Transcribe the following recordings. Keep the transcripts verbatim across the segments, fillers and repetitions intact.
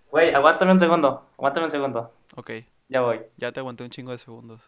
Güey, aguántame un segundo. Aguántame un segundo. Ok, Ya voy. ya te aguanté un chingo de segundos.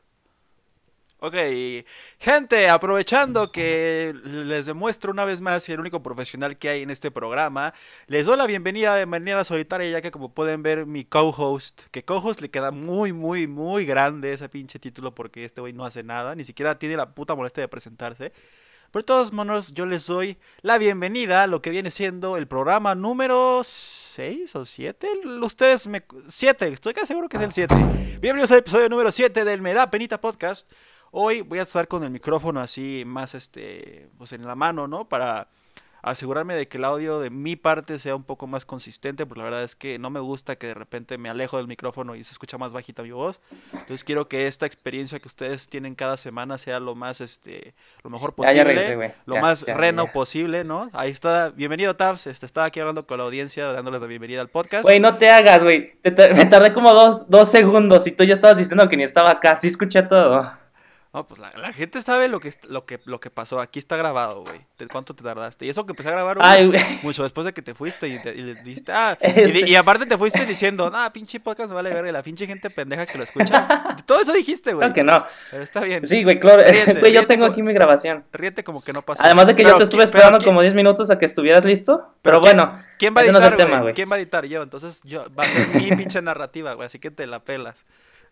Ok, gente, aprovechando que les demuestro una vez más que el único profesional que hay en este programa, les doy la bienvenida de manera solitaria, ya que como pueden ver mi co-host, que co-host le queda muy, muy, muy grande ese pinche título porque este güey no hace nada, ni siquiera tiene la puta molestia de presentarse. Pero de todos modos, yo les doy la bienvenida a lo que viene siendo el programa número seis o siete. Ustedes me... siete, estoy casi seguro que es el siete. Bienvenidos al episodio número siete del Me da Penita Podcast. Hoy voy a estar con el micrófono así más este, pues en la mano, ¿no? Para asegurarme de que el audio de mi parte sea un poco más consistente, porque la verdad es que no me gusta que de repente me alejo del micrófono y se escucha más bajita mi voz. Entonces quiero que esta experiencia que ustedes tienen cada semana sea lo más, este, lo mejor Ya, ya posible, regresé, güey. lo Ya, más ya, ya, reno ya. posible, ¿no? Ahí está, bienvenido Tabs, este, estaba aquí hablando con la audiencia, dándoles la bienvenida al podcast. Güey, no te hagas, güey. Te tar- Me tardé como dos, dos segundos y tú ya estabas diciendo que ni estaba acá. Sí escuché todo. No, pues la, la gente sabe lo que, est- lo que, lo que pasó. Aquí está grabado, güey. ¿De ¿Cuánto te tardaste? Y eso que empecé a grabar, güey, Ay, güey. mucho después de que te fuiste y, te- y le dijiste, ah, y, di- Este. y aparte te fuiste diciendo, nah, pinche podcast me vale verga, la pinche gente pendeja que lo escucha. Todo eso dijiste, Claro güey. que no. Pero está bien. Sí, güey, claro. Ríete, Güey, yo ríete, tengo co- aquí mi grabación. ríete como que no pasó. Además de que yo te Pero, estuve ¿qui- pero, esperando qui- como diez minutos a que estuvieras listo. pero Pero ¿quién, bueno, quién va a ese no es el editar, tema, güey? güey. ¿Quién va a editar? Yo. Entonces yo, va a ser mi pinche narrativa, güey. Así que te la pelas.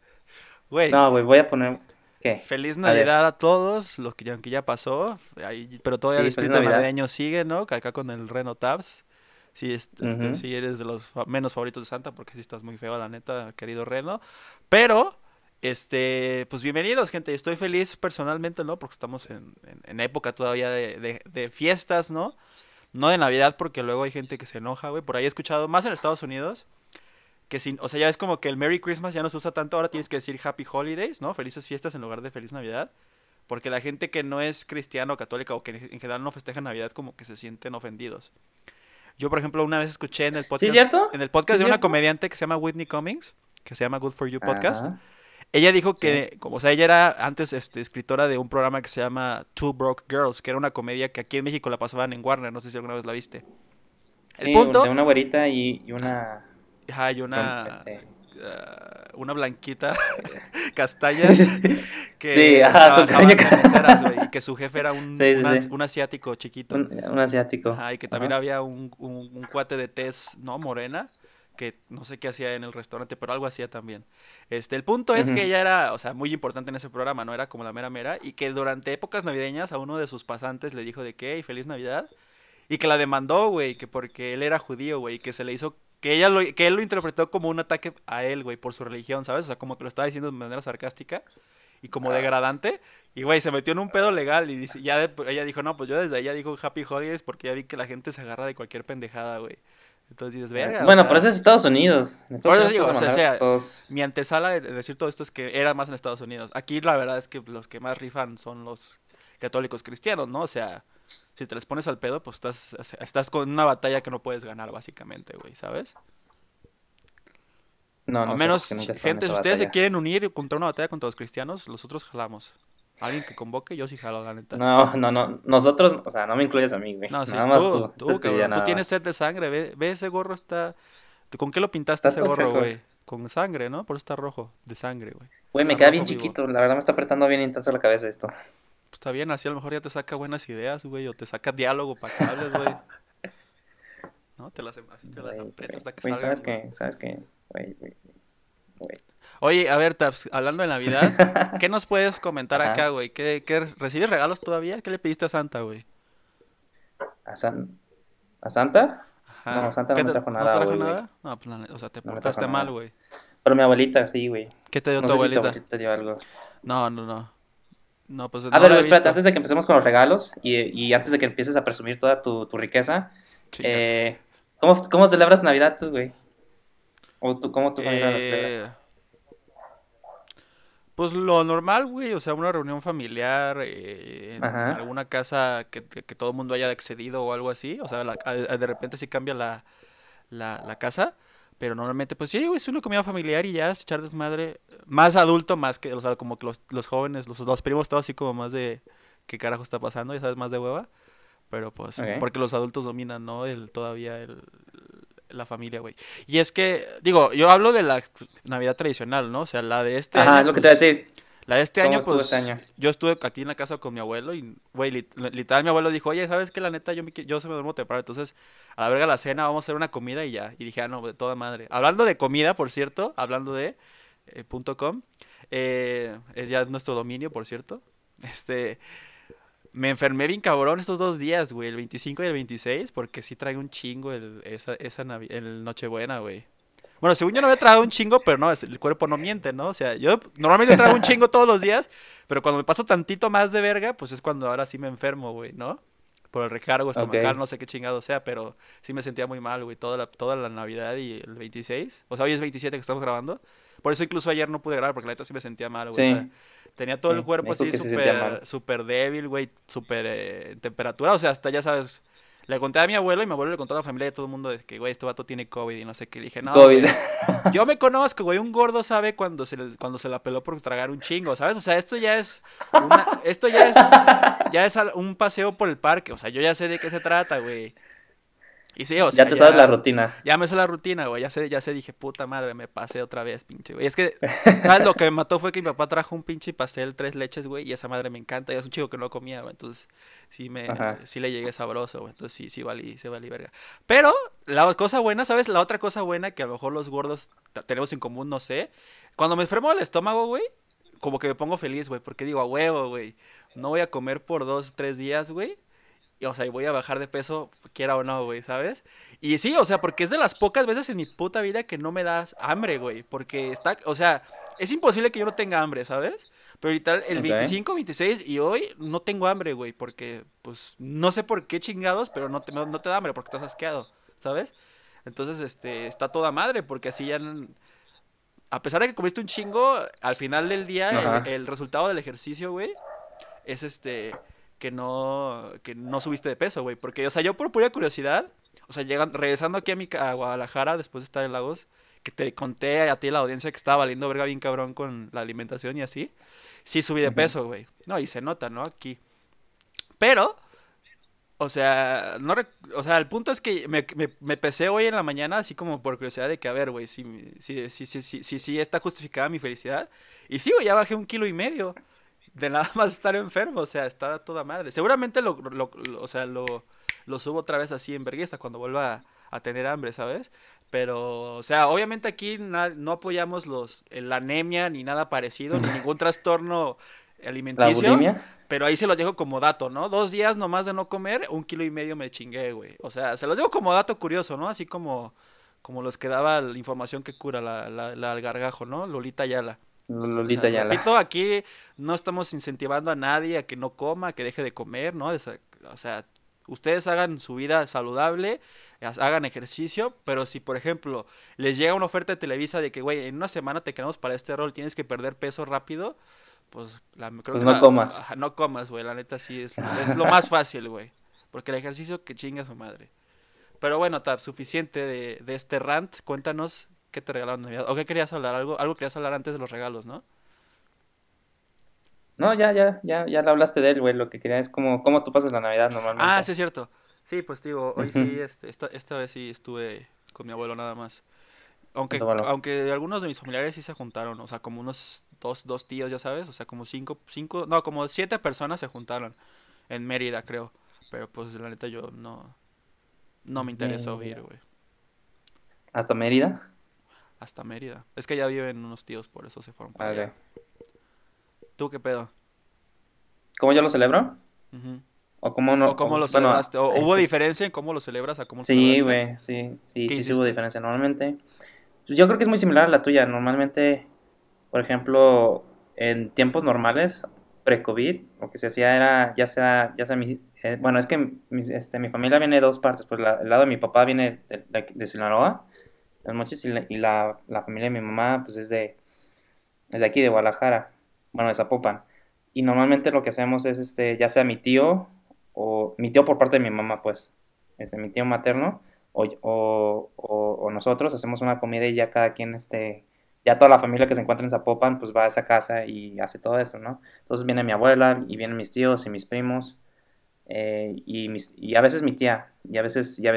Güey, No, güey, voy a poner. ¿Qué? feliz A ver. Navidad a todos, los que ya, aunque ya pasó, ahí- pero todavía el Sí, feliz espíritu Navidad. navideño sigue, ¿no? Que acá con el Reno Tabs. Sí, es- este, Ujú. sí eres de los fa- menos favoritos de Santa, porque sí estás muy feo, la neta, querido Reno. Pero, este, pues bienvenidos, gente. Estoy feliz personalmente, ¿no? Porque estamos en, en- en época todavía de, de- de fiestas, ¿no? No de Navidad, porque luego hay gente que se enoja, güey. Por ahí he escuchado, más en Estados Unidos, que sin, o sea, ya es como que el Merry Christmas ya no se usa tanto, ahora tienes que decir Happy Holidays, ¿no? Felices fiestas en lugar de Feliz Navidad. Porque la gente que no es cristiana o católica o que en general no festeja Navidad como que se sienten ofendidos. Yo, por ejemplo, una vez escuché en el ¿Sí es podcast, cierto? en el ¿Sí podcast es de una cierto? comediante que se llama Whitney Cummings, que se llama Good For You Podcast. Ajá. Ella dijo Sí. que, como, o sea, ella era antes este, escritora de un programa que se llama Two Broke Girls, que era una comedia que aquí en México la pasaban en Warner, no sé si alguna vez la viste. El Sí, de punto, una güerita y, y una. hay Con, una, este. uh, una blanquita castaña Sí, que ajá, con trabajaban caña. de meseras, güey, y que su jefe era un, Sí, sí, un, ans- sí. un asiático chiquito. Un, un asiático. Ajá, y que también Ajá. había un, un, un cuate de tez, ¿no? Morena, que no sé qué hacía en el restaurante, pero algo hacía también. Este, el punto es que Ujú. ella era, o sea, muy importante en ese programa, no era como la mera mera, y que durante épocas navideñas a uno de sus pasantes le dijo de qué, y feliz Navidad, y que la demandó, güey, que porque él era judío, güey, y que se le hizo, que ella lo, que él lo interpretó como un ataque a él, güey, por su religión, ¿sabes? O sea, como que lo estaba diciendo de manera sarcástica y como Ah, degradante. Y güey, se metió en un pedo legal y dice, ya de- ella dijo, no, pues yo desde ahí ya digo Happy Holidays porque ya vi que la gente se agarra de cualquier pendejada, güey. Entonces dices, eh, verga, o bueno, pero ese sea. es Estados Unidos. En Por Estados eso Unidos digo, puedes o sea, o demandar sea, todos. mi antesala de decir todo esto es que era más en Estados Unidos. Aquí la verdad es que los que más rifan son los católicos cristianos, ¿no? O sea, si te les pones al pedo, pues estás, estás con una batalla que no puedes ganar, básicamente, güey, ¿sabes? No, Al no sé, porque menos, nunca he estado en gente, esa si ustedes se batalla. quieren unir contra una batalla contra los cristianos, los otros jalamos. Alguien que convoque, yo sí jalo, la neta. No, no, no. Nosotros, o sea, no me incluyes a mí, güey. No, sí, Nada más tú, tú. Este tú, es tu vida, cabrón, tú nada tienes más. sed de sangre, ve, ve ese gorro está... ¿Con qué lo pintaste Está ese todo gorro, chueco. güey? Con sangre, ¿no? Por eso está rojo, de sangre, güey. Güey, me Está queda bien rojo vivo. chiquito. La verdad me está apretando bien intenso la cabeza esto. Pues está bien, así a lo mejor ya te saca buenas ideas, güey, o te saca diálogo para que hables, güey. ¿No? Te las, así te las Güey, aprietas güey. hasta que Güey, ¿sabes salgan, güey. qué? ¿Sabes qué? Güey, güey, güey. Oye, a ver, Taps, hablando de Navidad, ¿qué nos puedes comentar acá, Ajá. güey? ¿Qué, qué, recibes regalos todavía? ¿Qué le pediste a Santa, güey? ¿A, San... ¿A Santa? No, Ajá. Santa no ¿Qué me te, trajo no te nada trajo hoy, güey. nada? No, pues, la ne- o sea, te No me trajo portaste mal, nada. güey. Pero mi abuelita sí, güey. ¿Qué te dio No tu sé si tu abuelita? abuelita te dio algo. No, no, no. No, pues A no ver, la he güey, espérate, visto. antes de que empecemos con los regalos y, y antes de que empieces a presumir toda tu, tu riqueza, Chinga. eh, ¿cómo, cómo celebras Navidad tú, güey? ¿O tú, cómo tu familia la celebra? Eh, pues lo normal, güey, o sea, una reunión familiar eh, en Ajá. alguna casa que, que, que todo el mundo haya accedido o algo así, o sea, la- a- a- de repente sí cambia la, la, la casa, pero normalmente, pues sí, güey, es una comida familiar y ya, es echar desmadre, más adulto, más que, o sea, como que los, los jóvenes, los, los primos, todo así como más de, ¿qué carajo está pasando? Ya sabes, más de hueva, pero pues, Ok. porque los adultos dominan, ¿no? El, todavía el, la familia, güey. Y es que, digo, yo hablo de la Navidad tradicional, ¿no? O sea, la de este Ajá, año, es lo que te voy a pues, decir. la de este ¿Cómo año, estuvo este pues, año? yo estuve aquí en la casa con mi abuelo y, güey, lit- literal, mi abuelo dijo, oye, ¿sabes qué? La neta, yo, me, qui- yo se me duermo temprano, entonces, a la verga la cena, vamos a hacer una comida y ya. Y dije, ah, no, de toda madre. Hablando de comida, por cierto, hablando de eh, punto .com, eh, es ya nuestro dominio, por cierto. Este, me enfermé bien cabrón estos dos días, güey, el veinticinco y el veintiséis, porque sí trae un chingo el, esa, esa Navi- el Nochebuena, güey. Bueno, según yo no había tragado un chingo, pero no, es- el cuerpo no miente, ¿no? O sea, yo normalmente trago un chingo todos los días, pero cuando me paso tantito más de verga, pues es cuando ahora sí me enfermo, güey, ¿no? Por el recargo estomacal, Ok. no sé qué chingado sea, pero sí me sentía muy mal, güey, toda la, toda la Navidad y el veintiséis. O sea, hoy es veintisiete que estamos grabando. Por eso incluso ayer no pude grabar, porque la neta sí me sentía mal, güey. O sea, Sí, tenía todo el sí. Me cuerpo dijo así que se sentía mal. súper, súper débil, güey, súper eh, en temperatura. O sea, hasta ya sabes, le conté a mi abuelo y mi abuelo le contó a la familia y a todo el mundo de que, güey, este vato tiene COVID y no sé qué. Le dije, no, COVID. güey. Yo me conozco, güey, un gordo sabe cuando se, le- cuando se la peló por tragar un chingo, ¿sabes? O sea, esto ya es una, esto ya es, ya es al- un paseo por el parque, o sea, yo ya sé de qué se trata, güey. Y sí, o Ya sea, te sabes la ya, rutina. ya me sé la rutina, güey, ya sé, ya sé, dije, puta madre, me pasé otra vez, pinche, güey. Es que, ¿sabes? Lo que me mató fue que mi papá trajo un pinche pastel tres leches, güey, y esa madre me encanta, y es un chico que no comía, güey, entonces sí me, Ajá. sí le llegué sabroso, güey, entonces sí, sí valí, sí valí verga. Pero, la cosa buena, ¿sabes? La otra cosa buena que a lo mejor los gordos t- tenemos en común, no sé, cuando me enfermo del estómago, güey, como que me pongo feliz, güey, porque digo, a huevo, güey, no voy a comer por dos, tres días, güey, y, o sea, y voy a bajar de peso, quiera o no, güey, ¿sabes? Y sí, o sea, porque es de las pocas veces en mi puta vida que no me das hambre, güey. Porque está, o sea, es imposible que yo no tenga hambre, ¿sabes? Pero ahorita el Ok. veinticinco, veintiséis y hoy no tengo hambre, güey. Porque, pues, no sé por qué chingados, pero no te, no no te da hambre porque estás asqueado, ¿sabes? Entonces, este, está toda madre, porque así ya, n- a pesar de que comiste un chingo, al final del día, el, Ajá. el resultado del ejercicio, güey, es este que no que no subiste de peso, güey, porque o sea, yo por pura curiosidad, o sea, llegan regresando aquí a mi ca- a Guadalajara después de estar en Lagos, que te conté a ti la audiencia que estaba valiendo verga bien cabrón con la alimentación y así, sí subí de Ujú. peso, güey. No, y se nota, ¿no? Aquí. Pero o sea, no rec- o sea, el punto es que me, me, me pesé hoy en la mañana así como por curiosidad de que, a ver, güey, si, si, si, si, si, si, si está justificada mi felicidad. Y sí, güey, ya bajé un kilo y medio de nada más estar enfermo, o sea, está a toda madre. Seguramente lo, lo, lo- o sea, lo, lo subo otra vez así en vergüenza cuando vuelva a, a tener hambre, ¿sabes? Pero, o sea, obviamente aquí na- no apoyamos los, la anemia ni nada parecido, ni ningún trastorno La alimenticio, bulimia. pero ahí se los dejo como dato, ¿no? Dos días nomás de no comer, un kilo y medio me chingué, güey. O sea, se los dejo como dato curioso, ¿no? Así como, como los que daba la información que cura la, la, la al gargajo, ¿no? Lolita Ayala. O sea, Lolita Yala. repito, aquí no estamos incentivando a nadie a que no coma, a que deje de comer, ¿no? Desa- O sea, ustedes hagan su vida saludable, ha- hagan ejercicio, pero si, por ejemplo, les llega una oferta de Televisa de que, güey, en una semana te quedamos para este rol, tienes que perder peso rápido, pues la, creo Pues que no la, comas. ajá, no comas, güey, la neta sí es, es lo más fácil, güey. Porque el ejercicio que chinga su madre. Pero bueno, Tab, suficiente de, de este rant. Cuéntanos qué te regalaron de Navidad. ¿O qué querías hablar? Algo, algo querías hablar antes de los regalos, ¿no? No, ya, ya, ya, ya le hablaste de él, güey. Lo que quería es cómo, cómo tú pasas la Navidad Ah, normalmente. sí es cierto. Sí, pues digo, hoy Ujú. sí, este, esta, esta vez sí estuve con mi abuelo nada más. Punto Aunque, bueno. aunque algunos de mis familiares sí se juntaron, o sea, como unos dos, dos tíos, ya sabes, o sea, como cinco, cinco, no, como siete personas se juntaron en Mérida, creo. Pero pues la neta yo no, no me interesó ir, Mérida. güey, ¿Hasta Mérida? hasta Mérida. Es que ya viven unos tíos, por eso se fueron para allá. Ok. ¿Tú qué pedo? ¿Cómo yo lo celebro? Ujú. ¿O cómo no? ¿O cómo O- lo bueno, celebraste? ¿O hubo este. diferencia en cómo lo celebras a cómo lo Sí, celebraste? güey, sí, sí, ¿Qué sí, sí hubo hiciste? diferencia. Normalmente, pues, yo creo que es muy similar a la tuya. Normalmente, por ejemplo, en tiempos normales, pre-COVID, lo que se hacía era, ya sea, ya sea mi, eh, bueno, es que mi, este, mi familia viene de dos partes, pues la- el lado de mi papá viene de, de, de Sinaloa, de Los Mochis, y, la, y la, la familia de mi mamá, pues es de, es de aquí, de Guadalajara, bueno, de Zapopan. Y normalmente lo que hacemos es, este, ya sea mi tío, o mi tío por parte de mi mamá, pues, este, mi tío materno, o, o, o, o nosotros hacemos una comida y ya cada quien, este, ya toda la familia que se encuentra en Zapopan, pues va a esa casa y hace todo eso, ¿no? Entonces viene mi abuela y vienen mis tíos y mis primos, eh, y, mis, y a veces mi tía, y a veces, y a veces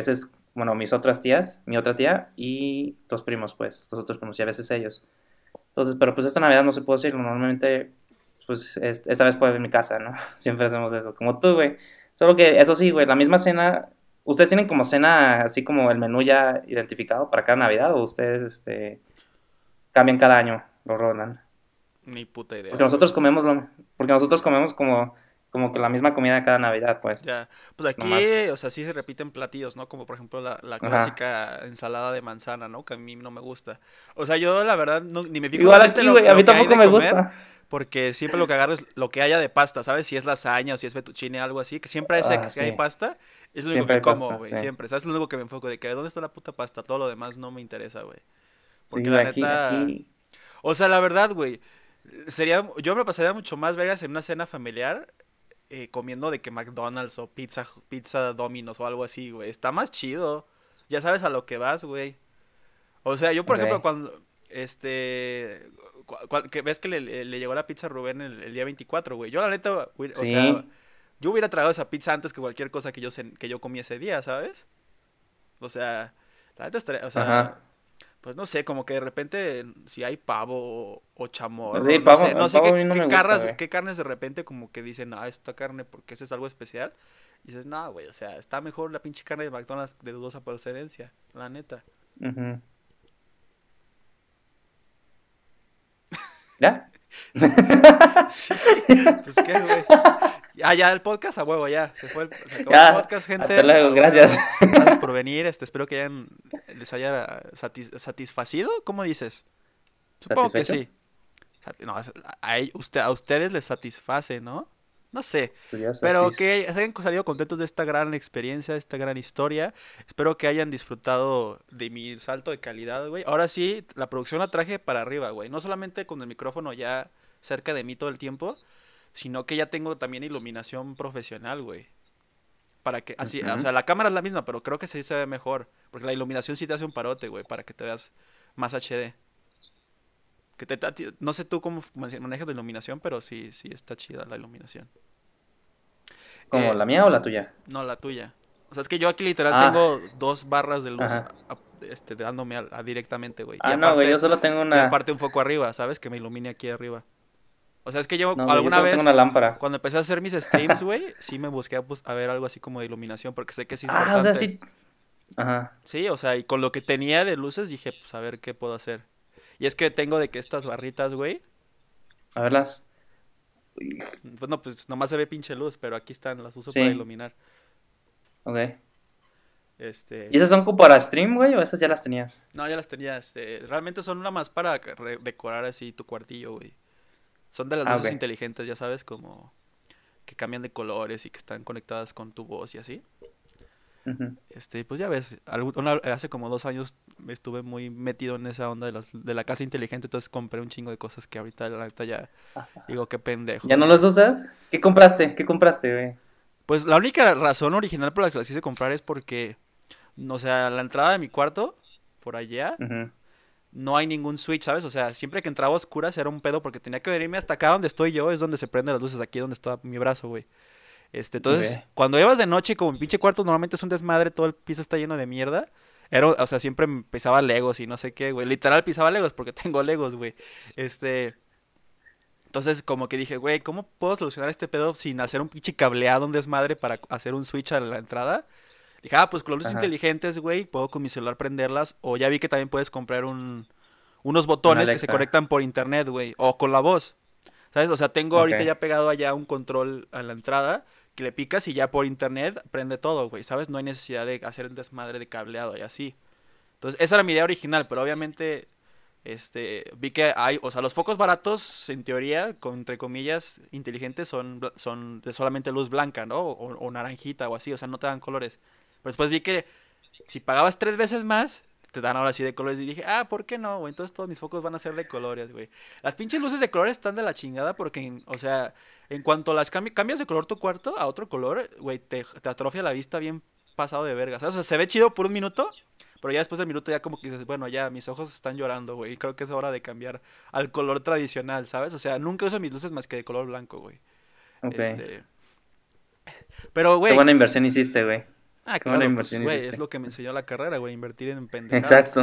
bueno, mis otras tías, mi otra tía y dos primos, pues, los otros primos y a veces ellos. Entonces, pero pues esta Navidad no se pudo hacer, normalmente, pues es- esta vez fue en mi casa, ¿no? Siempre hacemos eso, como tú, güey. Solo que, eso sí, güey, la misma cena, ¿ustedes tienen como cena, así como el menú ya identificado para cada Navidad o ustedes, este, cambian cada año, lo rolan? Ni puta idea, Porque güey. nosotros comemos lo, porque nosotros comemos como, como que la misma comida cada Navidad, pues, Ya, pues aquí, nomás, o sea, sí se repiten platillos, ¿no? Como por ejemplo la, la ajá. clásica ensalada de manzana, ¿no? Que a mí no me gusta. O sea, yo la verdad no- ni me fijo Igual realmente aquí, lo, güey, a lo mí que hay tampoco de me comer, gusta. porque siempre lo que agarro es lo que haya de pasta, ¿sabes? Si es lasaña o si es fettuccine, algo así, que siempre hay, sé Ah, que hay sí, pasta, es lo único siempre que hay como, pasta, güey, sí. siempre. ¿Sabes? Es lo único que me enfoco de que ¿dónde está la puta pasta? Todo lo demás no me interesa, güey. Sí, Porque güey, la aquí, neta, aquí, o sea, la verdad, güey, sería, yo me pasaría mucho más vergas en una cena familiar eh, comiendo de que McDonald's o pizza, pizza Domino's o algo así, güey. Está más chido. Ya sabes a lo que vas, güey. O sea, yo, por ejemplo, ok. cuando, este, cu- cu- que ves que le, le- le llegó la pizza a Rubén el, el día veinticuatro, güey. Yo, la neta, güey, o sea, Sí, yo hubiera tragado esa pizza antes que cualquier cosa que yo, cen- que yo comí ese día, ¿sabes? O sea, la neta estaría, o sea, ajá. pues no sé, como que de repente si hay pavo o, o chamorro, Sí, no sé, pavo, no el sé pavo a qué, mí no qué me gusta, carnes, güey. qué carnes de repente como que dicen, ah, esta carne porque ese es algo especial. Y dices, no, güey, o sea, está mejor la pinche carne de McDonald's de dudosa procedencia, la neta. Ujú. ¿Ya? Sí, pues qué, güey. Ah, ya el podcast a huevo, ya. Se fue el- se acabó el Ya, podcast, hasta gente. A luego, gracias. huevo. Gracias por venir. Este, espero que hayan, les haya satis- satisfacido. ¿Cómo dices? Supongo que ¿Satisfecho? sí. Sat- No, es- a, a- usted, a ustedes les satisface, ¿no? No sé. Sería Pero satis. que hayan salido contentos de esta gran experiencia, de esta gran historia. Espero que hayan disfrutado de mi salto de calidad, güey. Ahora sí, la producción la traje para arriba, güey. No solamente con el micrófono ya cerca de mí todo el tiempo, sino que ya tengo también iluminación profesional, güey. Para que, así, o Ujú. sea, la cámara es la misma, pero creo que sí se ve mejor. Porque la iluminación sí te hace un parote, güey, para que te veas más H D. Que te, a ti- no sé tú cómo manejas la iluminación, pero sí, sí está chida la iluminación. ¿Como Eh, la mía o la tuya? no, la tuya. O sea, es que yo aquí literal Ah, tengo dos barras de luz ajá. a- este, dándome a- a directamente, güey. Y Ah, no, güey, yo aparte, solo tengo y una. aparte un foco arriba, ¿sabes? Que me ilumine aquí arriba. O sea, es que yo No, güey, yo alguna solo tengo una vez, lámpara. cuando empecé a hacer mis streams, güey, sí me busqué a, bus- a ver algo así como de iluminación, porque sé que es Ah, o sea, importante. sí. Ajá. Sí, o sea, y con lo que tenía de luces dije, pues a ver qué puedo hacer. Y es que tengo de que estas barritas, güey, A verlas. pues no, pues nomás se ve pinche luz, pero aquí están, las uso para Sí, iluminar. ok. ¿Y Este, esas son como para stream, güey, o esas ya las tenías? no, ya las tenía, este, realmente son una más para que re- decorar así tu cuartillo, güey. Son de las Ah, luces ok. inteligentes, ya sabes, como que cambian de colores y que están conectadas con tu voz y así. Ujú. Este, pues ya ves, algún- una- hace como dos años estuve muy metido en esa onda de, las, de la casa inteligente, entonces compré un chingo de cosas que ahorita, la neta, ya digo, qué ¿Ya pendejo, no güey. los usas? ¿Qué compraste? ¿Qué compraste, güey? Pues la única razón original por la que las quise comprar es porque, o sea, la entrada de mi cuarto, por allá, Ujú. no hay ningún switch, ¿sabes? O sea, siempre que entraba a oscuras era un pedo porque tenía que venirme hasta acá donde estoy yo, es donde se prenden las luces, aquí donde está mi brazo, güey. Este, entonces, Ok. cuando llevas de noche, como mi pinche cuarto normalmente es un desmadre, todo el piso está lleno de mierda. Era, o sea, siempre me pisaba Legos y no sé qué, güey. Literal pisaba Legos porque tengo Legos, güey. Este, entonces como que dije, güey, ¿cómo puedo solucionar este pedo sin hacer un pinche cableado, un desmadre para hacer un switch a la entrada? Dije, ah, pues con las luces Ajá. inteligentes, güey, puedo con mi celular prenderlas. O ya vi que también puedes comprar un, unos Un botones que se Alexa. conectan por internet, güey. O con la voz. ¿Sabes? O sea, tengo Ok. ahorita ya pegado allá un control a la entrada que le picas y ya por internet prende todo, güey. ¿Sabes? No hay necesidad de hacer un desmadre de cableado y así. Entonces, esa era mi idea original, pero obviamente este, vi que hay, o sea, los focos baratos, en teoría, con, entre comillas, inteligentes, son, bla- son de solamente luz blanca, ¿no? O, o naranjita o así, o sea, no te dan colores. Pero después vi que si pagabas tres veces más, te dan ahora sí de colores. Y dije, ah, ¿por qué no, güey? Entonces todos mis focos van a ser de colores, güey. Las pinches luces de colores están de la chingada porque, en- o sea, en cuanto las cambi- cambias de color tu cuarto a otro color, güey, te, te atrofia la vista bien pasado de verga, ¿sabes? O sea, se ve chido por un minuto, pero ya después del minuto ya como que dices, bueno, ya mis ojos están llorando, güey. Y creo que es hora de cambiar al color tradicional, ¿sabes? O sea, nunca uso mis luces más que de color blanco, güey. Ok. Este, pero, Qué güey, buena inversión hiciste, güey. Ah, Qué buena claro, pues, inversión güey, es hiciste. lo que me enseñó la carrera, güey, invertir en pendejadas. Exacto.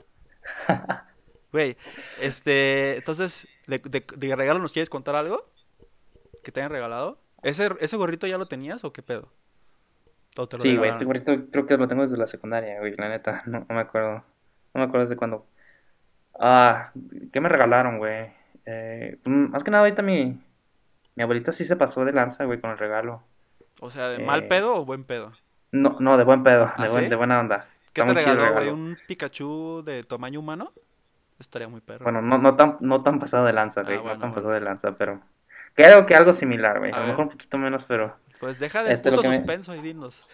Güey, este, entonces, ¿de, de, de regalo nos quieres contar algo que te hayan regalado? ¿Ese, ese gorrito ya lo tenías o qué pedo? ¿O te lo Sí, güey, este regalaron? gorrito creo que lo tengo desde la secundaria, güey, la neta. No, no me acuerdo. No me acuerdo desde cuándo. Ah, ¿qué me regalaron, güey? Eh, mm, más que nada, ahorita mi, mi abuelita sí se pasó de lanza, güey, con el regalo. O sea, ¿de mal Eh, pedo o buen pedo? no, no, de buen pedo, ¿Ah, de buen, sí? de buena onda. ¿Qué Está te muy chido el regaló, güey? regalo. ¿Un Pikachu de tamaño humano? Estaría muy perro. Bueno, no, no tan, no tan pasado de lanza, Ah, güey, no bueno, tan bueno. pasado de lanza, pero creo que algo similar, güey. A A lo ver, mejor un poquito menos, pero pues deja del este lo puto que me... suspenso y dinos.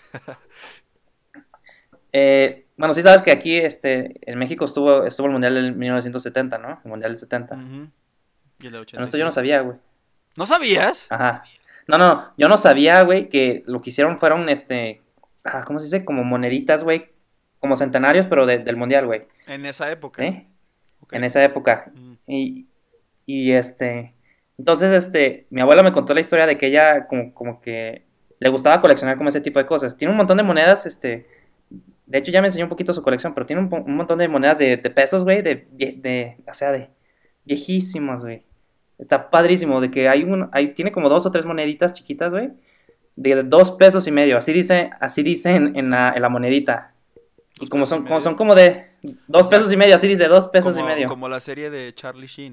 Eh, bueno, sí sabes que aquí, este, en México estuvo, estuvo el Mundial del mil novecientos setenta, ¿no? El Mundial del setenta. Ujú. Y el de Bueno, ochenta y esto yo no siete. sabía, güey. ¿No sabías? Ajá. No, no, no, yo no sabía, güey, que lo que hicieron fueron, este, ah, ¿cómo se dice? Como moneditas, güey, como centenarios, pero de- del Mundial, güey. En esa época. ¿Sí? Ok. En esa época. Mm. Y, y este, entonces, este, mi abuela me contó la historia de que ella como, como que le gustaba coleccionar como ese tipo de cosas. Tiene un montón de monedas, este, de hecho ya me enseñó un poquito su colección, pero tiene un, po- un montón de monedas de, de pesos, güey, de, vie- de, o sea, de viejísimos, güey. Está padrísimo, de que hay un, hay, tiene como dos o tres moneditas chiquitas, güey, de dos pesos y medio, así dice, así dice en, en la, en la monedita. Y Dos como pesos y son, como son medio. como de O dos sea, pesos y medio, así dice, dos pesos y como, medio. como la serie de Charlie Sheen.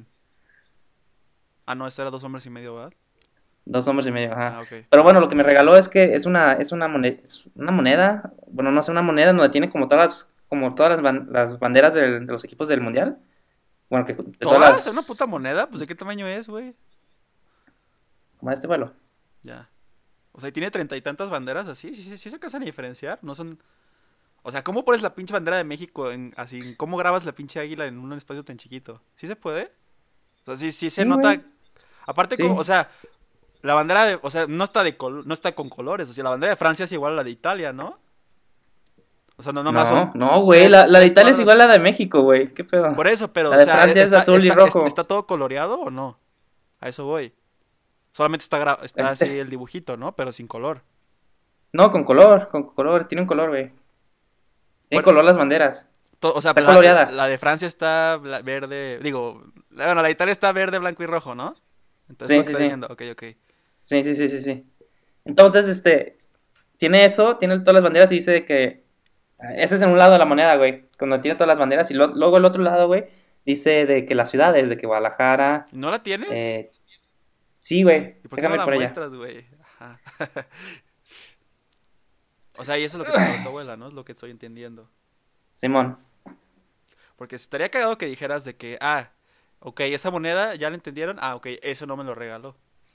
Ah, no, esa era dos hombres y medio, ¿verdad? Dos hombres y medio, ajá. Ah, ok. Pero bueno, lo que me regaló es que es una, es una moneda, una moneda, bueno, no sé, una moneda donde tiene como todas las, como todas las, ban- las banderas del- de los equipos del mundial. Bueno, que de todas ¿Todas? ¿En una puta las, moneda? Pues ¿de qué tamaño es, güey? como de este vuelo. Ya. O sea, ¿y tiene treinta y tantas banderas así? Sí, sí, sí se alcanzan a diferenciar. No son. O sea, ¿cómo pones la pinche bandera de México en así? ¿Cómo grabas la pinche águila en un espacio tan chiquito? ¿Sí se puede? O sea, sí, sí se Sí, güey, nota. Aparte, como, o sí. sea, la bandera de. O sea, no está de col- no está con colores. O sea, la bandera de Francia es igual a la de Italia, ¿no? O sea, no nomás No, son no, güey, tres, la, la de tres Italia es cuadros. igual a la de México, güey, qué pedo. Por eso, pero, La o de sea, Francia es está, azul y está, es- rojo. ¿está todo coloreado o no? A eso voy. Solamente está, gra- está así el dibujito, ¿no? Pero sin color. No, con color, con color, tiene un color, güey. Tiene Bueno, color las banderas. to- o sea, Está la, coloreada. la de Francia está bla- verde. Digo, la- bueno, la de Italia está verde, blanco y rojo, ¿no? Entonces es lo Sí, que sí, está sí. diciendo. Ok, ok. Sí, sí, sí, sí, sí. Entonces, este, tiene eso, tiene todas las banderas y dice que ese es en un lado de la moneda, güey, cuando tiene todas las banderas y lo- luego el otro lado, güey, dice de que las ciudades, de que Guadalajara, ¿No la tienes? eh, sí, güey, ¿Y por qué no déjame ir la por allá. muestras, güey? Ajá. O sea, y eso es lo que te regaló tu abuela, ¿no? Es lo que estoy entendiendo. Simón, Porque estaría cagado que dijeras de que, ah, ok, esa moneda, ¿ya la entendieron? Ah, ok, eso no me lo regaló.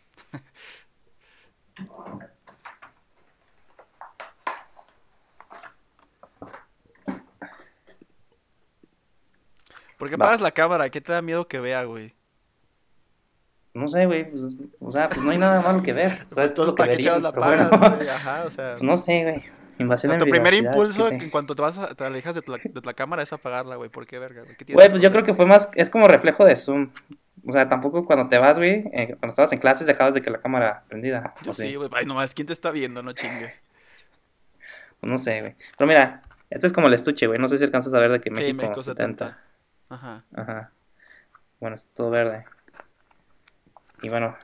¿Por qué apagas va. la cámara? ¿Qué te da miedo que vea, güey? No sé, güey, pues, o sea, pues no hay nada malo que ver, o sea, Pues esto es todos lo que para qué vería, chavos la pero bueno, apagas, güey. Ajá, o sea. pues no sé, güey, O invasión sea, de tu mi primer privacidad, qué impulso en sé. cuanto te vas a, te alejas de, tu- de la cámara es apagarla, güey. ¿Por qué, verga, güey? ¿Qué tienes que Güey, pues yo creo esconder? que fue más, es como reflejo de Zoom, o sea, tampoco cuando te vas, güey, eh, cuando estabas en clases dejabas de que la cámara prendida, Yo o sí, sí, güey. Ay, nomás, ¿quién te está viendo? No chingues. pues no sé, güey. Pero mira, este es como el estuche, güey, no sé si alcanzas a ver de que Sí, México México setenta. setenta. Ajá. Ajá. Bueno, es todo verde. Y bueno,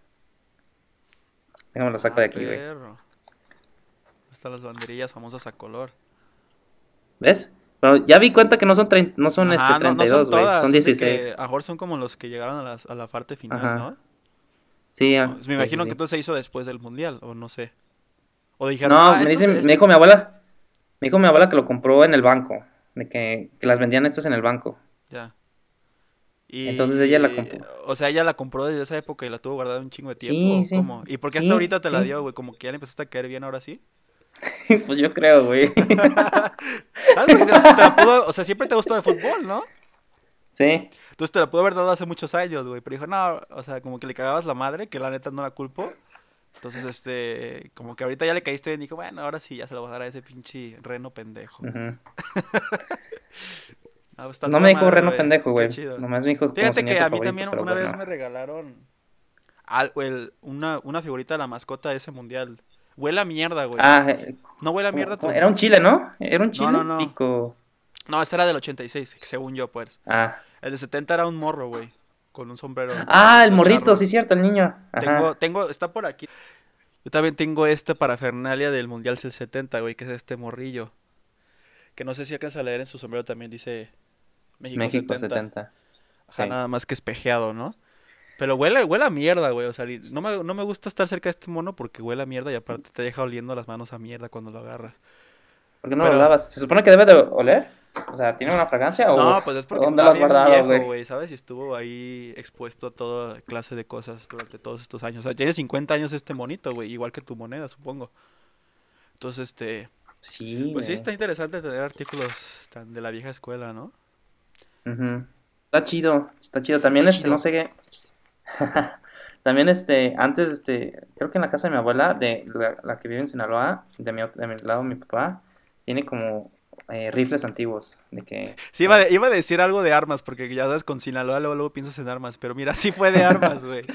déjame lo saco Ah, de aquí, güey. perro. Están las banderillas famosas a color. ¿Ves? Pero ya vi cuenta que no son, trein- no son este Ajá, no, no son treinta y dos, güey, todas. son Son de que, dieciséis. a lo mejor son como los que llegaron a, las- a la parte final, Ajá. ¿no? Sí, O- ah, me sí, sí, imagino que sí. todo se hizo después del mundial, o no sé. O dijeron, No, ah, me esto dice, es, me es- dijo mi abuela, me dijo mi abuela que lo compró en el banco, de que, que las vendían estas en el banco. Ya. Entonces ella la Y, compró. o sea, ella la compró desde esa época y la tuvo guardada un chingo de tiempo, Sí, ¿o sí, cómo? ¿Y por qué hasta sí, ahorita te la sí. dio, güey? Como que ya le empezaste a caer bien ahora sí. Pues yo creo, güey. Ah, porque te la, te la pudo, o sea, siempre te gustó el fútbol, ¿no? Sí, Entonces te la pudo haber dado hace muchos años, güey. Pero dijo, no, o sea, como que le cagabas la madre, que la neta no la culpo. Entonces, este, como que ahorita ya le caíste bien y dijo, bueno, ahora sí, ya se lo voy a dar a ese pinche reno pendejo. ujú. Ah, pues está No toda me dijo madre, reno güey. pendejo, Qué güey. chido. Nomás me dijo como su Fíjate que nieto a mí favorito, también pero una pues vez no. me regalaron al- el- una, una figurita de la mascota de ese mundial. Huele a mierda, güey. Ah, eh, ¿No huele a ¿cómo- mierda cómo? tu...? Era un chile, ¿no? Era un No, no, chile no. pico. No, ese era del ochenta y seis, según yo, pues. Ah. El de setenta era un morro, güey. Con un sombrero Ah, el de morrito, charro. sí, cierto, el niño. Tengo, Ajá. tengo, está por aquí. Yo también tengo esta parafernalia del Mundial del setenta, güey, que es este morrillo. Que no sé si alcanza a leer en su sombrero también dice México México setenta. setenta. Ajá, Sí. nada más que espejeado, ¿no? Pero huele, huele a mierda, güey. O sea, li- no me, no me gusta estar cerca de este mono porque huele a mierda y aparte te deja oliendo las manos a mierda cuando lo agarras. ¿Por qué no lo Pero, lavas? ¿Se supone que debe de oler? O sea, ¿tiene una fragancia o no, pues es porque dónde lo está has bien guardado, viejo, güey? güey, ¿sabes? Y estuvo ahí expuesto a toda clase de cosas durante todos estos años. O sea, tiene cincuenta años este monito, güey, igual que tu moneda, supongo. Entonces, este, Sí, pues sí güey. está interesante tener artículos tan de la vieja escuela, ¿no? Ujú. Está chido, está chido. Está También, este, no chido. sé qué. También, este, antes, este, creo que en la casa de mi abuela, de la, la que vive en Sinaloa, de mi, de mi lado, mi papá, tiene como eh, rifles antiguos, de que, Sí, iba, eh, de- iba a decir algo de armas, porque ya sabes, con Sinaloa luego, luego piensas en armas, pero mira, sí fue de armas, güey.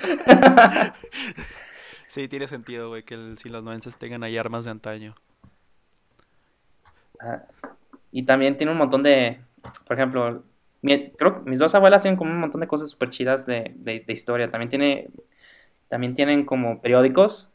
Sí, tiene sentido, güey, que el sinaloenses tengan ahí armas de antaño. ah, y también tiene un montón de, por ejemplo, mi- creo que mis dos abuelas tienen como un montón de cosas súper chidas de, de, de historia. También tiene, también tienen como periódicos.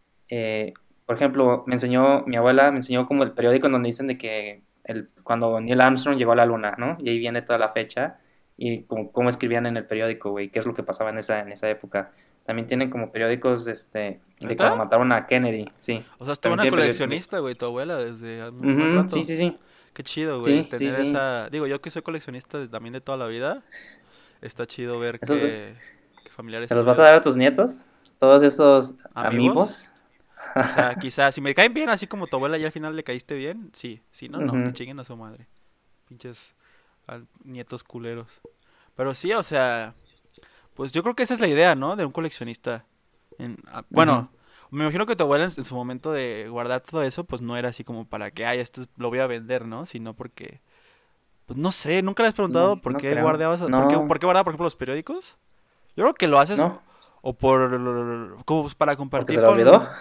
eh, por ejemplo, me enseñó, mi abuela me enseñó como el periódico en donde dicen de que el, cuando Neil Armstrong llegó a la luna, ¿no? Y ahí viene toda la fecha y como, cómo escribían en el periódico, güey, qué es lo que pasaba en esa, en esa época. También tienen como periódicos, este, de ¿Neta? cuando mataron a Kennedy, sí. O sea, estuvo También una tiene periódico. coleccionista, güey, tu abuela, desde un buen Ujú, sí, rato. sí, sí. Qué chido, güey, Sí, sí, tener sí. esa... Digo, yo que soy coleccionista de- también de toda la vida, está chido ver Esos, que, que familiares ¿se los vas a dar tuyos, a tus nietos? Todos esos amigos, amigos. quizá, quizá, si me caen bien, así como tu abuela y al final le caíste bien, sí, si no, no, que Ujú, chinguen a su madre. Pinches ah, nietos culeros. Pero sí, o sea, pues yo creo que esa es la idea, ¿no? De un coleccionista. En- ah, ujú. bueno, me imagino que tu abuela en, en su momento de guardar todo eso, pues no era así como para que, ay, esto es- lo voy a vender, ¿no? Sino porque, pues no sé, nunca le has No, preguntado por no qué creo. guardabas, por qué, por No, qué guardaba, por ejemplo, los periódicos. Yo creo que lo haces no, o por, como pues, para porque se compartir le olvidó. con,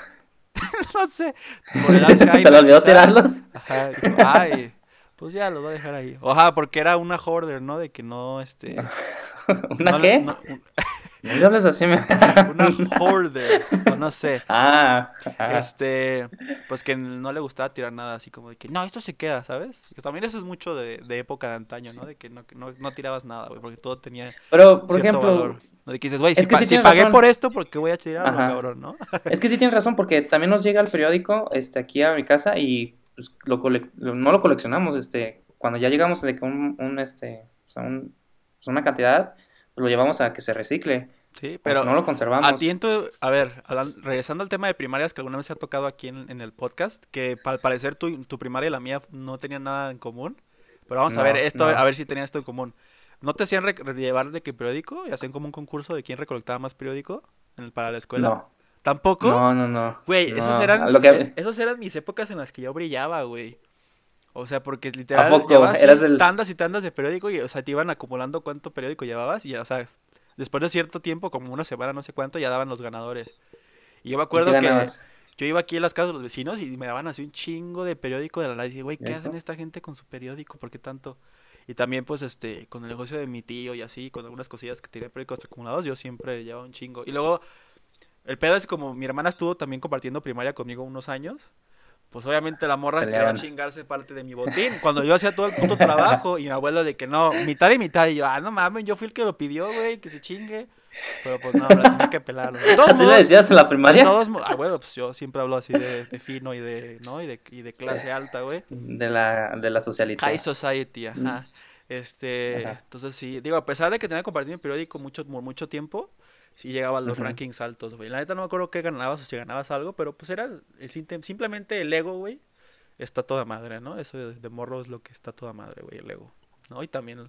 no sé, por el Se le Alzheimer olvidó quizá. tirarlos. Ajá, dijo, ay, pues ya los voy a dejar ahí. Ojalá, porque era una hoarder, ¿no? De que no, este, ¿Una no, le- qué? no, un- No le hables así, me... una hoarder, o no sé. Ah, ah, Este, pues que no le gustaba tirar nada, así como de que, no, esto se queda, ¿sabes? Que también eso es mucho de, de época de antaño, ¿no? De que no, que no, no tirabas nada, güey, porque todo tenía pero, por cierto ejemplo, valor. ¿No? De que dices, güey, si, es que pa- sí si tienes pagué por razón. esto, ¿por qué voy a tirarlo, Ajá. cabrón, no? Es que sí tienes razón, porque también nos llega el periódico, este, aquí a mi casa y pues, lo cole- lo- no lo coleccionamos, este, cuando ya llegamos de que un, un, este, o sea, un- pues, una cantidad, pues lo llevamos a que se recicle, Sí, como que pero no lo a ti conservamos. en tu, a ver, hablan- regresando al tema de primarias que alguna vez se ha tocado aquí en, en el podcast, que pa- al parecer tu, tu primaria y la mía no tenían nada en común, pero vamos a ver No, esto, a ver, a no, ver si tenían esto en común. ¿No te hacían rec- llevar de qué periódico y hacían como un concurso de quién recolectaba más periódico en el- para la escuela? no, ¿Tampoco? no, no, no, Güey, esos no, a eran, lo eh, que, esos eran mis épocas en las que yo brillaba, güey. O sea, porque ¿a literal poco? llevabas Eras así el, tandas y tandas de periódico y, o sea, te iban acumulando cuánto periódico llevabas y, ya, o sea, después de cierto tiempo, como una semana, no sé cuánto, ya daban los ganadores. Y yo me ¿y qué acuerdo que ganabas? yo iba aquí a las casas de los vecinos y me daban así un chingo de periódico de la nada. Y dije, güey, ¿qué hacen ¿Periódico? esta gente con su periódico? ¿Por qué tanto? Y también, pues, este, con el negocio de mi tío y así, con algunas cosillas que tenía periódicos acumulados, yo siempre llevaba un chingo. Y luego, el pedo es como mi hermana estuvo también compartiendo primaria conmigo unos años. Pues obviamente la Se morra quería peleaban. chingarse parte de mi botín. Cuando yo hacía todo el puto trabajo y mi abuelo de que no, mitad y mitad. Y yo, ah, no mames, yo fui el que lo pidió, güey, que se chingue. Pero pues no, la tenía que pelarlo. De todos ¿Así le modos, decías en la de primaria? todos modos, ah, bueno, pues yo siempre hablo así de, de fino y de, ¿no? Y de, y de clase alta, güey. De la, de la High socialite. Society, Mm, ajá. Este, ajá. entonces sí, digo, a pesar de que tenía que compartir mi periódico mucho, por mucho tiempo, sí llegaba a los Ujú. rankings altos, güey. La neta no me acuerdo qué ganabas o si ganabas algo, pero pues era el simple- simplemente el ego, güey. Está toda madre, ¿no? Eso de, de morro es lo que está toda madre, güey, el ego, ¿no? Y también,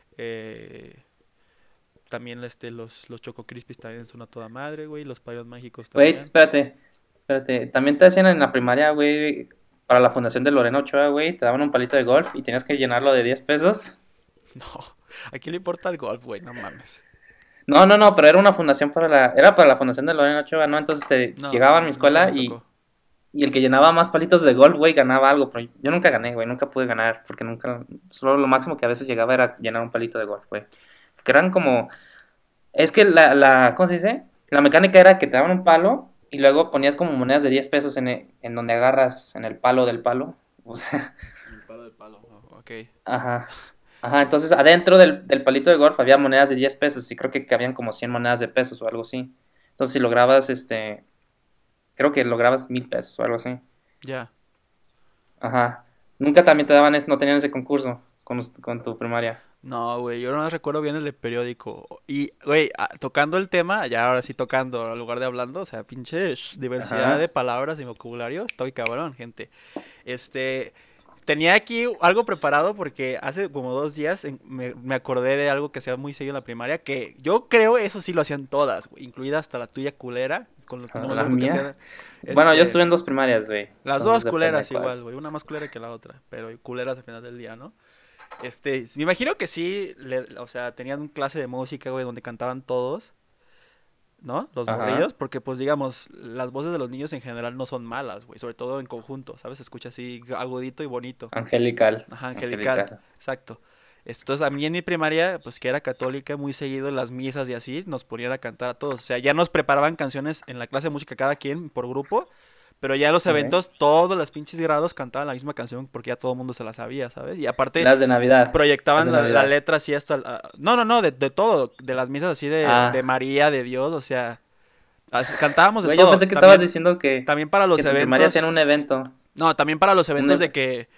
eh, también este, los, los Choco Crispies también son a toda madre, güey. Los Padrinos Mágicos Wait, también. espérate, espérate. También te hacían en la primaria, güey, para la fundación de Lorena Ochoa, güey, te daban un palito de golf y tenías que llenarlo de diez pesos. No, ¿a quién le importa el golf, güey? No mames. No, no, no, pero era una fundación para la, era para la fundación de Lorena Ochoa, ¿no? Entonces te No, llegaba a mi nunca escuela me y, tocó. y el que llenaba más palitos de golf, güey, ganaba algo, pero yo nunca gané, güey, nunca pude ganar, porque nunca, solo lo máximo que a veces llegaba era llenar un palito de golf, güey. Que eran como, es que la, la, ¿cómo se dice? La mecánica era que te daban un palo y luego ponías como monedas de diez pesos en, el- en donde agarras en el palo del palo, o sea, El palo del palo, oh, ok. ajá. Ajá, entonces adentro del, del palito de golf había monedas de diez pesos y creo que cabían como cien monedas de pesos o algo así. Entonces si lograbas, este, creo que lograbas mil pesos o algo así. Ya. Ajá. Nunca también te daban, es, no tenían ese concurso con, us- con tu primaria. No, güey, yo no recuerdo bien el de periódico. Y, güey, ah, tocando el tema, ya ahora sí tocando en lugar de hablando, o sea, pinche sh, diversidad de Ajá. palabras y vocabulario, estoy cabrón, gente. Este, tenía aquí algo preparado porque hace como dos días en- me, me acordé de algo que hacía muy seguido en la primaria, que yo creo eso sí lo hacían todas, güey, incluida hasta la tuya culera, con lo que no me La acuerdo porque hacían, mía. Bueno, yo este, estuve en dos primarias, güey. las dos Entonces depende de culeras cuál. igual, güey, una más culera que la otra, pero culeras al final del día, ¿no? Este, me imagino que sí, le- o sea, tenían un clase de música, güey, donde cantaban todos, ¿no? Los Ajá. morrillos, porque pues digamos, las voces de los niños en general no son malas, güey, sobre todo en conjunto, ¿sabes? Se escucha así agudito y bonito. Angelical. Ajá, angelical, Angelical. exacto. Entonces a mí en mi primaria, pues que era católica, muy seguido en las misas y así, nos ponían a cantar a todos. O sea, ya nos preparaban canciones en la clase de música cada quien por grupo, pero ya en los Ok. eventos todos los pinches grados cantaban la misma canción porque ya todo el mundo se la sabía, ¿sabes? Y aparte Las de Navidad. Las proyectaban de la, la Navidad. letra así hasta... la- No, no, no, de, de todo, de las misas así de, de Ah. María, de Dios, o sea, así- cantábamos de Güey, yo todo. pensé que estabas También, diciendo que, también para que los en tu primaria hacían eventos, un evento. no, también para los Un eventos de ev- que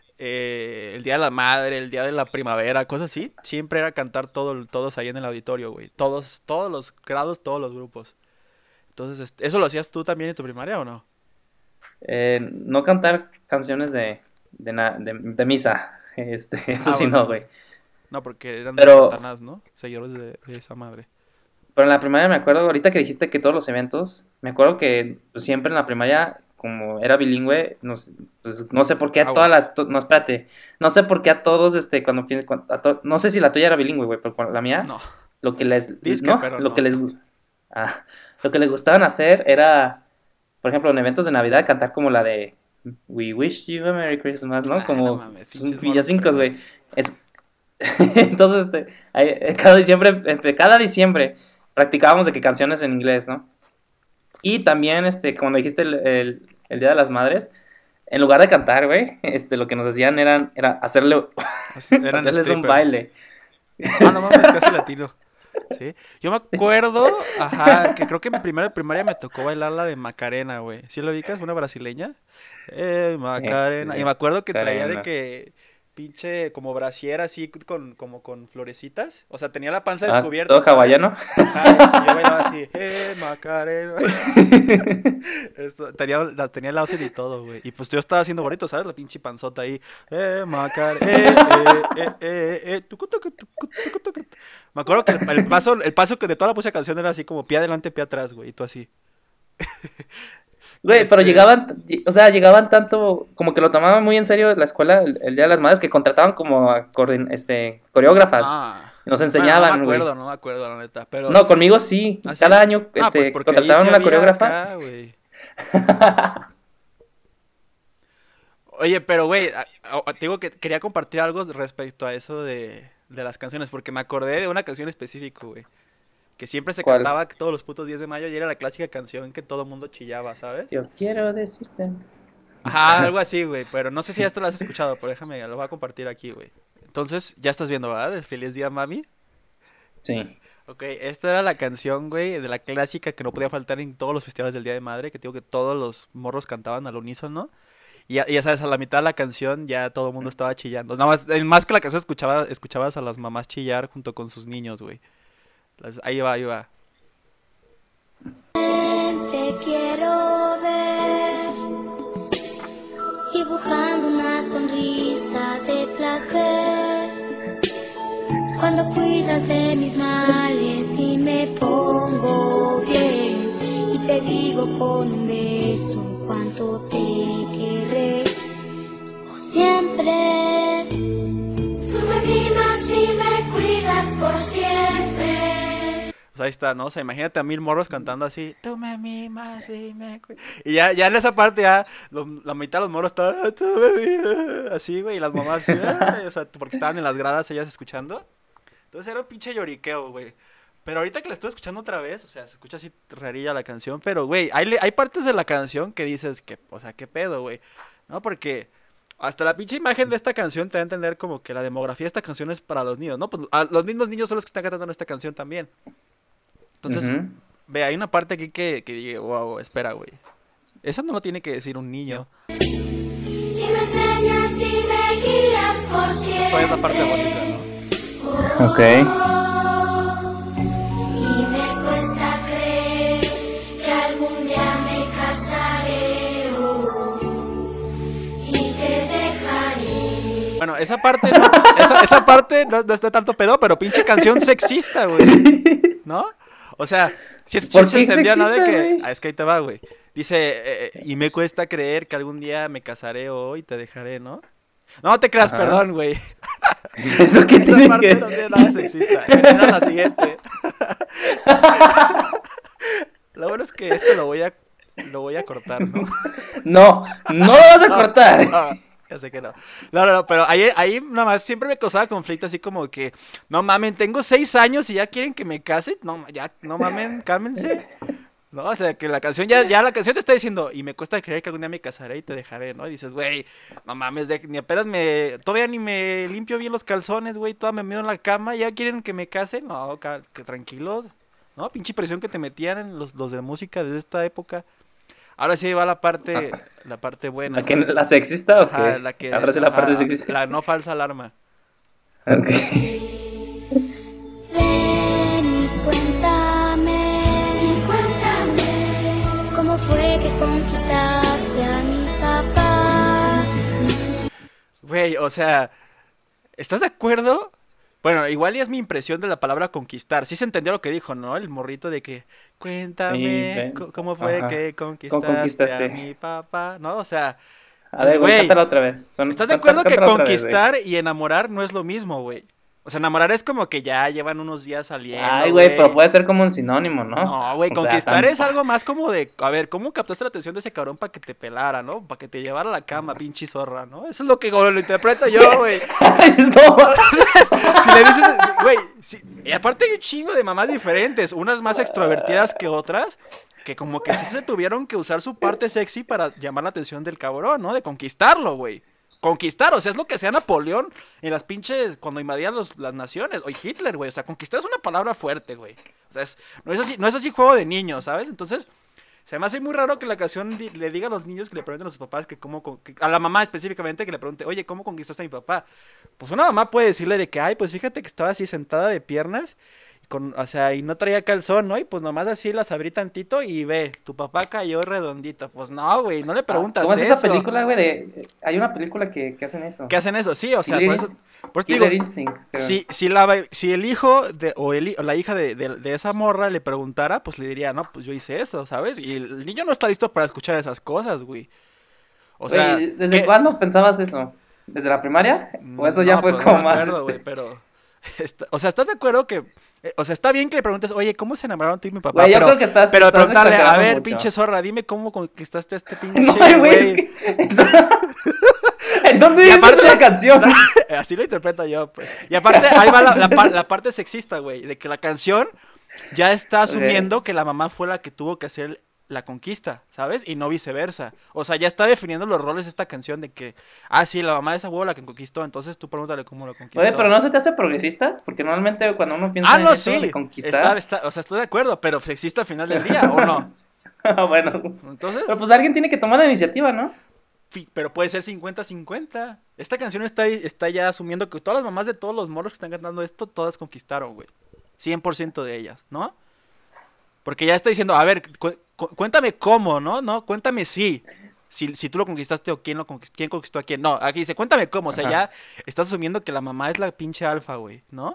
eh, el Día de la Madre, el Día de la Primavera, cosas así, siempre era cantar todo, todos ahí en el auditorio, güey. Todos, todos los grados, todos los grupos. Entonces, este, ¿eso lo hacías tú también en tu primaria o no? eh, no cantar canciones de, de, na- de, de misa. Este, eso Ah, sí bueno, no, no. güey. No, porque eran de Pero, Satanás, ¿no? Seguidores de, de esa madre. pero en la primaria me acuerdo, ahorita que dijiste que todos los eventos, me acuerdo que pues, siempre en la primaria, como era bilingüe, nos, pues, no sé por qué a todas Aguas. las, to- no, espérate, no sé por qué a todos, este, cuando, pi- cuando- a to- no sé si la tuya era bilingüe, güey, pero con la mía, No. lo que les, Disque, no, pero lo que no. les, gus- ah, lo que les gustaban hacer era, por ejemplo, en eventos de Navidad, cantar como la de We Wish You a Merry Christmas, ¿no? Ay, no Como mames, sus pinches morros villancicos, fresas. güey. Es, entonces, este, ahí, eh, cada diciembre, entre cada diciembre, practicábamos de que canciones en inglés, ¿no? Y también, este, cuando dijiste el, el, el Día de las Madres, en lugar de cantar, güey, este, lo que nos hacían eran, era hacerle, As- Eran hacerles un strippers. baile. Ah, no mames, casi latino. Sí. Yo me acuerdo, ajá, que creo que en primera de primaria me tocó bailar la de Macarena, güey. ¿Sí lo ubicas? Una brasileña. Eh, Sí, sí, Macarena. Y sí. me acuerdo que traía de Carena. que pinche como brasier así con como con florecitas. O sea, tenía la panza Ah, todo descubierta, ¿sabes? hawaiano. Ajá, y y yo bailaba así, eh, Macarena. Esto, tenía, la- tenía el outfit y todo, güey. Y pues yo estaba haciendo bonito, ¿sabes? La pinche panzota ahí. Eh, Macarena. Eh, eh, eh, eh, eh, eh, tucu, tucu, tucu, tucu, tucu. Me acuerdo que el, el paso, el paso que de toda la puesta canción era así como pie adelante, pie atrás, güey. Y tú así. Güey, pero Este. llegaban, o sea, llegaban tanto, como que lo tomaban muy en serio la escuela el, el Día de las Madres, que contrataban como a coordin- este, coreógrafas. Ah. Y nos Bueno, no me enseñaban, güey. acuerdo, no me acuerdo, la neta. Pero. No, conmigo sí. ¿Ah, Cada sí? año, Ah, pues este, porque ahí contrataban sí una había coreógrafa. acá, güey. Oye, pero güey, a- a- te digo que quería compartir algo respecto a eso de, de las canciones, porque me acordé de una canción específica, güey, que siempre se ¿Cuál? cantaba todos los putos diez de mayo y era la clásica canción que todo el mundo chillaba, ¿sabes? Yo quiero decirte. Ajá, algo así, güey, pero no sé si ya esta la has escuchado, pero déjame, lo voy a compartir aquí, güey. Entonces, ya estás viendo, ¿verdad? El Feliz Día, Mami. Sí. Ok, esta era la canción, güey, de la clásica que no podía faltar en todos los festivales del Día de Madre, que digo que todos los morros cantaban al unísono. Y ya, y ya sabes, a la mitad de la canción ya todo el mundo estaba chillando. Nada más, eh, más que la canción escuchaba, escuchabas a las mamás chillar junto con sus niños, güey. Las- ahí va, ahí va. Te quiero ver dibujando una sonrisa de placer cuando cuidas de mis males y me pongo bien y te digo con un beso cuánto te querré por siempre. Tú me mimas y me cuidas por siempre. Pues ahí está, ¿no? O sea, imagínate a mil morros cantando así, tú me mimas y me... cu-". Y ya, ya en esa parte ya, lo- la mitad de los morros estaban, "Ah, tú me mimas", así, güey, y las mamás, así, "Ay", o sea, porque estaban en las gradas ellas escuchando. Entonces era un pinche lloriqueo, güey. Pero ahorita que la estoy escuchando otra vez, o sea, se escucha así rarilla la canción, pero, güey, hay, le- hay partes de la canción que dices que, o sea, qué pedo, güey. ¿No? Porque hasta la pinche imagen de esta canción te da a entender como que la demografía de esta canción es para los niños, ¿no? Pues a- los mismos niños son los que están cantando esta canción también. Entonces, Ujú. ve, hay una parte aquí que, que dije, wow, espera, güey. Eso no lo tiene que decir un niño. Y me enseñas y me guías por siempre. Esta es la parte bonita, ¿no? Ok. Y me cuesta creer que algún día me casaré oh, y te dejaré. Bueno, esa parte, no, esa, esa parte no, no está tanto pedo, pero pinche canción sexista, güey. ¿No? O sea, si es ¿Por si se qué entendía, ¿no? De sexista, que, güey? ah, es que ahí te va, güey. Dice, eh, eh, y me cuesta creer que algún día me casaré hoy y te dejaré, ¿no? No te creas, Ajá. perdón, güey. ¿Eso qué Esa tiene parte que no tiene nada de sexista. Era la siguiente. Lo bueno es que esto lo voy a, lo voy a cortar, ¿no? No, no lo vas a cortar. Ah, ya sé que no. No, no, no, pero ahí, ahí nada más siempre me causaba conflicto así como que, no mamen, tengo seis años y ya quieren que me case. No, ya, no mamen, cálmense. No, o sea, que la canción ya, ya la canción te está diciendo, y me cuesta creer que algún día me casaré y te dejaré, ¿no? Y dices, güey, no mames, de- ni apenas me, todavía ni me limpio bien los calzones, güey, todavía me miro en la cama, ya quieren que me case, no, ca- que tranquilos, ¿no? Pinche presión que te metían en los, los de música desde esta época. Ahora sí va la parte, la parte buena. ¿La, que, ¿no? ¿La sexista o qué? Ajá, la que, Ahora sí la parte ajá, sexista. la no falsa alarma. Ok. Ven y cuéntame, y cuéntame cómo fue que conquistaste a mi papá. Güey, o sea, ¿estás de acuerdo? Bueno, igual y es mi impresión de la palabra conquistar. Sí se entendió lo que dijo, ¿no? El morrito de que, Sí, cuéntame ven. co- cómo fue Ajá. que ¿Cómo conquistaste, conquistaste? a mi papá, ¿no? O sea, A ver, dices, güey, güey, cántala otra vez. Son- ¿estás de canta- acuerdo que cántala otra vez, güey. conquistar y enamorar no es lo mismo, güey? O sea, enamorar es como que ya llevan unos días saliendo, Ay, güey, pero puede ser como un sinónimo, ¿no? No, güey, O sea, conquistar tam- es algo más como de, a ver, ¿cómo captaste la atención de ese cabrón para que te pelara, ¿no? Para que te llevara a la cama, pinche zorra, ¿no? Eso es lo que como lo interpreto yo, güey. No, Si le dices, güey, si- y aparte hay un chingo de mamás diferentes, unas más extrovertidas que otras, que como que sí se tuvieron que usar su parte sexy para llamar la atención del cabrón, ¿no? De conquistarlo, güey. Conquistar, o sea, es lo que hacía Napoleón en las pinches, cuando invadían los, las naciones, o Hitler, güey, o sea, conquistar es una palabra fuerte, güey. O sea, es- no es así, no es así juego de niños, ¿sabes? Entonces, se me hace muy raro que la canción di- le diga a los niños que le pregunten a sus papás que cómo, con- que- a la mamá específicamente que le pregunte, oye, ¿cómo conquistaste a mi papá? Pues una mamá puede decirle de que, ay, pues fíjate que estaba así sentada de piernas, y con, o sea, y no traía calzón, ¿no? Y pues nomás así las abrí tantito y ve, tu papá cayó redondito. Pues no, güey, no le preguntas ¿Cómo es eso. esa película, güey? De... Hay una película que, que hacen eso. ¿Qué hacen eso? Sí, o sea, Killer por eso, Inst- por eso te digo, Killer Instinct, creo. si, si, la, si el hijo de, o, el, hi- o la hija de, de, de esa morra le preguntara, pues le diría, no, pues yo hice eso, ¿sabes? Y el niño no está listo para escuchar esas cosas, güey. O sea, Güey, ¿desde ¿qué- cuándo pensabas eso? ¿Desde la primaria? ¿O eso ya no, fue pues, como no me más? acuerdo, este, güey, pero... está- o sea, ¿estás de acuerdo que... eh, o sea, está bien que le preguntes, oye, ¿cómo se enamoraron tú y mi papá? Güey, yo pero, creo que estás- pero estás preguntarle, a exagerando ver, mucho. pinche zorra, dime cómo conquistaste a este pinche No, güey. güey, es que... eso- ¿En dónde Y dice aparte- la canción? Así lo interpreto yo, pues. Y aparte, ahí va la, la par- la parte sexista, güey, de que la canción ya está asumiendo que la mamá fue la que tuvo que hacer la conquista, ¿sabes? Y no viceversa. O sea, ya está definiendo los roles esta canción de que, ah, sí, la mamá de esa huevo la que conquistó, entonces tú pregúntale cómo lo conquistó. Oye, pero ¿no se te hace progresista? Porque normalmente cuando uno piensa Ah, en no, eso sí. de Está, conquistar... está, o sea, estoy de acuerdo, pero sexista al final del día, ¿o no? bueno, Entonces, pero pues alguien tiene que tomar la iniciativa, ¿no? fi- pero puede ser cincuenta cincuenta. Esta canción está, está ya asumiendo que todas las mamás de todos los morros que están cantando esto, todas conquistaron, güey. cien por ciento de ellas, ¿no? Porque ya está diciendo, a ver, cu- cu- cuéntame cómo, ¿no? No, cuéntame si, si, si tú lo conquistaste o quién lo conquistó, quién conquistó a quién. No, aquí dice, cuéntame cómo, o sea, Ajá. ya estás asumiendo que la mamá es la pinche alfa, güey, ¿no?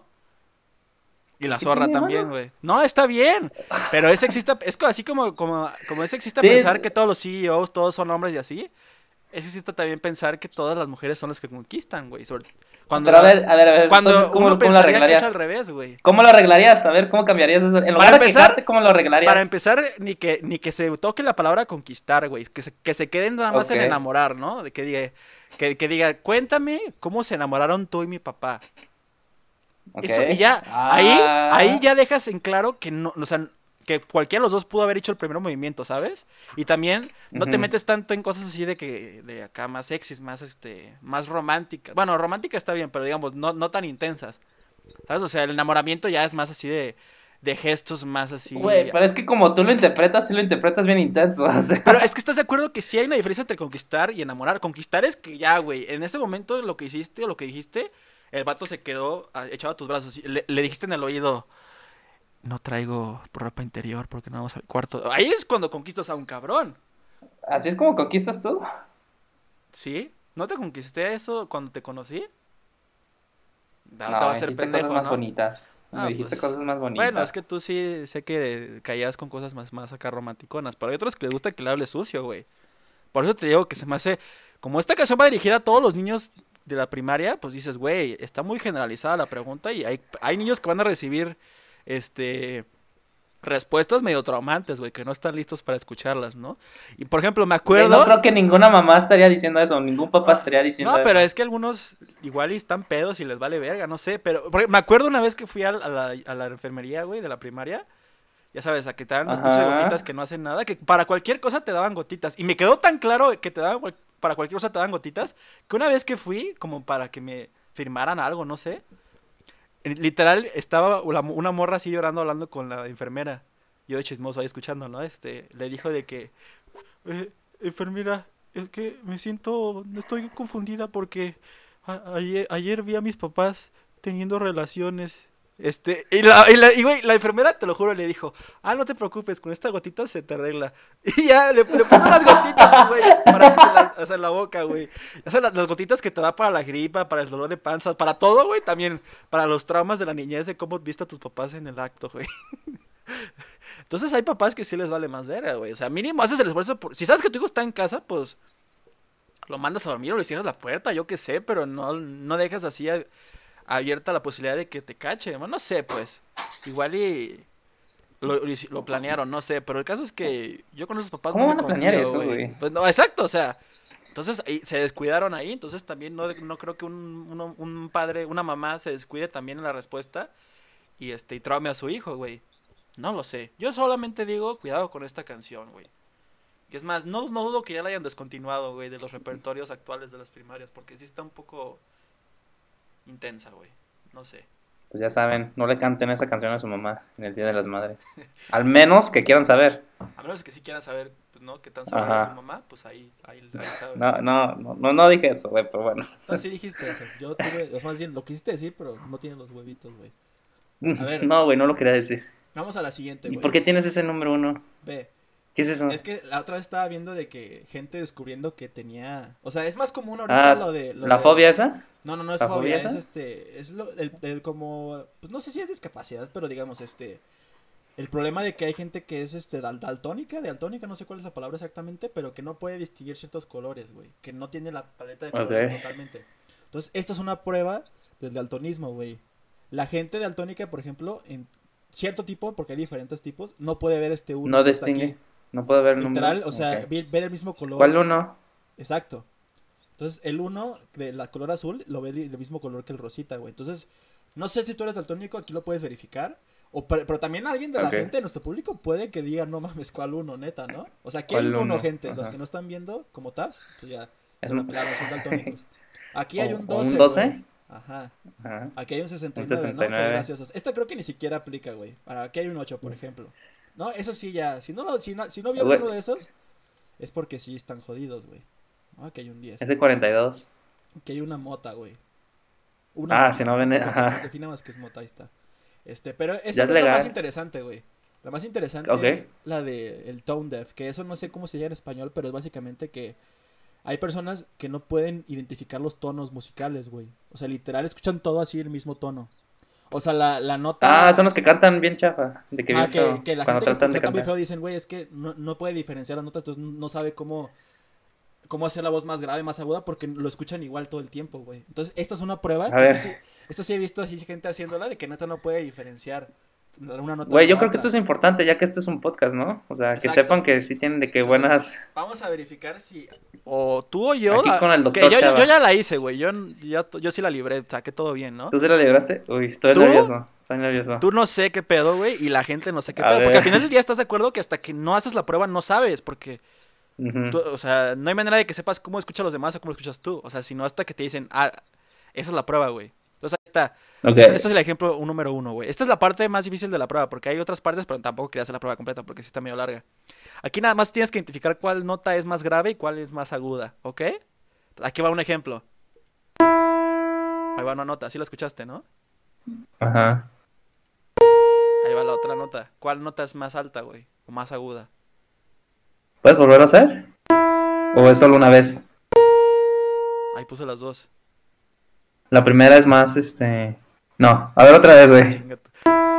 Y la ¿Qué zorra tiene de también, malo? güey. No, está bien, pero es sexista, es co- así como, como, como es sexista Sí. pensar que todos los C E Os, todos son hombres y así. es que sí está también pensar que todas las mujeres son las que conquistan, güey. Sobre... Cuando, Pero a ver, a ver, a ver, cuando entonces, ¿cómo, uno cómo lo pensaría que es arreglarías? al revés, güey. ¿Cómo lo arreglarías? A ver, ¿cómo cambiarías eso? En lugar Para de empezar- quejarte, ¿cómo lo arreglarías? Para empezar, ni que, ni que se toque la palabra conquistar, güey. Que se, que se queden nada más en Ok. enamorar, ¿no? De que diga, que, que diga, cuéntame cómo se enamoraron tú y mi papá. Ok. Eso, y ya, Ah. ahí, ahí ya dejas en claro que no, o sea, que cualquiera de los dos pudo haber hecho el primer movimiento, ¿sabes? Y también no te Ujú. metes tanto en cosas así de que, de acá más sexys, más este, más románticas. Bueno, romántica está bien, pero digamos, no, no tan intensas. ¿Sabes? O sea, el enamoramiento ya es más así de, de gestos más así. Güey, pero es que como tú lo interpretas, sí lo interpretas bien intenso, o sea. Pero es que estás de acuerdo que sí hay una diferencia entre conquistar y enamorar. Conquistar es que ya, güey, en ese momento lo que hiciste o lo que dijiste, el vato se quedó ah, echado a tus brazos. Y le, le dijiste en el oído, no traigo ropa interior porque no vamos al cuarto. Ahí es cuando conquistas a un cabrón, ¿Así es como conquistas tú? ¿sí? ¿No te conquisté eso cuando te conocí? No, te No, va a me ser dijiste pendejo, cosas más ¿no? bonitas. Ah, Me dijiste pues, cosas más bonitas. Bueno, es que tú sí sé que caías con cosas más, más acá romanticonas, pero hay otros que les gusta que le hables sucio, güey. Por eso te digo que se me hace, como esta canción va dirigida a todos los niños de la primaria, pues dices, güey, está muy generalizada la pregunta y hay, hay niños que van a recibir, este, respuestas medio traumantes, güey, que no están listos para escucharlas, ¿no? Y por ejemplo, me Güey, acuerdo... no creo que ninguna mamá estaría diciendo eso, ningún papá estaría diciendo No, eso. pero es que algunos igual y están pedos y les vale verga, no sé, pero porque me acuerdo una vez que fui a, a la, a la enfermería, güey, de la primaria, ya sabes, a que te dan las pinches Ajá. gotitas que no hacen nada, que para cualquier cosa te daban gotitas, y me quedó tan claro que te daban, cual- para cualquier cosa te daban gotitas, que una vez que fui, como para que me firmaran algo, no sé, eh, literal, estaba la- una morra así llorando hablando con la enfermera, yo de chismoso ahí escuchando, ¿no? Este, le dijo de que, eh, enfermera, es que me siento, estoy confundida porque a- ayer, ayer vi a mis papás teniendo relaciones. Este, y la, y la, y güey, la enfermera, te lo juro, le dijo, ah, no te preocupes, con esta gotita se te arregla. Y ya, le, le puso unas gotitas, güey, para que se las, o sea, en la boca, güey. O sea, las, las gotitas que te da para la gripa, para el dolor de panza, para todo, güey, también, para los traumas de la niñez, de cómo viste a tus papás en el acto, güey. Entonces hay papás que sí les vale más verga, güey. O sea, mínimo haces el esfuerzo por... Si sabes que tu hijo está en casa, pues lo mandas a dormir o le cierras la puerta, yo qué sé, pero no, no dejas así a- abierta la posibilidad de que te cache. Bueno, no sé, pues. Igual y lo, lo hici- lo planearon, no sé. Pero el caso es que yo con esos papás ¿Cómo no me van a planear confío, eso, güey? Pues no, exacto, o sea. Entonces ahí se descuidaron ahí. Entonces también no, no creo que un, uno- un padre, una mamá se descuide también en la respuesta y este y traume a su hijo, güey. No lo sé. Yo solamente digo, cuidado con esta canción, güey. Y es más, no, no dudo que ya la hayan descontinuado, güey, de los repertorios actuales de las primarias, porque sí está un poco intensa, güey. No sé. Pues ya saben, no le canten esa canción a su mamá en el Día de las Madres. Al menos que quieran saber. A menos que sí quieran saber, pues, ¿no? Qué tan sabrá Ajá. su mamá, pues ahí, ahí, ahí saben. No, no, no, no, no dije eso, güey, pero bueno. O sea, sí dijiste eso. Yo tuve, o sea, más bien, lo quisiste decir, pero no tiene los huevitos, güey. A ver. No, güey, no lo quería decir. Vamos a la siguiente, ¿Y güey. por qué tienes ese número uno? Ve. ¿Qué es eso? Es que la otra vez estaba viendo de que gente descubriendo que tenía, o sea, es más común ahorita Ah, lo de lo ¿la de- fobia esa? No, no, no es ¿La fobia, fobia es esa? este, es lo, el, el como, pues no sé si es discapacidad, pero digamos este, el problema de que hay gente que es este dal- daltónica, daltónica, no sé cuál es la palabra exactamente, pero que no puede distinguir ciertos colores, güey, que no tiene la paleta de colores Ok. totalmente. Entonces, esta es una prueba del daltonismo, güey. La gente daltónica, por ejemplo, en cierto tipo, porque hay diferentes tipos, no puede ver este uno No que está distingue. aquí. No puedo ver el número. Literal, o sea, Ok. ve- ver el mismo color. ¿Cuál uno? Exacto. Entonces, el uno de la color azul lo ve el mismo color que el rosita, güey. Entonces, no sé si tú eres daltónico, aquí lo puedes verificar. O, pero, pero también alguien de la Ok. gente de nuestro público puede que diga, no mames, ¿cuál uno, neta, no? O sea, aquí hay ¿Cuál un uno, uno? gente. Los Ajá. que no están viendo como tabs, pues ya Es se la un- pelaron, son daltónicos. Aquí hay ¿O- un o un doce, doce? güey. Ajá. Ajá. Aquí hay un sesenta y Un nueve, sesenta y ¿no? nueve. Qué graciosos. Esta creo que ni siquiera aplica, güey. Para aquí hay un ocho, por ejemplo. No, eso sí ya. Si no, lo, si no, si no vieron Güey. uno de esos, es porque sí están jodidos, güey. No, aquí hay un diez. Es de cuarenta y dos. Que hay una mota, güey. Ah, si no ven- que se- ajá. que se defina más que es mota, ahí está. Este, pero esa Ya es no es la legal. más interesante, güey. La más interesante Ok. es la de el tone deaf, que eso no sé cómo se llama en español, pero es básicamente que hay personas que no pueden identificar los tonos musicales, güey. O sea, literal escuchan todo así el mismo tono. O sea, la, la nota... Ah, son los que cantan bien chafa. De que, Ah, bien que, feo, que la cuando gente que tratan de canta muy cantar. feo dicen, güey, es que no, no puede diferenciar la nota, entonces no sabe cómo cómo hacer la voz más grave, más aguda, porque lo escuchan igual todo el tiempo, güey. Entonces, esta es una prueba. A Que ver. esta, sí, esta sí he visto así gente haciéndola, de que neta no puede diferenciar una nota Güey, de yo la creo que otra. esto es importante, ya que esto es un podcast, ¿no? O sea, que Exacto. sepan que sí tienen de que Entonces, buenas... Vamos a verificar si... O tú o yo. Aquí ah, con el que doctor yo, yo Chava. ya la hice, güey. Yo, yo, yo sí la libré, saqué todo bien, ¿no? ¿Tú se la libraste? Uy, estoy ¿Tú? nervioso, estoy nervioso. Tú no sé qué pedo, güey, y la gente no sé qué A pedo. ver. Porque al final del día estás de acuerdo que hasta que no haces la prueba no sabes, porque, Ujú. tú- o sea, no hay manera de que sepas cómo escuchan los demás o cómo escuchas tú. O sea, sino hasta que te dicen, ah, esa es la prueba, güey. Entonces ahí está. Ok. Ese ese es el ejemplo un número uno, güey. Esta es la parte más difícil de la prueba, porque hay otras partes, pero tampoco quería hacer la prueba completa, porque sí está medio larga. Aquí nada más tienes que identificar cuál nota es más grave y cuál es más aguda, ¿ok? Aquí va un ejemplo. Ahí va una nota, sí la escuchaste, ¿no? Ajá. Ahí va la otra nota. ¿Cuál nota es más alta, güey? O más aguda. ¿Puedes volverlo a hacer? ¿O es solo una vez? Ahí puse las dos. La primera es más, este... No, a ver otra vez, güey. Chinga tu-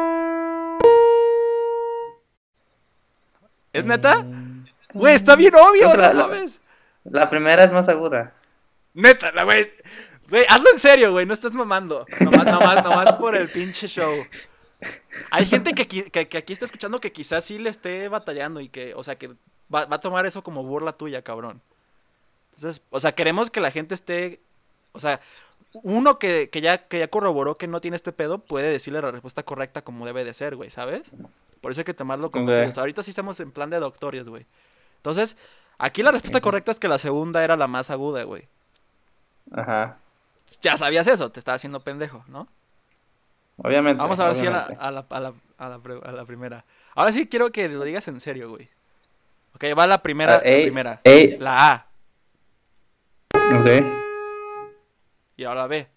¿Es neta? Güey, está bien obvio, Creo que la- no la- mames. La primera es más aguda. Neta, la güey. Güey, hazlo en serio, güey, no estás mamando. Nomás, nomás, nomás por el pinche show. Hay gente que, qui- que, que aquí está escuchando que quizás sí le esté batallando y que, o sea, que va, va a tomar eso como burla tuya, cabrón. Entonces, o sea, queremos que la gente esté, o sea, uno que, que ya, que ya corroboró que no tiene este pedo puede decirle la respuesta correcta como debe de ser, güey, ¿sabes? Por eso hay que tomarlo como Ok. serio. O sea, ahorita sí estamos en plan de doctores, güey. Entonces, aquí la respuesta correcta es que la segunda era la más aguda, güey. Ajá. Ya sabías eso, te estaba haciendo pendejo, ¿no? Obviamente. Vamos a ver si a la, obviamente. a, la, a, la, a, la, pre- a la primera. Ahora sí quiero que lo digas en serio, güey. Ok, va la primera. Ah, la ey, primera. ey. La A. Ok. Y ahora la B.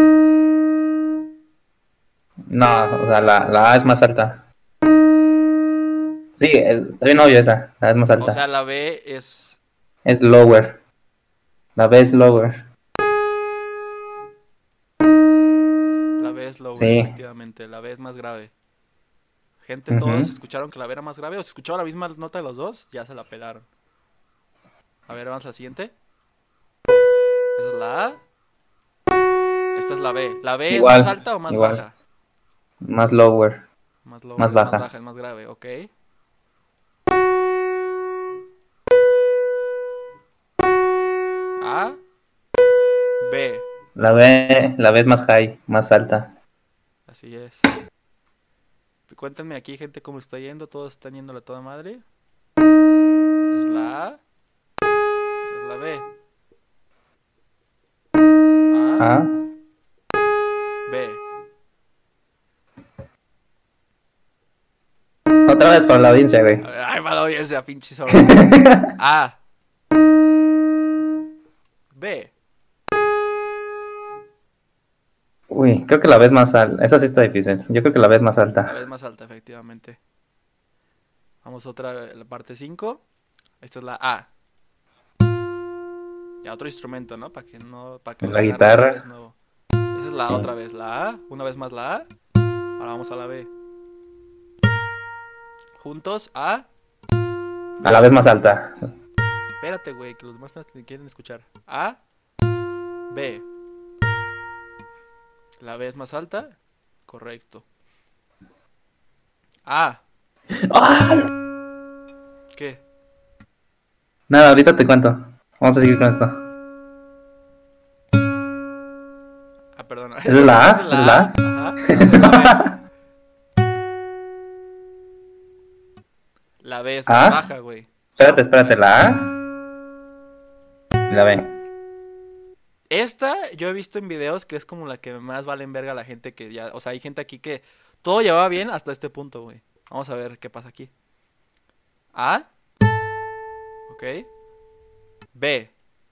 No, o sea, la, la A es más alta. Sí, es, está bien obvio esa. La A es más alta. O sea, la B es. Es lower. La B es lower. La B es lower, Sí. efectivamente. La B es más grave. Gente, Ujú. todos escucharon que la B era más grave. O se escuchaba la misma nota de los dos, ya se la pelaron. A ver, vamos a la siguiente. Esa es la A. Esta es la B. ¿La B Igual, es más alta o más igual. baja? Más lower. Más, lower, Más es baja. Más baja, es más grave, ok. A. B. La B, la B es más high, más alta. Así es. Cuéntenme aquí, gente, cómo está yendo. Todos están yéndole a toda madre. Es la A. Esa es la B. A. A. B. Otra vez para la audiencia, güey. A ver, ay, para la audiencia, pinche sordo. A. B. Uy, creo que la B es más alta. Esa sí está difícil. Yo creo que la B es más La alta. B es más alta, efectivamente. Vamos a otra, la parte cinco. Esta es la A. Ya otro instrumento, ¿no? Para que no. Para que no La se agarre guitarra. otra vez nuevo. Esa es la Sí. otra vez, la A. Una vez más la A. Ahora vamos a la B. Juntos, A. A la B es más alta. Espérate, güey, que los demás no te quieren escuchar. A. B. La B es más alta. Correcto. A. ¡Ah! ¿Qué? Nada, ahorita te cuento. Vamos a seguir con esto. Ah, perdón. ¿Esa es la A? Esa ¿Esa es la A? Ajá. Esa es la B. La B es más ¿Ah? baja, güey. Espérate, espérate. La A. Y la B. Esta yo he visto en videos que es como la que más valen verga a la gente que ya... O sea, hay gente aquí que todo llevaba bien hasta este punto, güey. Vamos a ver qué pasa aquí. A. Ok. B.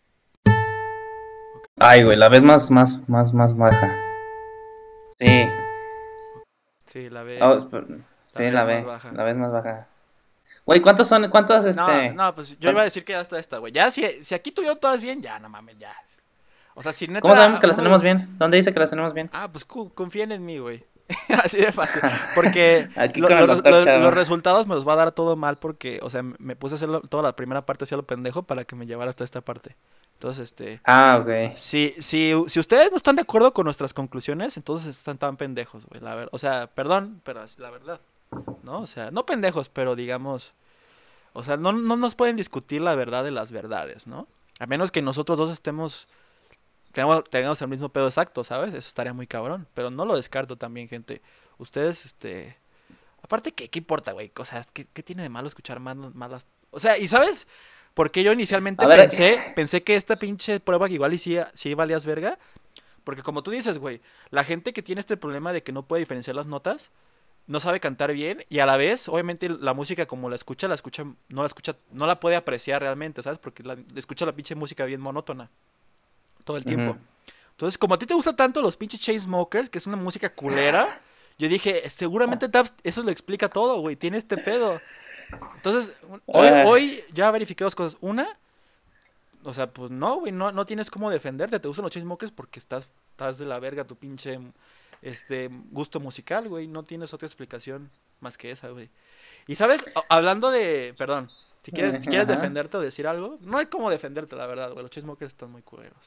Ay, güey, la B es más, más, más, más baja. Sí. Sí, la B. Oh, espera. Sí, B la es B. más baja. La B es más baja. Güey, ¿cuántos son? ¿Cuántos, este? No, no, pues yo iba a decir que ya está esta, güey. Ya, si, si aquí tuvieron todas bien, ya, no mames, ya. O sea, si neta... ¿Cómo sabemos que las uno- tenemos bien? ¿Dónde dice que las tenemos bien? Ah, pues cu- confíen en mí, güey. Así de fácil. Porque Aquí lo- con el lo- doctor lo- Chava. los resultados me los va a dar todo mal porque, o sea, me puse a hacer toda la primera parte hacia lo pendejo para que me llevara hasta esta parte. Entonces, este... Ah, ok. Si, si, si ustedes no están de acuerdo con nuestras conclusiones, entonces están tan pendejos, güey, la verdad. O sea, perdón, pero es la verdad, ¿no? O sea, no pendejos, pero digamos... O sea, no, no nos pueden discutir la verdad de las verdades, ¿no? A menos que nosotros dos estemos... Tengamos, tengamos el mismo pedo exacto, ¿sabes? Eso estaría muy cabrón. Pero no lo descarto también, gente. Ustedes, este... Aparte, ¿qué, qué importa, güey? O sea, ¿qué, qué tiene de malo escuchar mal- malas... O sea, ¿y sabes? Porque yo inicialmente A ver, pensé, pensé que esta pinche prueba que igual y sí, sí valías verga. Porque como tú dices, güey, la gente que tiene este problema de que no puede diferenciar las notas, no sabe cantar bien y a la vez, obviamente, la música como la escucha, la escucha, no la escucha, no la puede apreciar realmente, ¿sabes? Porque la, escucha la pinche música bien monótona todo el tiempo. Ujú. Entonces, como a ti te gusta tanto los pinches Chainsmokers, que es una música culera, yo dije, seguramente Taps, eso lo explica todo, güey, tiene este pedo. Entonces, hoy, Ah. hoy ya verifiqué dos cosas. Una, o sea, pues no, güey, no, no tienes cómo defenderte. Te gustan los Chainsmokers porque estás, estás de la verga tu pinche este gusto musical, güey. No tienes otra explicación más que esa, güey. Y sabes, A- hablando de, perdón, si quieres, si quieres Ajá. defenderte o decir algo, no hay cómo defenderte, la verdad, güey. Los Chainsmokers están muy culeros.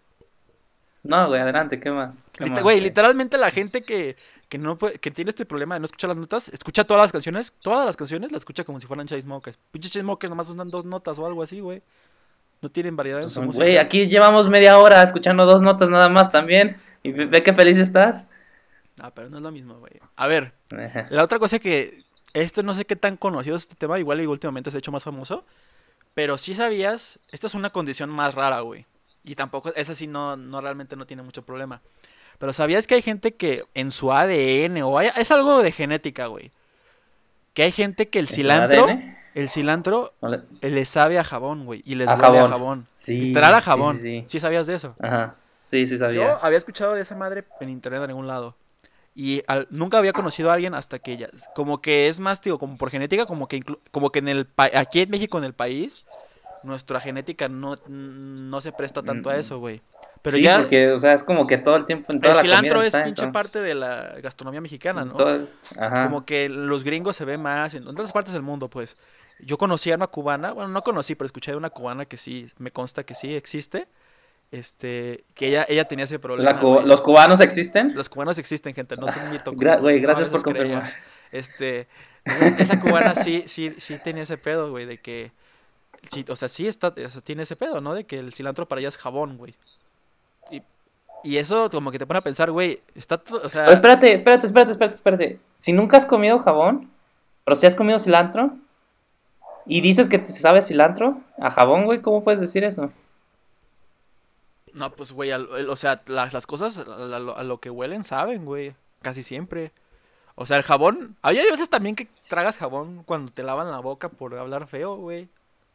No, güey, adelante, ¿qué más? ¿Qué Liter- más? Güey, literalmente la gente que, que no puede- que tiene este problema de no escuchar las notas, escucha todas las canciones, todas las canciones las escucha como si fueran Chainsmokers. Pinches Chainsmokers nomás usan dos notas o algo así, güey. No tienen variedad en Pues, su música. güey, aquí llevamos media hora escuchando dos notas nada más también. Y ve, ve qué feliz estás. Ah, pero no es lo mismo, güey. A ver, Ajá. la otra cosa que esto no sé qué tan conocido es este tema, igual y últimamente se ha hecho más famoso, pero sí sabías, esta es una condición más rara, güey. Y tampoco, esa sí no, no realmente no tiene mucho problema. Pero sabías que hay gente que en su A D N o hay- es algo de genética, güey. Que hay gente que el ¿En su cilantro, A D N? el cilantro No le- eh, le sabe a jabón, güey, y les A huele a jabón. jabón. Sí, Literal a sí, jabón. sí, sí. ¿Sí sabías de eso? Ajá. Sí, sí Yo sabía. había escuchado de esa madre en internet en ningún lado. Y al- nunca había conocido a alguien hasta que ya, como que es más, tío, como por genética, como que inclu- como que en el pa- aquí en México, en el país, nuestra genética no, no se presta tanto a Mm. eso, güey. Pero Sí, ya porque, o sea, es como que todo el tiempo en toda el la cilantro comida es está pinche eso. parte de la gastronomía mexicana, ¿no? Todo- Ajá. Como que los gringos se ve más en otras partes del mundo, pues. Yo conocí a una cubana, bueno, no conocí, pero escuché de una cubana que sí, me consta que sí existe. Este, que ella, ella tenía ese problema. La cu- güey. ¿Los cubanos existen? Los cubanos existen, gente, no es un mito. Gra- como güey, uno a gracias veces por creía. confirmar. Este, esa cubana sí, sí, sí tenía ese pedo, güey, de que, sí, o sea, sí está, o sea, tiene ese pedo, ¿no? De que el cilantro para ella es jabón, güey. Y, y eso como que te pone a pensar, güey, está, todo- o sea, Pero espérate, espérate, espérate, espérate, espérate. Si nunca has comido jabón, pero si has comido cilantro, y dices que te sabe cilantro a jabón, güey, ¿cómo puedes decir eso? no, pues, güey, al- el- o sea, las, las cosas a, a lo, a lo que huelen saben, güey, casi siempre. O sea, el jabón, hay hay veces también que tragas jabón cuando te lavan la boca por hablar feo, güey.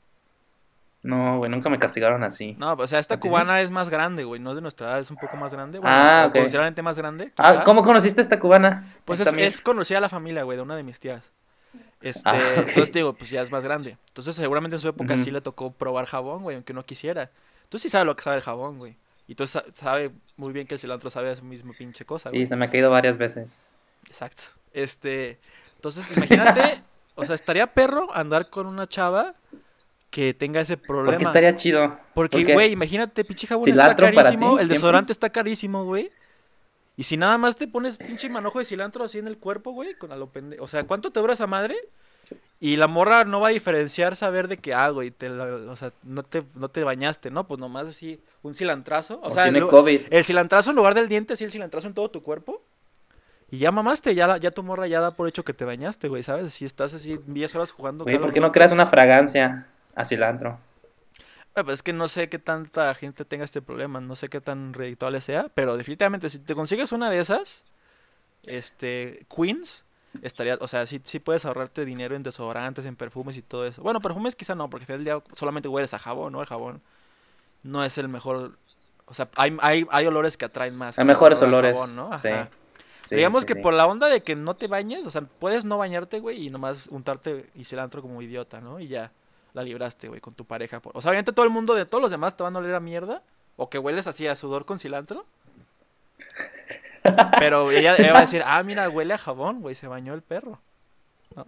No, güey, nunca me castigaron así. No, o sea, esta ¿A ti sí? cubana es más grande, güey, no es de nuestra edad, es un poco más grande, bueno, Ah, o ok. considerablemente más grande. Ah, quizá. ¿cómo conociste a esta cubana? Pues Esta es, mía. es conocida la familia, güey, de una de mis tías. Este, Ah, ok. entonces te digo, pues ya es más grande. Entonces seguramente en su época Ujú. sí le tocó probar jabón, güey, aunque no quisiera. Tú sí sabes lo que sabe el jabón, güey. Y tú sa- sabe muy bien que el cilantro sabe a esa misma pinche cosa, Sí, güey. se me ha caído varias veces. Exacto. Este, entonces imagínate, o sea, estaría perro andar con una chava que tenga ese problema. Porque estaría chido. Porque, porque güey, imagínate, pinche jabón cilantro está para carísimo, ti, el siempre. desodorante está carísimo, güey. Y si nada más te pones pinche manojo de cilantro así en el cuerpo, güey, con a lo pende... O sea, ¿cuánto te dura esa madre? Y la morra no va a diferenciar saber de que, ah, güey, te la- o sea, no te, no te bañaste, ¿no? Pues nomás así, un cilantrazo. O O sea, tiene lo- COVID. el cilantrazo en lugar del diente, así el cilantrazo en todo tu cuerpo. Y ya mamaste, ya, la- ya tu morra ya da por hecho que te bañaste, güey, ¿sabes? Si estás así diez horas jugando. Güey, Call of ¿por qué no Duty. creas una fragancia a cilantro? Ah, pues es que no sé qué tanta gente tenga este problema, no sé qué tan redituable sea, pero definitivamente si te consigues una de esas, este, Queens, estaría, o sea, sí, sí puedes ahorrarte dinero en desodorantes, en perfumes y todo eso. Bueno, perfumes quizá no, porque al final del día solamente hueles a jabón, ¿no? El jabón no es el mejor, o sea, hay, hay, hay olores que atraen más. Hay que el mejores olor a olores. jabón, ¿no? Sí. Ajá. Sí, Digamos sí, que sí. por la onda de que no te bañes, o sea, puedes no bañarte, güey, y nomás untarte y cilantro como idiota, ¿no? Y ya la libraste, güey, con tu pareja. O sea, obviamente todo el mundo, de todos los demás te van a oler a mierda, o que hueles así a sudor con cilantro. Pero ella, ella va a decir, ah, mira, huele a jabón, güey, se bañó el perro. ¿No?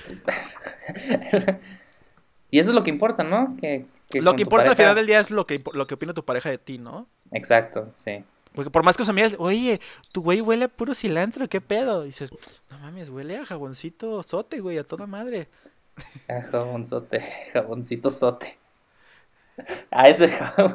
Y eso es lo que importa, ¿no? Que, que Lo con que tu importa al pareja... final del día es lo que, lo que opina tu pareja de ti, ¿no? Exacto, sí. Porque por más que sus amigas, oye, tu güey huele a puro cilantro, ¿qué pedo? Y dices, no mames, huele a jaboncito sote, güey, a toda madre. Ah, jabonzote, jaboncito sote. Ah, ese jabón.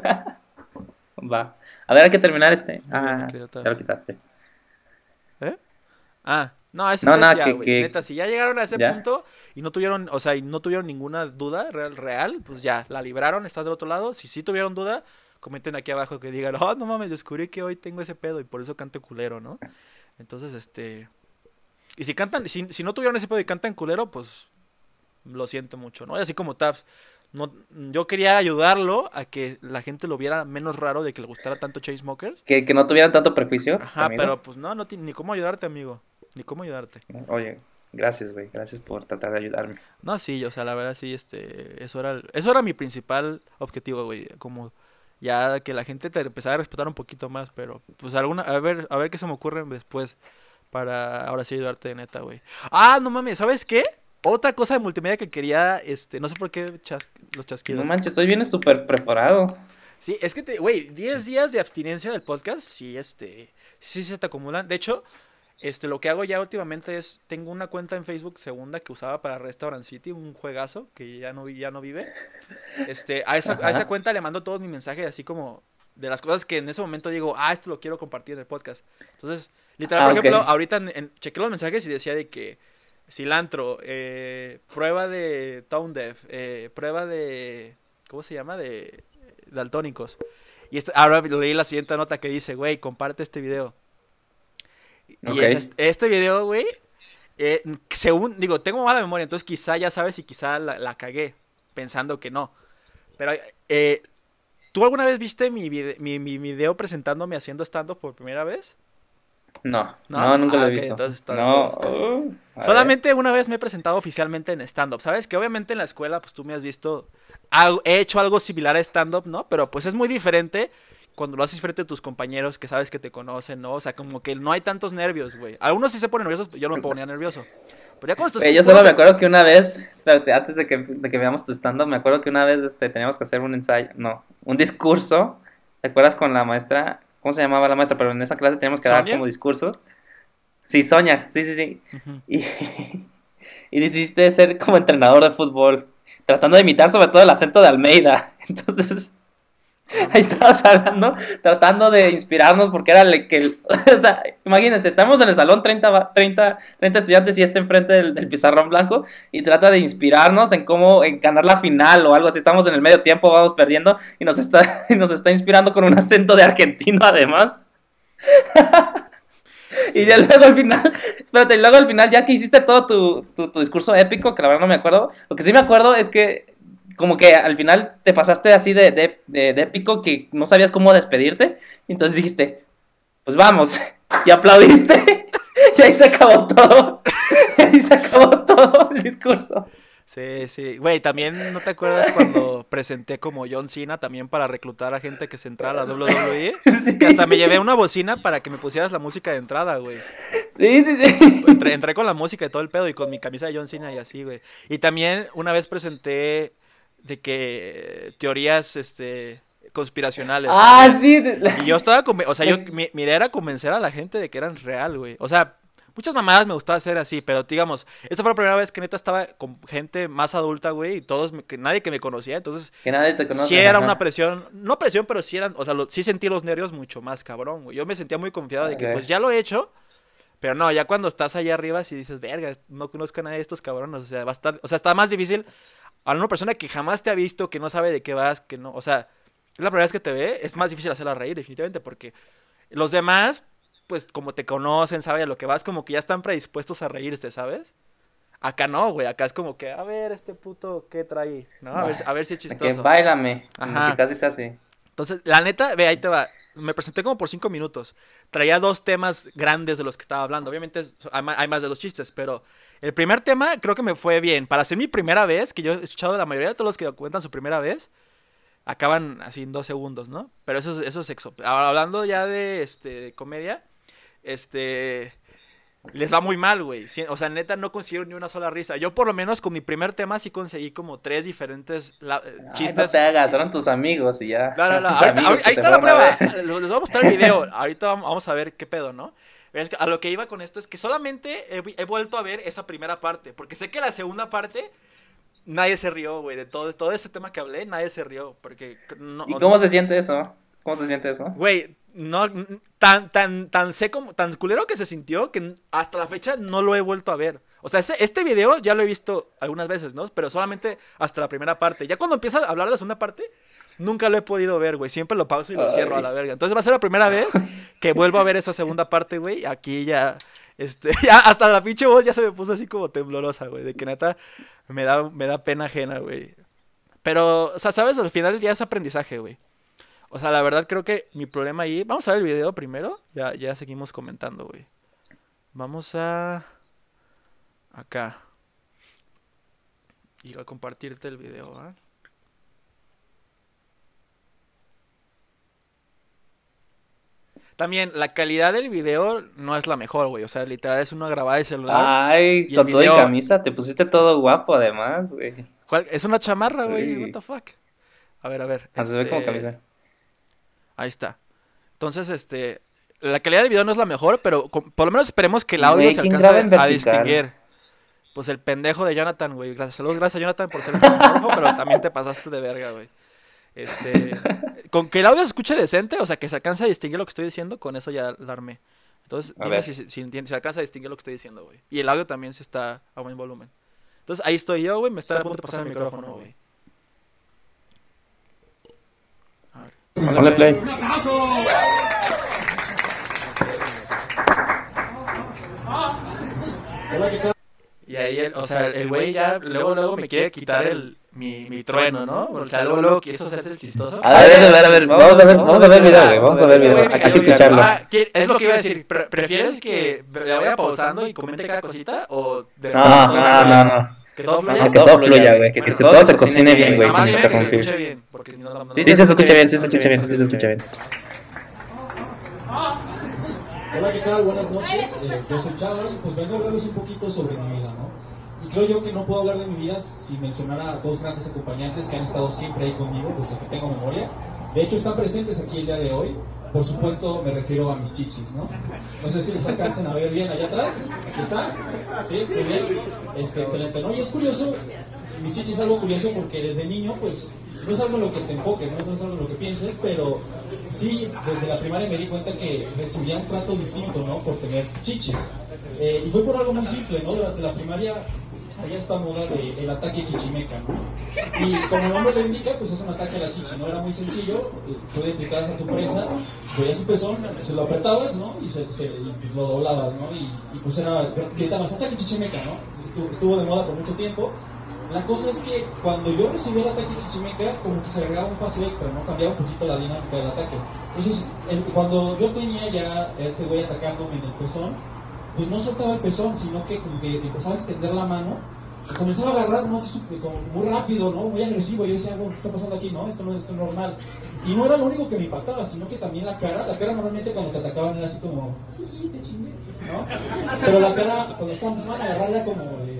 Va. A ver, hay que terminar este. Muy bien, mi Ah, querido Tab. ya lo quitaste. ¿Eh? Ah, no, ese No, test nada, ya, que, güey. que... Neta, si ya llegaron a ese ¿Ya? punto y no tuvieron, o sea, y no tuvieron ninguna duda real, real, pues ya, la libraron, está del otro lado. Si sí tuvieron duda, comenten aquí abajo que digan, oh, no mames, descubrí que hoy tengo ese pedo y por eso canto culero, ¿no? Entonces, este... Y si cantan, si, si no tuvieron ese pedo y cantan culero, pues lo siento mucho, ¿no? Y así como Tabs, no, yo quería ayudarlo a que la gente lo viera menos raro de que le gustara tanto Chainsmokers. Que, que no tuvieran tanto prejuicio. Ajá, amigo. pero pues no, no ti- ni cómo ayudarte, amigo. Ni cómo ayudarte. Oye, gracias, güey. Gracias por tratar de ayudarme. No, sí, o sea, la verdad sí, este, eso era, el- eso era mi principal objetivo, güey, como ya que la gente te empezara a respetar un poquito más, pero pues alguna, a ver, a ver qué se me ocurre después para ahora sí ayudarte de neta, güey. Ah, no mames, ¿sabes qué? Otra cosa de multimedia que quería, este, no sé por qué chas- los chasquidos. No manches, estoy bien súper preparado. Sí, es que te, güey, diez días de abstinencia del podcast, sí, este, sí se te acumulan. De hecho, este, lo que hago ya últimamente es, tengo una cuenta en Facebook segunda que usaba para Restaurant City, un juegazo que ya no, vi- ya no vive. Este, a esa, a esa Ajá. cuenta le mando todos mis mensajes así como de las cosas que en ese momento digo, ah, esto lo quiero compartir en el podcast. Entonces, literal, Ah, por ejemplo, ok. ahorita en, en- chequé los mensajes y decía de que cilantro, eh, prueba de Tone Deaf, eh, prueba de, ¿cómo se llama? De daltónicos. Y este- ahora leí la siguiente nota que dice, güey, comparte este video. Y Ok. es este, este video, güey, eh, según, digo, tengo mala memoria, entonces quizá ya sabes y quizá la, la cagué, pensando que no. Pero, eh, ¿tú alguna vez viste mi, vide- mi, mi video presentándome haciendo stand-up por primera vez? No, ¿No? no, nunca Ah, lo he ok, visto. entonces está de No. huevos. uh, a ver. Solamente una vez me he presentado oficialmente en stand-up, ¿sabes? Que obviamente en la escuela, pues tú me has visto, hago- he hecho algo similar a stand-up, ¿no? Pero pues es muy diferente cuando lo haces frente a tus compañeros que sabes que te conocen, ¿no? O sea, como que no hay tantos nervios, güey. Algunos sí se ponen nerviosos, yo no me ponía nervioso. Pero ya cuando estás Güey, con yo solo puros- me acuerdo que una vez, espérate, antes de que, de que veamos tu stand-up, me acuerdo que una vez este, teníamos que hacer un ensayo, no, un discurso, ¿te acuerdas con la maestra? ¿Cómo se llamaba la maestra? Pero en esa clase teníamos que dar ¿Sonia? como discurso. Sí, Sonia, sí, sí, sí. Ujú. Y, y decidiste ser como entrenador de fútbol, tratando de imitar sobre todo el acento de Almeida. Entonces, ahí estabas hablando, tratando de inspirarnos porque era el que, o sea, imagínense, estamos en el salón treinta, va- treinta, treinta estudiantes y este enfrente del, del pizarrón blanco y trata de inspirarnos en cómo en ganar la final o algo así. Estamos en el medio tiempo, vamos perdiendo y nos está, y nos está inspirando con un acento de argentino además. Y ya luego al final, espérate, y luego al final, ya que hiciste todo tu, tu, tu discurso épico, que la verdad no me acuerdo, lo que sí me acuerdo es que como que al final te pasaste así de, de, de, de épico que no sabías cómo despedirte, y entonces dijiste, pues vamos, y aplaudiste, y ahí se acabó todo, y ahí se acabó todo el discurso. Sí, sí. Güey, también no te acuerdas cuando presenté como John Cena también para reclutar a gente que se entrara a la W W E. Sí, Que hasta me sí. llevé una bocina para que me pusieras la música de entrada, güey. Sí, sí, sí. Entré, entré con la música y todo el pedo y con mi camisa de John Cena y así, güey. Y también una vez presenté de que teorías, este, conspiracionales. Ah, también. sí. de- Y yo estaba, conven- o sea, yo, mi, mi idea era convencer a la gente de que eran real, güey. O sea, muchas mamadas me gustaba hacer así, pero digamos, esta fue la primera vez que neta estaba con gente más adulta, güey, y todos, me- que nadie que me conocía, entonces Que nadie te conoce. sí era ajá. una presión, no presión, pero sí eran, o sea, lo- sí sentí los nervios mucho más cabrón, güey. Yo me sentía muy confiado de que Ok. pues ya lo he hecho, pero no, ya cuando estás allá arriba sí dices, verga, no conozco a nadie de estos cabrones, o sea, va a estar, o sea, está más difícil a una persona que jamás te ha visto, que no sabe de qué vas, que no, o sea, es la primera vez que te ve, es más difícil hacerla reír, definitivamente, porque los demás, pues como te conocen, saben a lo que vas, como que ya están predispuestos a reírse, ¿sabes? Acá no, güey, acá es como que, a ver, este puto, ¿qué trae? ¿No? A ver, a ver si es De que chistoso. báilame. Ajá. Que casi, casi. Entonces, la neta, ve, ahí te va. Me presenté como por cinco minutos. Traía dos temas grandes de los que estaba hablando. Obviamente es- hay ma- hay más de los chistes, pero el primer tema creo que me fue bien. Para ser mi primera vez, que yo he escuchado de la mayoría de todos los que cuentan su primera vez, acaban así en dos segundos, ¿no? Pero eso es, eso es sexo. Ahora, hablando ya de este de comedia, este, les va muy mal, güey. Sí, o sea, neta, no consiguieron ni una sola risa. Yo, por lo menos, con mi primer tema sí conseguí como tres diferentes la- eh, Ay, chistes. no te hagas, eran tus amigos y ya. No, no, no. Tus Ahorita- amigos ahorita- que ahí te está la fueron a prueba. ver. Les les voy a mostrar el video. Ahorita vam- vamos a ver qué pedo, ¿no? Es que a lo que iba con esto es que solamente he, vi- he vuelto a ver esa primera parte. Porque sé que la segunda parte nadie se rió, güey. De todo, todo ese tema que hablé, nadie se rió. Porque no. ¿Y cómo se siente eso? ¿Cómo se siente eso? Güey, no, n- tan, tan, tan seco, tan culero que se sintió que n- hasta la fecha no lo he vuelto a ver. O sea, ese- este video ya lo he visto algunas veces, ¿no? Pero solamente hasta la primera parte. Ya cuando empieza a hablar de la segunda parte, nunca lo he podido ver, güey. Siempre lo pauso y lo Ay. cierro a la verga. Entonces va a ser la primera vez que vuelvo a ver esa segunda parte, güey. Aquí ya, este, ya hasta la pinche voz ya se me puso así como temblorosa, güey. De que neta me da, me da pena ajena, güey. Pero, o sea, ¿sabes? Al final ya es aprendizaje, güey. O sea, la verdad creo que mi problema ahí... Vamos a ver el video primero. Ya, ya seguimos comentando, güey. Vamos a... Acá. Y a compartirte el video, ¿va? También, la calidad del video no es la mejor, güey. O sea, literal es una grabada de celular. Ay, Y el con todo y video- camisa, te pusiste todo guapo además, güey. ¿Cuál? Es una chamarra, güey. Sí. What the fuck. A ver, a ver. Ah, se ve como este, camisa. Ahí está. Entonces, este... La calidad del video no es la mejor, pero con- por lo menos esperemos que el audio Güey, se ¿quién alcance graba en a vertical? distinguir. Pues el pendejo de Jonathan, güey. Gracias, saludos, gracias a Jonathan por ser un pendejo, pero también te pasaste de verga, güey. Este... Con que el audio se escuche decente, o sea, que se alcance a distinguir lo que estoy diciendo, con eso ya la armé. Entonces, A dime ver. si, si, si entiendes- si alcanza a distinguir lo que estoy diciendo, güey. Y el audio también si está a buen volumen. Entonces, ahí estoy yo, güey. Me está a punto de pasar el micrófono, güey. A ver. Ponle play. Y ahí, el- o sea, el güey ya luego, luego me quiere quitar el, mi, mi trueno, ¿no? O sea, luego, luego quiso hacerse el chistoso. A ver, a ver, a ver, vamos a ver, vamos a ver el video, güey, vamos a ver el Este video, güey me hay que cayó bien. escucharlo. Ah, ¿qué- es lo que iba a decir. Pre- ¿Prefieres que le vaya pausando y comente cada cosita? O de No, no, no, no. Que todo fluya. No, que todo fluya, güey, que, que todo se cocine bien, güey, Nada más sin dime que se interrumpir. escuche bien. Porque si no, no- no- Sí, sí se escucha bien, sí se escucha bien, sí se escucha bien. Hola, ¿qué tal? Buenas noches. Eh, yo soy Chava y pues vengo a hablarles un poquito sobre mi vida, ¿no? Y creo yo que no puedo hablar de mi vida sin mencionar a dos grandes acompañantes que han estado siempre ahí conmigo desde que tengo memoria. De hecho, están presentes aquí el día de hoy. Por supuesto, me refiero a mis chichis, ¿no? No sé si los alcancen a ver bien allá atrás. ¿Aquí están? Sí, muy bien. Este, excelente, ¿no? Y es curioso, mis chichis es algo curioso porque desde niño, pues, no es algo en lo que te enfoques, no es algo en lo que pienses, pero sí, desde la primaria me di cuenta que recibía un trato distinto, ¿no? Por tener chichis. Eh, y fue por algo muy simple, ¿no? Durante la primaria había esta moda de el ataque chichimeca, ¿no? Y como el nombre lo indica, pues es un ataque a la chichi, ¿no? Era muy sencillo, eh, tú identificabas a tu presa, veías su pezón, se lo apretabas, ¿no? Y, se, se, y pues lo doblabas, ¿no? Y, y pues era, gritabas ataque chichimeca, ¿no? Estuvo, estuvo de moda por mucho tiempo. La cosa es que cuando yo recibí el ataque chichimeca, como que se agregaba un paso extra, ¿no? Cambiaba un poquito la dinámica del ataque. Entonces, el- cuando yo tenía ya a este güey atacándome en el pezón, pues no soltaba el pezón, sino que como que empezaba a extender la mano y comenzaba a agarrar, no sé, como muy rápido, ¿no? Muy agresivo. Y yo decía, bueno, ¿qué está pasando aquí? No, esto no esto es normal. Y no era lo único que me impactaba, sino que también la cara. La cara normalmente cuando te atacaban era así como, jiji, te chingué, ¿no? Pero la cara, cuando estaban empezaban a agarrar, era como de,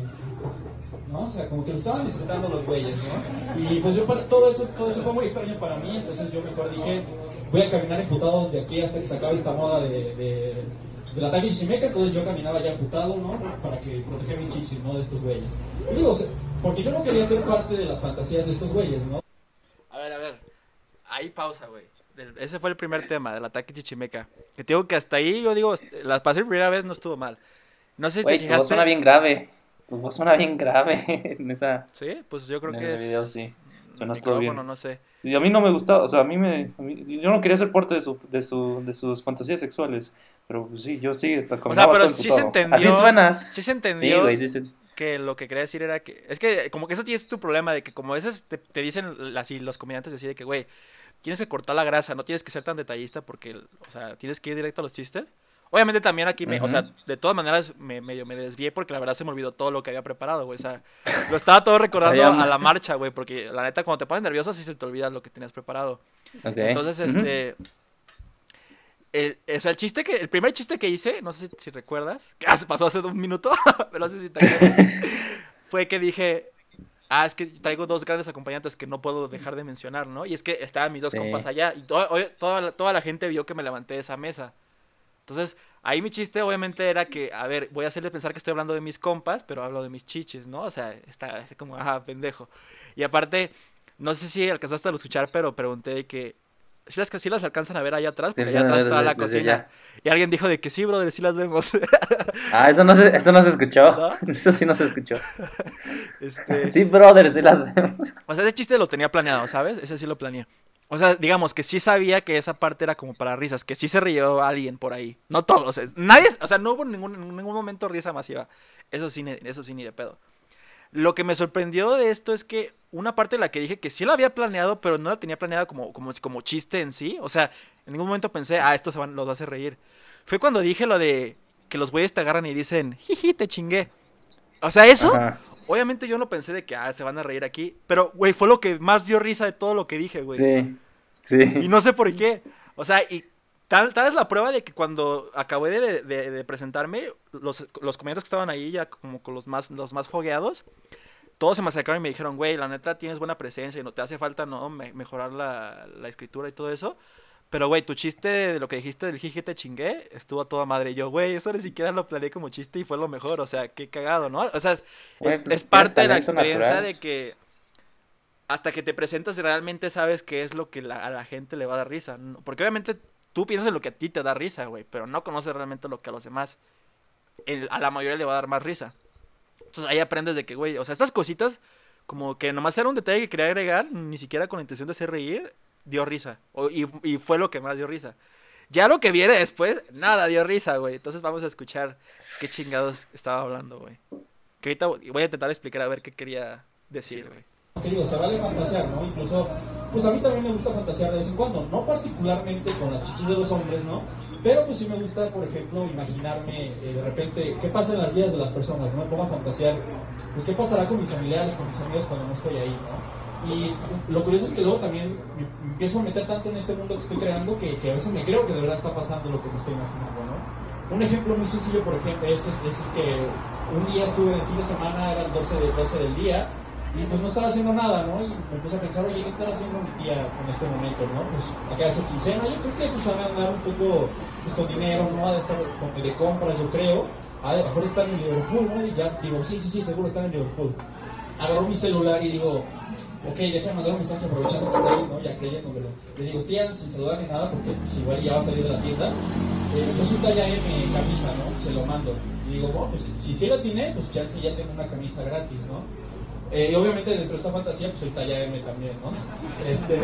¿no? O sea, como que lo estaban disfrutando los güeyes, ¿no? Y pues yo, para, todo eso todo eso fue muy extraño para mí, entonces yo mejor dije, voy a caminar emputado de aquí hasta que se acabe esta moda de, de, del ataque chichimeca, entonces yo caminaba ya emputado, ¿no? Para que proteger mis chichis, ¿no? De estos güeyes. Y digo, o sea, porque yo no quería ser parte de las fantasías de estos güeyes, ¿no? A ver, a ver. Ahí pausa, güey. Del- Ese fue el primer tema, del ataque chichimeca. Que te digo que hasta ahí, yo digo, la pasé por primera vez, no estuvo mal. No sé si Güey, te tu voz fijaste. suena bien grave. Tu voz suena bien grave en esa... Sí, pues yo creo En que el es. video, sí. Suena el todo bien. micrófono, no sé. Y a mí no me gustaba, o sea, a mí me... a mí- yo no quería ser parte de, su, de, su, de sus fantasías sexuales, pero pues, sí, yo sí, hasta O sea, pero sí se entendió. Así suenas. Sí se Sí, entendió güey, sí se... que lo que quería decir era que. Es que, como que eso tienes tu problema de que, como a veces te, te dicen así los comediantes, así de que, güey, tienes que cortar la grasa, no tienes que ser tan detallista porque, o sea, tienes que ir directo a los chistes. Obviamente también aquí, me, o sea, Ujú. de todas maneras me, medio me desvié porque la verdad se me olvidó todo lo que había preparado, güey. O sea, lo estaba todo recordando O sea, ya- a la marcha, güey, porque la neta cuando te pones nervioso sí se te olvida lo que tenías preparado. Ok. Entonces, Ujú. este... el, o sea, el chiste que, el primer chiste que hice, no sé si, si recuerdas, que hace- pasó hace un minuto, pero no sé si te acuerdas, fue que dije, ah, es que traigo dos grandes acompañantes que no puedo dejar de mencionar, ¿no? Y es que estaban mis dos Sí. compas allá, y to- oye, toda, la- toda la gente vio que me levanté de esa mesa. Entonces, ahí mi chiste obviamente era que, a ver, voy a hacerles pensar que estoy hablando de mis compas, pero hablo de mis chiches, ¿no? O sea, está está como, ajá, pendejo. Y aparte, no sé si alcanzaste a escuchar, pero pregunté de que, ¿sí las, sí las alcanzan a ver allá atrás? Sí, Porque allá atrás desde- estaba la desde cocina. allá. Y alguien dijo de que sí, brother, sí las vemos. Ah, eso no se, eso no se escuchó. ¿No? Eso sí no se escuchó. Este, Sí, brother, sí las vemos. O sea, ese chiste lo tenía planeado, ¿sabes? Ese sí lo planeé. O sea, digamos que sí sabía que esa parte era como para risas, que sí se rió alguien por ahí. No todos, es- nadie, o sea, no hubo ningún, en ningún momento risa masiva. Eso sí, ni- eso sí, ni de pedo. Lo que me sorprendió de esto es que una parte de la que dije que sí la había planeado, pero no la tenía planeada como, como, como chiste en sí. O sea, en ningún momento pensé, ah, esto se van, los va a hacer reír. Fue cuando dije lo de que los güeyes te agarran y dicen, jiji, te chingué. O sea, eso, Ajá. obviamente yo no pensé de que, ah, se van a reír aquí. Pero, güey, fue lo que más dio risa de todo lo que dije, güey. Sí, sí. Y no sé por qué. O sea, y tal, tal es la prueba de que cuando acabé de, de- de presentarme, los, los comediantes que estaban ahí, ya como con los más, los más fogueados, todos se me acercaron y me dijeron, güey, la neta tienes buena presencia y no te hace falta, ¿no? Me- mejorar la, la escritura y todo eso. Pero, güey, tu chiste de lo que dijiste del jiji te chingué estuvo a toda madre. Y yo, güey, eso ni siquiera lo planeé como chiste y fue lo mejor. O sea, qué cagado, ¿no? O sea, es, Güey, es- pues, es parte de la tienes talento experiencia natural. de que hasta que te presentas y realmente sabes qué es lo que la- a la gente le va a dar risa. No- Porque obviamente tú piensas en lo que a ti te da risa, güey, pero no conoces realmente lo que a los demás, el- a la mayoría le va a dar más risa. Entonces ahí aprendes de que, güey, o sea, estas cositas, como que nomás era un detalle que quería agregar, ni siquiera con la intención de hacer reír, dio risa. O- y, y fue lo que más dio risa. Ya lo que viene después, nada dio risa, güey. Entonces vamos a escuchar qué chingados estaba hablando, güey. Que ahorita voy a intentar explicar a ver qué quería decir, güey. Que digo, se vale fantasear, ¿no? Incluso, pues a mí también me gusta fantasear de vez en cuando, no particularmente con las chichis de los hombres, ¿no? Pero pues sí me gusta, por ejemplo, imaginarme eh, de repente qué pasa en las vidas de las personas, ¿no? Me pongo a fantasear, pues qué pasará con mis familiares, con mis amigos cuando no estoy ahí, ¿no? Y lo curioso es que luego también me, me empiezo a meter tanto en este mundo que estoy creando que, que a veces me creo que de verdad está pasando lo que me estoy imaginando, ¿no? Un ejemplo muy sencillo, por ejemplo, es, es, es que un día estuve en el fin de semana, era el doce, de, doce del día, y pues no estaba haciendo nada, ¿no? Y me puse a pensar, oye, ¿qué estará haciendo mi tía en este momento, no? Pues acá hace quincena, yo creo que pues van a andar un poco pues, con dinero, ¿no? Ha de estar con- de compras, yo creo. A lo mejor está en Liverpool, ¿no? Y ya digo, sí, sí, sí, seguro está en Liverpool. Agarró mi celular y digo, ok, déjame mandar un mensaje aprovechando que está ahí, ¿no? Ya creyéndomelo. Le digo, tía, sin saludar ni nada, porque pues, igual ya va a salir de la tienda. Eh, pues un talla M camisa, ¿no? Se lo mando. Y digo, bueno, pues si sí la tiene, pues ya, ya tengo una camisa gratis, ¿no? Eh, y obviamente dentro de esta fantasía, pues soy talla M también, ¿no? Este.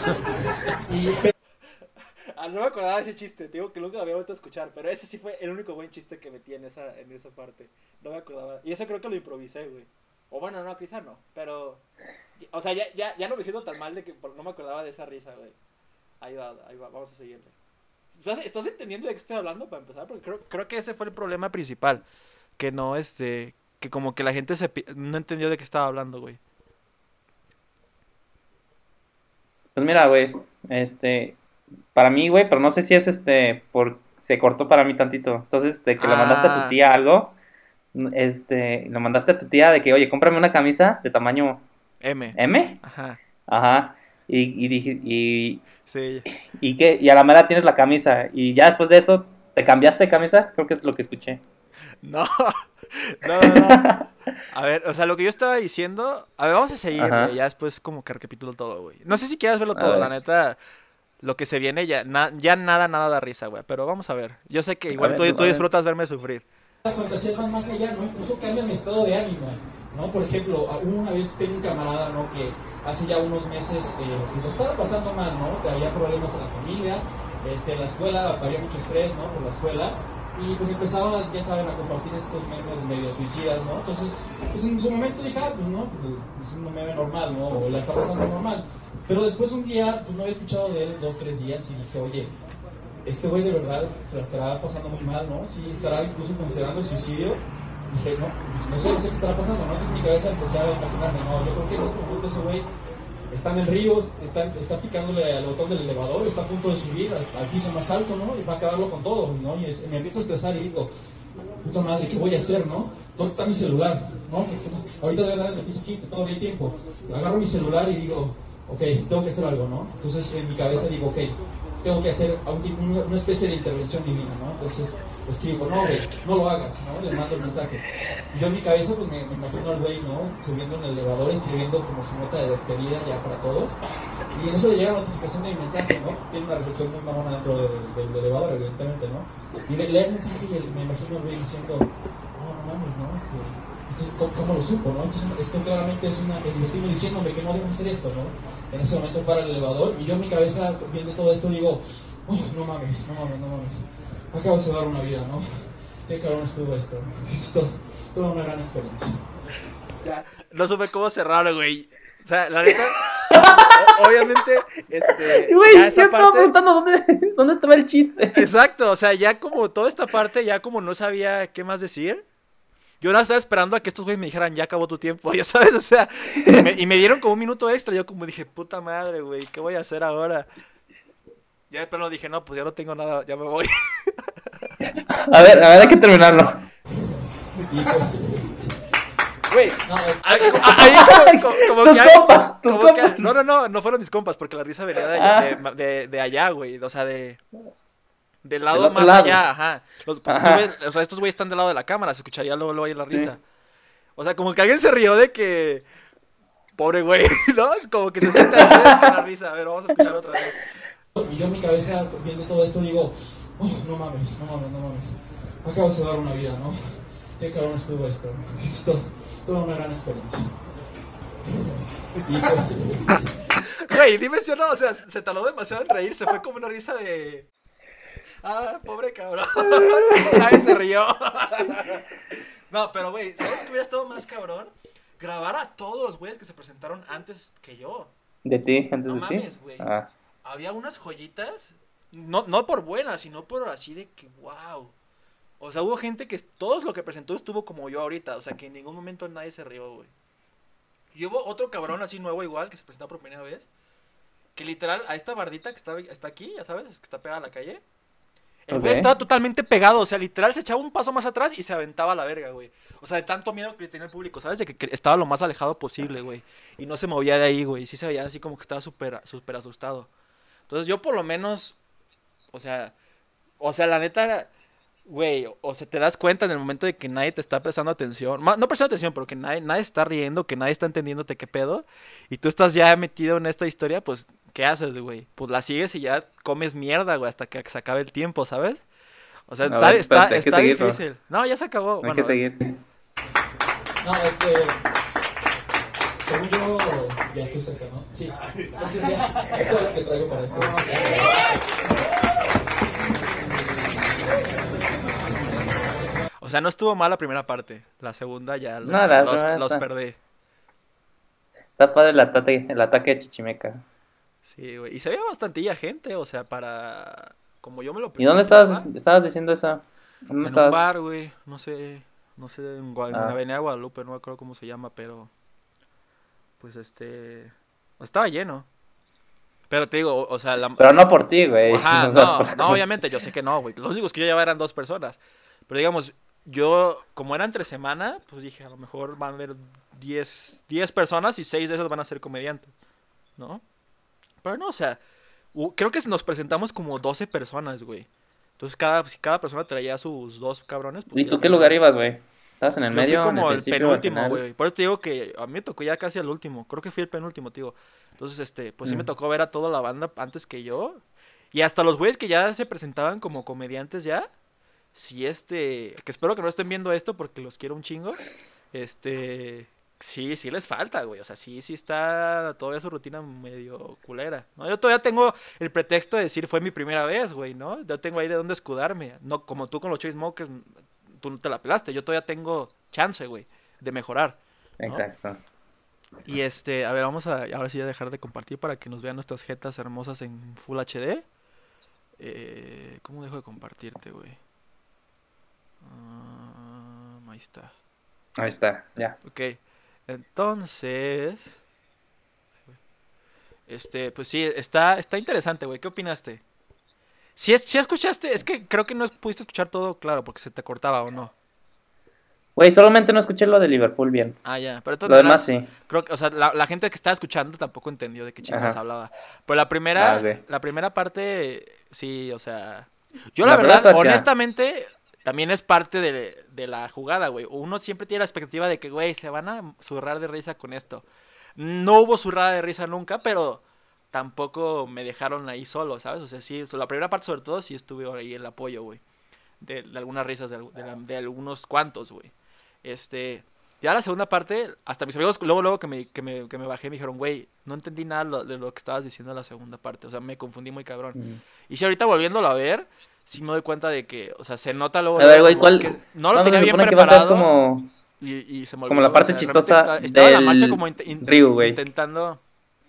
Y, Ah, no me acordaba de ese chiste, te digo que nunca lo había vuelto a escuchar, pero ese sí fue el único buen chiste que metí en esa, en esa parte. No me acordaba. Y eso creo que lo improvisé, güey. O bueno, no, quizá no, pero... O sea, ya, ya, ya no me siento tan mal de que por- no me acordaba de esa risa, güey. Ahí va, ahí va, vamos a seguirle. ¿Estás, estás entendiendo de qué estoy hablando para empezar? Porque creo, creo que ese fue el problema principal. Que no, este... Que como que la gente se pi- no entendió de qué estaba hablando, güey. Pues mira, güey, este, para mí, güey, pero no sé si es este, por, se cortó para mí tantito. Entonces, de que le mandaste a Ah. tu tía algo, este, le mandaste a tu tía de que, oye, cómprame una camisa de tamaño M. M, Ajá. ajá, y, y dije, y, Sí. y que, y a la mera tienes la camisa, y ya después de eso, ¿te cambiaste de camisa? Creo que es lo que escuché. No, no, no, no. A ver, o sea, lo que yo estaba diciendo. A ver, vamos a seguir, Ajá. güey. Ya después, como que recapitulo todo, güey. No sé si quieras verlo A todo, ver. la neta. Lo que se viene ya, na- ya nada, nada da risa, güey. Pero vamos a ver. Yo sé que igual ver, tú, a tú ver. disfrutas verme sufrir. las fantasías van más allá, ¿no? Incluso cambian mi estado de ánimo, ¿no? Por ejemplo, a- una vez tengo un camarada, ¿no? Que hace ya unos meses, eh, pues lo estaba pasando mal, ¿no? Que había problemas en la familia, este, en la escuela, había mucho estrés, ¿no? Por la escuela. Y pues empezaba, ya saben, a compartir estos memes medio suicidas, ¿no? Entonces, pues en su momento dije, ah, pues no, pues, es un meme normal, ¿no? O la está pasando normal. Pero después un día, pues no había escuchado de él en dos, tres días y dije, oye, este güey de verdad se la estará pasando muy mal, ¿no? Sí, estará incluso considerando el suicidio. Dije, no, pues, no sé, no sé qué estará pasando, ¿no? Entonces en mi cabeza empecé a imaginarme, no, yo creo que en este momento ese güey está en el río, está, está picándole al botón del elevador, está a punto de subir al, al piso más alto, ¿no? Y va a acabarlo con todo, ¿no? Y es, me empiezo a estresar y digo, puta madre, ¿qué voy a hacer, no? ¿Dónde está mi celular? ¿No? Ahorita debe dar en el piso quince, todavía hay tiempo. Agarro mi celular y digo, ok, tengo que hacer algo, ¿no? Entonces en mi cabeza digo, ok, tengo que hacer una, una especie de intervención divina, ¿no? Entonces escribo, no, güey, no lo hagas, ¿no? Le mando el mensaje. Y yo en mi cabeza, pues me, me imagino al güey, ¿no? Subiendo en el elevador, escribiendo como su nota de despedida ya para todos. Y en eso le llega la notificación de mi mensaje, ¿no? Tiene una reflexión muy mamona dentro del, del, del elevador, evidentemente, ¿no? Y le, lee el mensaje y me imagino al güey diciendo, no, no mames, ¿no? Este, esto, ¿cómo, ¿Cómo lo supo, no? Esto, es una, esto claramente es una, el destino diciéndome que no debo hacer esto, ¿no? En ese momento para el elevador y yo en mi cabeza viendo todo esto digo, oh, no mames, no mames, no mames. Acabo de salvar una vida, ¿no? Qué cabrón estuvo esto, ¿no? Es todo, toda una gran experiencia. Ya, no supe cómo cerrar, güey. O sea, la neta, o- obviamente, este, Güey, ya yo esa estaba parte, preguntando dónde, dónde estaba el chiste. exacto, o sea, ya como toda esta parte, ya como no sabía qué más decir. Yo ahora estaba esperando a que estos güeyes me dijeran, ya acabó tu tiempo, ya sabes, o sea, y me, y me dieron como un minuto extra, yo como dije, puta madre, güey, ¿qué voy a hacer ahora? Ya de plano dije, no, pues ya no tengo nada, ya me voy. A ver, a ver, hay que terminarlo. Y pues, Güey, no, es, ahí ahí como, como- como Tus que hay- compas, tus como que- compas. no, no, no, no fueron mis compas, porque la risa venía de, allá- Ah. de, de- de allá, güey, o sea, de... Del lado Del otro más lado. allá, ajá. Los, pues, Ajá. tú ves- o sea, estos güeyes están del lado de la cámara, se escucharía luego, luego ahí la Sí. risa. O sea, como que alguien se rió de que... Pobre güey, ¿no? Es como que se siente así de que la risa. A ver, vamos a escuchar otra vez. y yo en mi cabeza viendo todo esto digo, oh, no mames, no mames, no mames. Acabo de salvar una vida, ¿no? Qué cabrón estuvo esto, ¿no? Es todo, toda una gran experiencia. Y pues, Güey, dime si o no, o sea, se tardó demasiado en reír, se fue como una risa de... Ah, pobre cabrón. Nadie se rió. No, pero güey, ¿sabes qué hubiera estado más cabrón? Grabar a todos los güeyes que se presentaron antes que yo. De ti, antes No de mames, ti. güey. Ah. Había unas joyitas, no, no por buenas, sino por así de que, wow. O sea, hubo gente que todos lo que presentó estuvo como yo ahorita, o sea, que en ningún momento nadie se rió, güey. Y hubo otro cabrón así nuevo igual, que se presentó por primera vez, que literal, a esta bardita que está, está aquí, ya sabes, que está pegada a la calle, el güey Ok. estaba totalmente pegado, o sea, literal se echaba un paso más atrás y se aventaba a la verga, güey. O sea, de tanto miedo que le tenía el público, ¿sabes? De que, que estaba lo más alejado posible, güey. Y no se movía de ahí, güey. Sí se veía así como que estaba súper súper asustado. Entonces yo por lo menos, o sea, o sea, la neta, güey, o sea, te das cuenta en el momento de que nadie te está prestando atención, ma- no prestando atención, pero que nadie, nadie está riendo, que nadie está entendiéndote qué pedo, y tú estás ya metido en esta historia, pues, ¿qué haces, güey? Pues la sigues y ya comes mierda, güey, hasta que se acabe el tiempo, ¿sabes? O sea, A está, ver, está, espérate, hay que está seguirlo. difícil. No, ya se acabó. Hay Bueno, que seguir. no, este, según yo, ya estoy cerca, ¿no? Sí. Entonces ya, esto es lo que traigo para esto. o sea, no estuvo mal la primera parte. La segunda ya los, No, la los, primera los está- perdí. Está padre el ataque, el ataque de Chichimeca. Sí, güey. Y se veía bastantilla gente, o sea, para... Como yo me lo ¿Y dónde imaginaba, estabas, estabas diciendo eso? ¿Dónde En un estabas? bar, güey. No sé, no sé, en, Gua- en Ah. la Avenida Guadalupe, no me acuerdo cómo se llama, pero... Pues este... Estaba lleno. Pero te digo, o, o sea, la... Pero no por ti, güey. Ajá, O sea, no, por- no, obviamente, yo sé que no, güey. Los únicos que yo llevaba eran dos personas. Pero digamos, yo, como era entre semana, pues dije, a lo mejor van a haber diez diez personas y seis de esas van a ser comediantes, ¿no? Pero no, o sea, hu- creo que nos presentamos como doce personas, güey. Entonces, cada, si cada persona traía sus dos cabrones, pues... ¿Y sí, tú al qué final- lugar ibas, güey? ¿Estabas en el Yo medio, fui en el como el principio, al penúltimo, final? güey. Por eso te digo que a mí me tocó ya casi al último. Creo que fui el penúltimo, tío. Entonces, este, pues sí me Mm. tocó ver a toda la banda antes que yo. Y hasta los güeyes que ya se presentaban como comediantes ya. Sí, este, que espero que no estén viendo esto porque los quiero un chingo. Este, sí, sí les falta, güey. O sea, sí, sí está todavía su rutina medio culera. No, yo todavía tengo el pretexto de decir fue mi primera vez, güey, ¿no? Yo tengo ahí de dónde escudarme. No, como tú con los Chainsmokers, tú no te la pelaste. Yo todavía tengo chance, güey, de mejorar. ¿no? Exacto. Y este, a ver, vamos a ahora sí a dejar de compartir para que nos vean nuestras jetas hermosas en Full H D. Eh, ¿Cómo dejo de compartirte, güey? Ah, ahí está. Ahí está, ya. Ok, entonces... Este, pues sí, está, está interesante, güey. ¿Qué opinaste? Si, es, si escuchaste, es que creo que no pudiste escuchar todo, claro, porque se te cortaba o no. Güey, solamente no escuché lo de Liverpool bien. Ah, ya, pero de todas Lo demás maneras, sí. creo que, o sea, la, la gente que estaba escuchando tampoco entendió de qué chingados Ajá. hablaba. Pero la primera, Ah, ok. la primera parte, sí, o sea, yo La la verdad, verdad, está chida. honestamente, también es parte de, de la jugada, güey. Uno siempre tiene la expectativa de que, güey, se van a zurrar de risa con esto. No hubo zurrada de risa nunca, pero tampoco me dejaron ahí solo, ¿sabes? O sea, sí, la primera parte sobre todo sí estuve ahí el apoyo, güey. De, de algunas risas, de, al- de la- de algunos cuantos, güey. Este, ya la segunda parte, hasta mis amigos, luego, luego que me, que me, que me bajé, me dijeron, güey, no entendí nada lo- de lo que estabas diciendo en la segunda parte. O sea, me confundí muy cabrón. Mm. Y si ahorita volviéndolo a ver, sí me doy cuenta de que, o sea, se nota luego, A ver, luego güey, como ¿cuál? que no lo ¿Cuándo tenía se bien supone que va a ser preparado como, y, y se me como la olvidó. O parte sea, realmente chistosa esta- estaba en la marcha del como inte- in- Ryu, güey? intentando...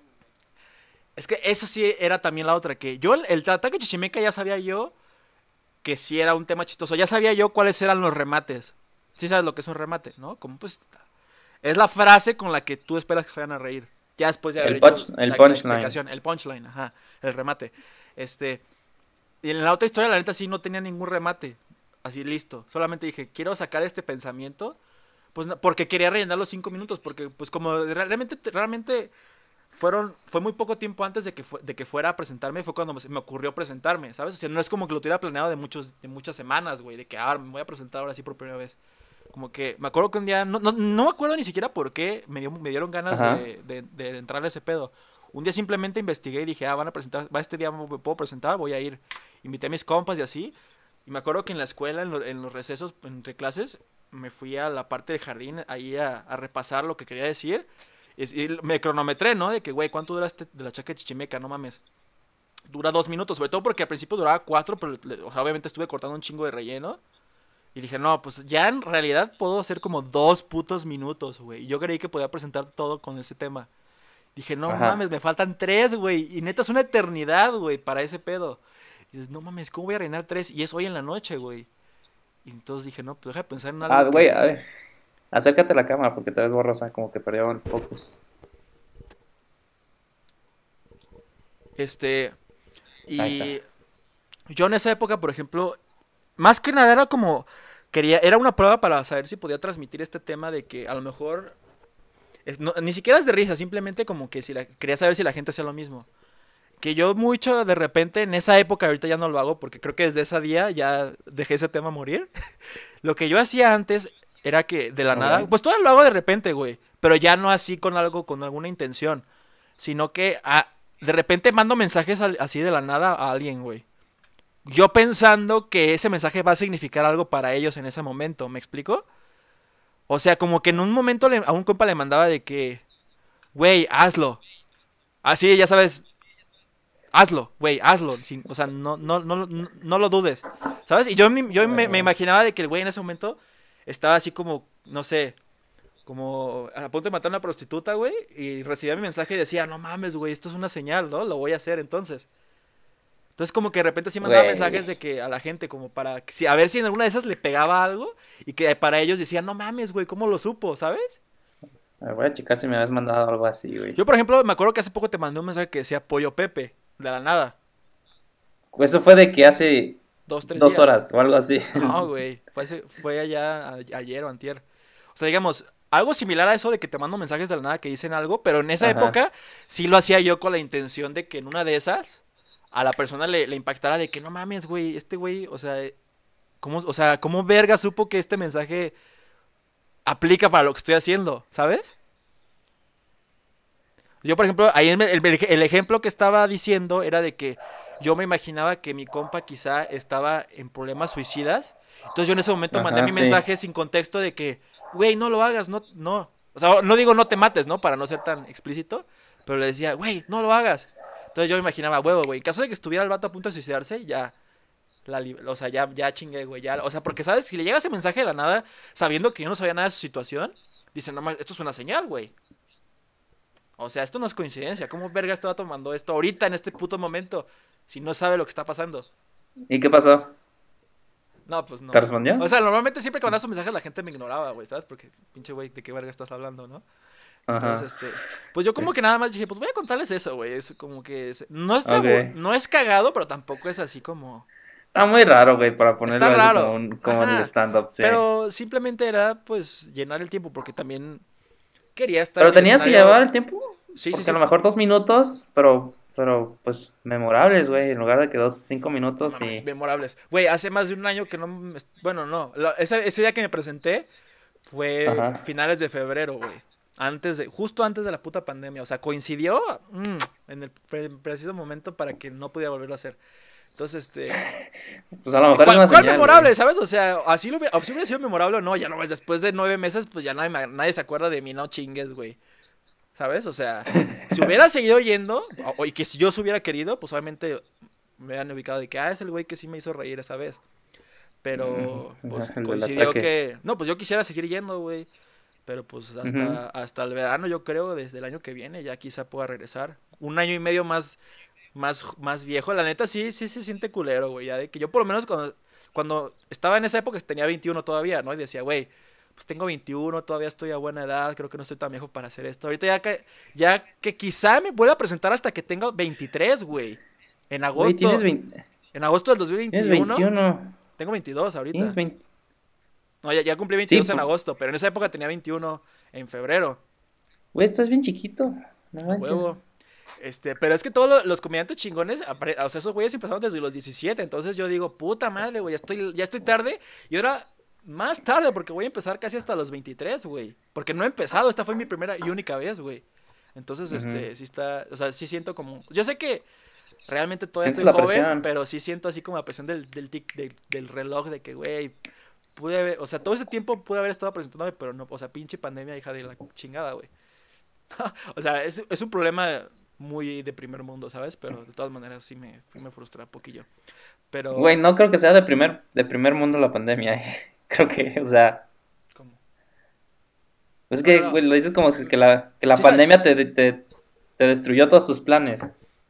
Es que eso sí era también la otra, que yo el, el ataque chichimeca ya sabía yo que sí era un tema chistoso. Ya sabía yo cuáles eran los remates. Sí sabes lo que es un remate, ¿no? Como pues es la frase con la que tú esperas que se vayan a reír. Ya después de haber El hecho punch- el la, la punchline. explicación, el punchline, ajá, el remate. Este, y en la otra historia la neta sí no tenía ningún remate. Así listo. Solamente dije, quiero sacar este pensamiento pues na- porque quería rellenar los cinco minutos porque pues como re- realmente realmente fueron fue muy poco tiempo antes de que fue- de que fuera a presentarme, fue cuando me, se me ocurrió presentarme, ¿sabes? O sea, no es como que lo tuviera planeado de muchos de muchas semanas, güey, de que ah, me voy a presentar ahora sí por primera vez. Como que me acuerdo que un día, no, no, no me acuerdo ni siquiera por qué me, dio, me dieron ganas Ajá. de, de, de entrar a ese pedo. Un día simplemente investigué y dije, ah, van a presentar, va este día me puedo presentar, voy a ir. Invité a mis compas y así. Y me acuerdo que en la escuela, en, lo- en los recesos, entre clases, me fui a la parte del jardín ahí a, a repasar lo que quería decir. Y, y me cronometré, ¿no? De que, güey, ¿cuánto dura este de la chaca de chichimeca? No mames. Dura dos minutos, sobre todo porque al principio duraba cuatro, pero le- o sea, obviamente estuve cortando un chingo de relleno. Y dije, no, pues ya en realidad puedo hacer como dos putos minutos, güey. Y yo creí que podía presentar todo con ese tema. Dije, no Ajá. mames, me faltan tres, güey. Y neta es una eternidad, güey, para ese pedo. Y dices, no mames, ¿cómo voy a reinar tres? Y es hoy en la noche, güey. Y entonces dije, no, pues deja de pensar en algo Ah, güey, que... a ver. Acércate a la cámara porque te ves borrosa, como que perdió el focus. Este... Ahí Y yo en esa época, por ejemplo, más que nada era como... Quería, era una prueba para saber si podía transmitir este tema de que a lo mejor... es- no- ni siquiera es de risa, simplemente como que si la, quería saber si la gente hacía lo mismo. Que yo mucho de repente en esa época, ahorita ya no lo hago porque creo que desde ese día ya dejé ese tema morir. Lo que yo hacía antes era que de la Ok. nada, pues todavía lo hago de repente, güey, pero ya no así con algo, con alguna intención, sino que ah, de repente mando mensajes al- así de la nada a alguien, güey. Yo pensando que ese mensaje va a significar algo para ellos en ese momento, ¿me explico? O sea, como que en un momento le- a un compa le mandaba de que, güey, hazlo. Así, ya sabes, hazlo, güey, hazlo. sin- o sea, no, no, no, no, no lo dudes. ¿Sabes? Y yo, me- yo me, me imaginaba de que el güey en ese momento estaba así como, no sé, como a punto de matar a una prostituta, güey. Y recibía mi mensaje y decía, no mames, güey, esto es una señal, ¿no? Lo voy a hacer entonces. Entonces como que de repente sí mandaba Güey. mensajes de que a la gente como para que si, a ver si en alguna de esas le pegaba algo y que para ellos decían, no mames, güey, ¿cómo lo supo? ¿Sabes? A ver, voy a checar si me habías mandado algo así, güey. Yo, por ejemplo, me acuerdo que hace poco te mandé un mensaje que decía Pollo Pepe, de la nada. Eso fue de que hace Dos, tres dos días. horas o algo así. No, güey. Fue, hace- fue allá a- ayer o antier. O sea, digamos, algo similar a eso de que te mando mensajes de la nada que dicen algo, pero en esa Ajá. época sí lo hacía yo con la intención de que en una de esas a la persona le, le impactara de que no mames, güey, este güey, o sea, eh, ¿cómo, o sea, ¿cómo verga supo que este mensaje aplica para lo que estoy haciendo? ¿Sabes? Yo, por ejemplo, ahí el, el- el ejemplo que estaba diciendo era de que yo me imaginaba que mi compa quizá estaba en problemas suicidas. Entonces yo en ese momento mandé Ajá, mi sí. mensaje sin contexto de que, güey, no lo hagas, no, no. O sea, no digo no te mates, ¿no? Para no ser tan explícito. Pero le decía, güey, no lo hagas. Entonces yo me imaginaba, huevo, güey. En caso de que estuviera el vato a punto de suicidarse, ya. La, li- o sea, ya, ya chingué, güey. Ya, o sea, porque, ¿sabes? Si le llega ese mensaje de la nada, sabiendo que yo no sabía nada de su situación, dicen, no, ma- esto es una señal, güey. O sea, esto no es coincidencia. ¿Cómo verga estaba tomando esto ahorita, en este puto momento, si no sabe lo que está pasando? ¿Y qué pasó? No, pues no. ¿Te respondió? O sea, normalmente siempre que mandaba esos mensajes la gente me ignoraba, güey, ¿sabes? Porque, pinche güey, ¿de qué verga estás hablando, no? Ajá. Entonces, este, pues yo como que nada más dije, pues voy a contarles eso, güey. Es como que es- no está Ok. bu- no es cagado, pero tampoco es así como. Está muy raro, güey, para ponerlo Está así raro. como, un- como en el Ajá. stand-up, sí. Pero simplemente era, pues, llenar el tiempo, porque también quería estar Pero en el tenías que escenario. llevar el tiempo. Sí, sí, Porque sí. a lo mejor dos minutos, pero, pero pues memorables, güey, en lugar de que dos, cinco minutos No mames, y... memorables. Güey, hace más de un año que no. me- Bueno, no. la- ese, ese día que me presenté fue Ajá. finales de febrero, güey. Antes de, justo antes de la puta pandemia. O sea, coincidió mm, en el pre- preciso momento para que no pudiera volverlo a hacer. Entonces, este. Pues a lo mejor es ¿Cuál, una cuál señal, memorable, güey. ¿sabes? O sea, así, lo hubiera, así hubiera sido memorable o no. Ya no ves, después de nueve meses, pues ya nadie, me- nadie se acuerda de mí, no chingues, güey. ¿Sabes? O sea, si hubiera seguido yendo, o, y que si yo se hubiera querido, pues obviamente me hubieran ubicado de que, ah, es el güey que sí me hizo reír esa vez. Pero, pues, El del coincidió ataque. que... No, pues yo quisiera seguir yendo, güey. Pero, pues, hasta, Ujú. hasta el verano, yo creo, desde el año que viene, ya quizá pueda regresar. Un año y medio más, más, más viejo. La neta, sí, sí se siente culero, güey. Ya de que yo, por lo menos, cuando, cuando estaba en esa época, tenía veintiuno todavía, ¿no? Y decía, güey, pues tengo veintiuno, todavía estoy a buena edad, creo que no estoy tan viejo para hacer esto. Ahorita ya que, ya que quizá me vuelva a presentar hasta que tenga veintitrés, güey. En agosto, Güey, tienes veinte, en agosto del dos mil tienes veintiuno, veintiuno. tengo veintidós ahorita. Tienes veinte. No, ya, ya cumplí veintidós Sí, en por- agosto, pero en esa época tenía veintiuno en febrero. Güey, estás bien chiquito. No A manches. huevo. Este, pero es que todos lo- los comediantes chingones, apare- o sea, esos güeyes empezaron desde los diecisiete, entonces yo digo, puta madre, güey, ya estoy, ya estoy tarde, y ahora más tarde, porque voy a empezar casi hasta los veintitrés, güey, porque no he empezado, esta fue mi primera y única vez, güey. Entonces, este, Ujú. sí está, o sea, sí siento como, yo sé que realmente todavía Sientes estoy la joven, presión. pero sí siento así como la presión del, del, tic- del, del reloj de que, güey, pude haber, o sea, todo ese tiempo pude haber estado presentándome, pero no, o sea, pinche pandemia, hija de la chingada, güey. O sea, es, es un problema muy de primer mundo, ¿sabes? Pero de todas maneras sí me, sí me frustra un poquillo. Pero, Güey, no creo que sea de primer, de primer mundo la pandemia. eh. Creo que, o sea, ¿cómo? es No, que, no, no. güey, lo dices como si que la, que la Sí, pandemia sabes. te, te, te destruyó todos tus planes.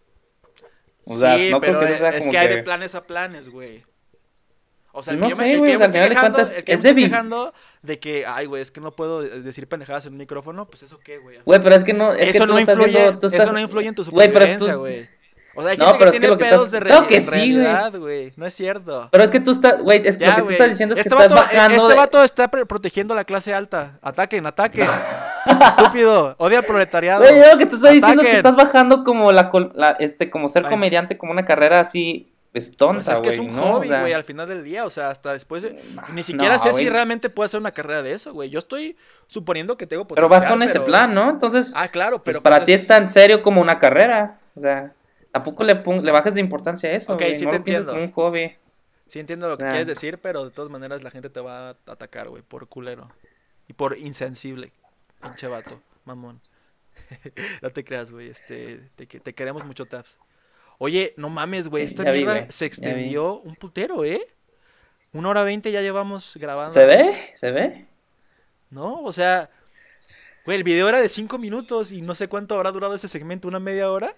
O sea, Sí, no creo pero que eso sea es como que hay que- de planes a planes, güey. O sea, el No que yo me, sé, el que güey, yo o me sea, al estoy final de quejando, cuentas, el que yo es me estoy débil. quejando de que, ay, güey, es que no puedo decir pendejadas en un micrófono, pues eso qué, güey. Güey, pero es que no, es Eso que tú no estás influye, viendo, tú estás... eso no influye en tu Güey, pero es supervivencia, tú- güey. O sea, hay No, gente pero que es que tiene lo que pedos estás- de Claro reali- que en sí, güey. realidad, güey. No es cierto. Pero es que tú estás, güey, es que Ya, lo que tú güey. estás diciendo es Este que estás vato, eh, bajando Este de- vato está pre- protegiendo a la clase alta. Ataquen, ataquen. Estúpido. Odia al proletariado. Güey, yo lo que te estoy diciendo es que Ataquen. estás bajando como la, col- la- este, como ser Ay. comediante, como una carrera así, pues tonta, Pues es que es güey, un ¿no? hobby, O sea, güey, al final del día. O sea, hasta después. de- no, Ni siquiera no, sé si güey. realmente puedo hacer una carrera de eso, güey. Yo estoy suponiendo que tengo Pero potencial. vas con ese pero- plan, ¿no? Entonces, Ah, claro, pues pero. para pues ti es- es tan serio como una carrera. O sea, tampoco le, pon- le bajes de importancia a eso, Ok, güey. sí No te lo pienses entiendo. como un hobby. Sí entiendo lo que O sea. quieres decir, pero de todas maneras la gente te va a atacar, güey, por culero. Y por insensible, pinche vato, mamón. No te creas, güey, este, te, que- te queremos mucho, Taps. Oye, no mames, güey, esta Ya vi, mierda güey, se ya extendió un putero, ¿eh? Una hora veinte ya llevamos grabando. ¿Se ve? ¿Se ve? ¿No? O sea, güey, el video era de cinco minutos y no sé cuánto habrá durado ese segmento, ¿una media hora?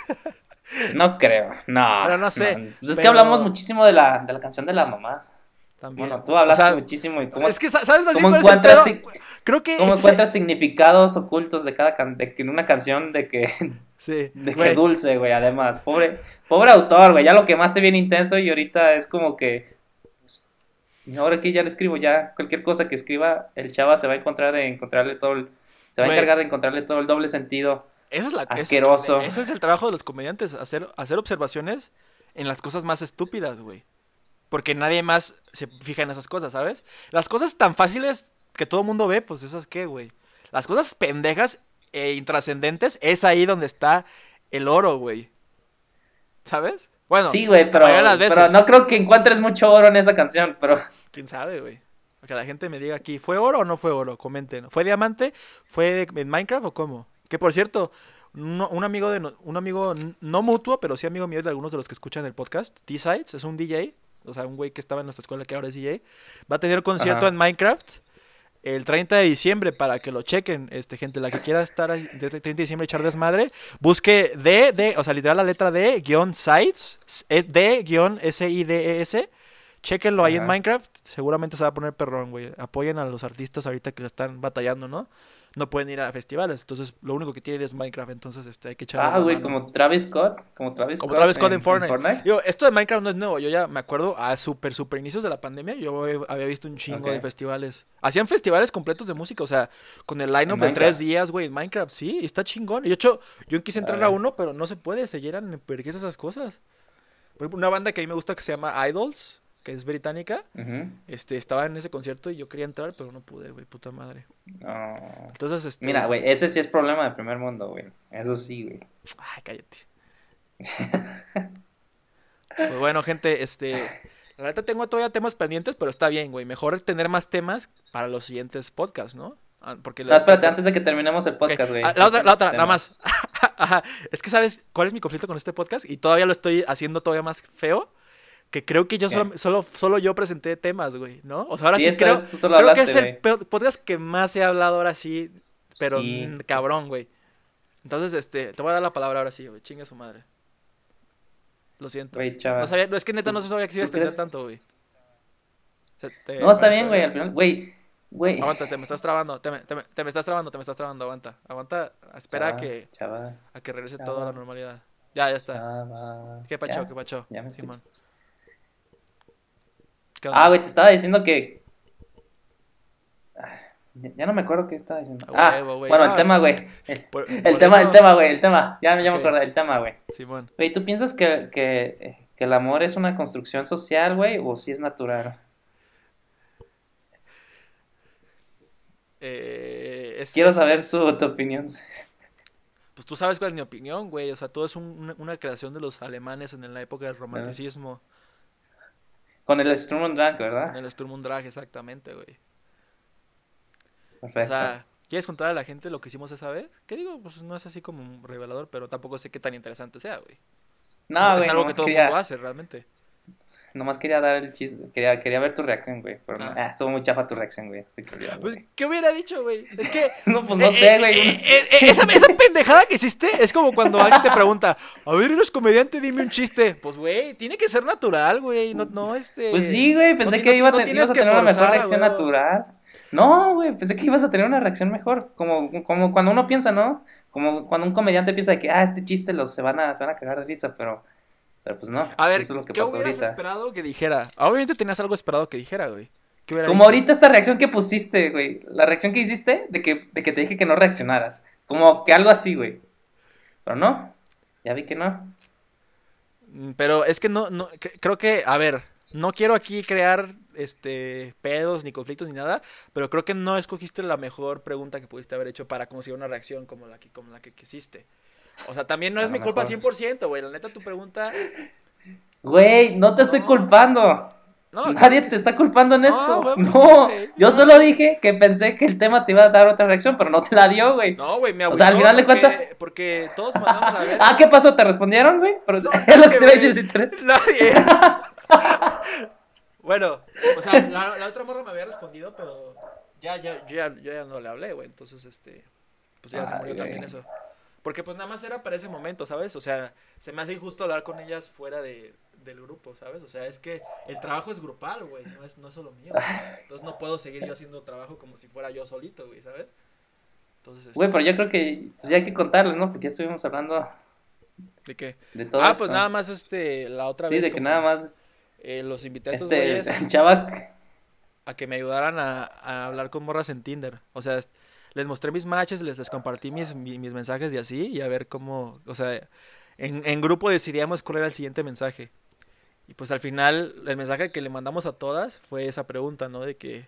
No creo, no. Pero no sé, Pues es que pero- hablamos muchísimo de la, de la canción de la mamá. También. Bueno, tú hablaste O sea, muchísimo y cómo, Es que, sa- ¿sabes más bien cómo cuál es el encuentras, pedo? si- Creo que cómo este- encuentras significados ocultos de cada can- de que en una canción de que, Sí, de que güey. dulce, güey, además. Pobre, pobre autor, güey, ya lo quemaste bien intenso y ahorita es como que pues, ahora que ya le escribo, ya cualquier cosa que escriba, el chava se va a encontrar de encontrarle todo el, se va a Güey. encargar de encontrarle todo el doble sentido. Eso es la eso- Asqueroso. Eso, es el trabajo de los comediantes, hacer, hacer observaciones en las cosas más estúpidas, güey. Porque nadie más se fija en esas cosas, ¿sabes? Las cosas tan fáciles que todo el mundo ve, pues esas qué, güey. Las cosas pendejas e intrascendentes, es ahí donde está el oro, güey. ¿Sabes? Bueno, Sí, güey, pero, la mayoría de las pero veces. no creo que encuentres mucho oro en esa canción, pero quién sabe, güey. Que la gente me diga aquí, ¿fue oro o no fue oro? Comenten. ¿Fue diamante? ¿Fue en Minecraft o cómo? Que por cierto, no- un amigo de no- un amigo n- no mutuo, pero sí amigo mío de algunos de los que escuchan el podcast, T-Sides, es un D J, o sea, un güey que estaba en nuestra escuela que ahora es D J, va a tener concierto Ajá. en Minecraft el treinta de diciembre para que lo chequen, este gente, la que quiera estar ahí de treinta de diciembre y echar desmadre, busque D, D, o sea, literal la letra D, guión Sides, D, guión S I D E S, Chéquenlo ahí en Ajá. Minecraft, seguramente se va a poner perrón, güey. Apoyen a los artistas ahorita que la están batallando, ¿no? No pueden ir a festivales, entonces lo único que tienen es Minecraft, entonces este, hay que echarle Ah, la güey, mano. como Travis Scott, como Travis Como Scott Travis Scott en, en en Fortnite. Fortnite. Digo, esto de Minecraft no es nuevo, yo ya me acuerdo a super, super inicios de la pandemia, yo había- había visto un chingo Ok. de festivales. Hacían festivales completos de música, o sea, con el line-up En de tres Minecraft. días, güey, en Minecraft, sí, y está chingón. Y de hecho, yo quise entrar a Órale. uno, pero no se puede, se llenan perques esas cosas. Por ejemplo, una banda que a mí me gusta que se llama Idols, que es británica, Ujú. este, estaba en ese concierto y yo quería entrar, pero no pude, güey, puta madre. No. Entonces, este... Mira, güey, ese sí es problema del primer mundo, güey. Eso sí, güey. Ay, cállate. Pues bueno, gente, este... La neta tengo todavía temas pendientes, pero está bien, güey. Mejor tener más temas para los siguientes podcasts, ¿no? Ah, porque No, la- espérate, por- antes de que terminemos el ok. podcast, güey. Ah, la otra, la otra, Tema. nada más. Ajá. Es que, ¿sabes cuál es mi conflicto con este podcast? Y todavía lo estoy haciendo todavía más feo. Que creo que yo ¿Qué? solo, solo, solo yo presenté temas, güey, ¿no? O sea, ahora Sí, sí, esta creo, vez tú solo creo que hablaste, es el güey. peor podcast que más he hablado ahora sí, pero Sí. mm, cabrón, güey. Entonces, este, te voy a dar la palabra ahora sí, güey. Chinga su madre. Lo siento. Güey, chava. No sabía, no, es que neta no sabía que se iba a ¿Tú extender crees? tanto, güey. Se- te- No, está bueno, bien, güey, al final, güey. Güey. Aguanta, te me estás trabando, te me, te me- te me estás trabando, te me estás trabando, aguanta. Aguanta, espera a Chava, que, Chava, a que regrese chava. todo a la normalidad. Ya, ya está. chava. ¿Qué pacho, ¿Ya? qué pacho? Ya me Simón. escucho. ¿Qué onda? Ah, güey, te estaba diciendo que... Ah, Ya ya no me acuerdo qué estaba diciendo. A Ah, huevo, güey, bueno, no. el tema, güey. El, Por- el por tema, eso- el tema, güey, el tema. Ya, ya Ok. me acordé, el tema, güey. Simón. Güey, ¿tú piensas que, que, que el amor es una construcción social, güey, o si es natural? Eh, es- Quiero es- saber es- tu, tu opinión. Pues tú sabes cuál es mi opinión, güey. O sea, todo es un- una, una creación de los alemanes en la época del romanticismo. Con el Sturm und Drang, En ¿verdad? el Sturm und Drang, exactamente, güey. O Perfecto. sea, ¿quieres contar a la gente lo que hicimos esa vez? ¿Qué digo? Pues no es así como un revelador, pero tampoco sé qué tan interesante sea, güey. No, es, es güey, algo que nomás todo el quería, mundo hace, realmente. nomás quería dar el chiste. Quería, quería ver tu reacción, güey. Pero no, Ah. ah, estuvo muy chafa tu reacción, güey. Así que olvídalo, Pues, güey. ¿qué hubiera dicho, güey? Es que... No, pues no eh, sé, eh, güey. eh, eh, eh, esa, esa pendejada que hiciste es como cuando alguien te pregunta, a ver, eres comediante, dime un chiste. Pues, güey, tiene que ser natural, güey. No, no, este... Pues sí, güey, pensé no ti- que no- iba a no te- tienes ibas a que tener una mejor forzar, reacción güey. natural. No, güey, pensé que ibas a tener una reacción mejor. Como, como cuando uno piensa, ¿no? Como cuando un comediante piensa de que, ah, este chiste los se van a, se van a cagar de risa, pero, pero pues no. A ver, Eso es lo que ¿qué pasó hubieras ahorita. esperado que dijera? Obviamente tenías algo esperado que dijera, güey. ¿Qué hubiera Como dicho? ahorita esta reacción que pusiste, güey. La reacción que hiciste de que, de que te dije que no reaccionaras. Como que algo así, güey. Pero no, ya vi que no. Mm, Pero es que no, no, cre- creo que, a ver, no quiero aquí crear este pedos ni conflictos ni nada, pero creo que no escogiste la mejor pregunta que pudiste haber hecho para conseguir una reacción como la que, como la que quisiste. O sea, también no A es lo mi culpa mejor. cien por ciento, güey. La neta, tu pregunta. Güey, no te estoy No. culpando. No, Nadie creo que te está culpando en No, esto. güey, pues No, sí, güey. yo No. solo dije que pensé que el tema te iba a dar otra reacción, pero no te la dio, güey. No, güey, me O agüitó sea, al final de porque, cuentas- porque todos mandaron a la verga. Ah, ¿qué pasó? ¿Te respondieron, güey? Pero No, es lo que te iba a güey. decir. Si te... Nadie. Bueno, o sea, la, la otra morra me había respondido, pero ya, ya, yo ya, yo ya no le hablé, güey. Entonces, este, pues ya se Ay, murió güey. también eso. Porque pues nada más era para ese momento, ¿sabes? O sea, se me hace injusto hablar con ellas fuera de, del grupo, ¿sabes? O sea, es que el trabajo es grupal, güey, no es, no es solo mío. Entonces no puedo seguir yo haciendo trabajo como si fuera yo solito, güey, ¿sabes? Entonces, este, Güey, pero yo creo que pues, ya hay que contarles, ¿no? Porque ya estuvimos hablando ¿de qué? de todo Ah, esto. pues nada más, este, la otra Sí, vez de que como, nada más eh, los invité a estos este güeyes chava... a que me ayudaran a, a hablar con morras en Tinder. O sea, es- les mostré mis matches, les, les compartí mis, mi- mis mensajes y así, y a ver cómo, o sea, en, en grupo decidíamos cuál era el siguiente mensaje. Y pues al final, el mensaje que le mandamos a todas fue esa pregunta, ¿no? De que...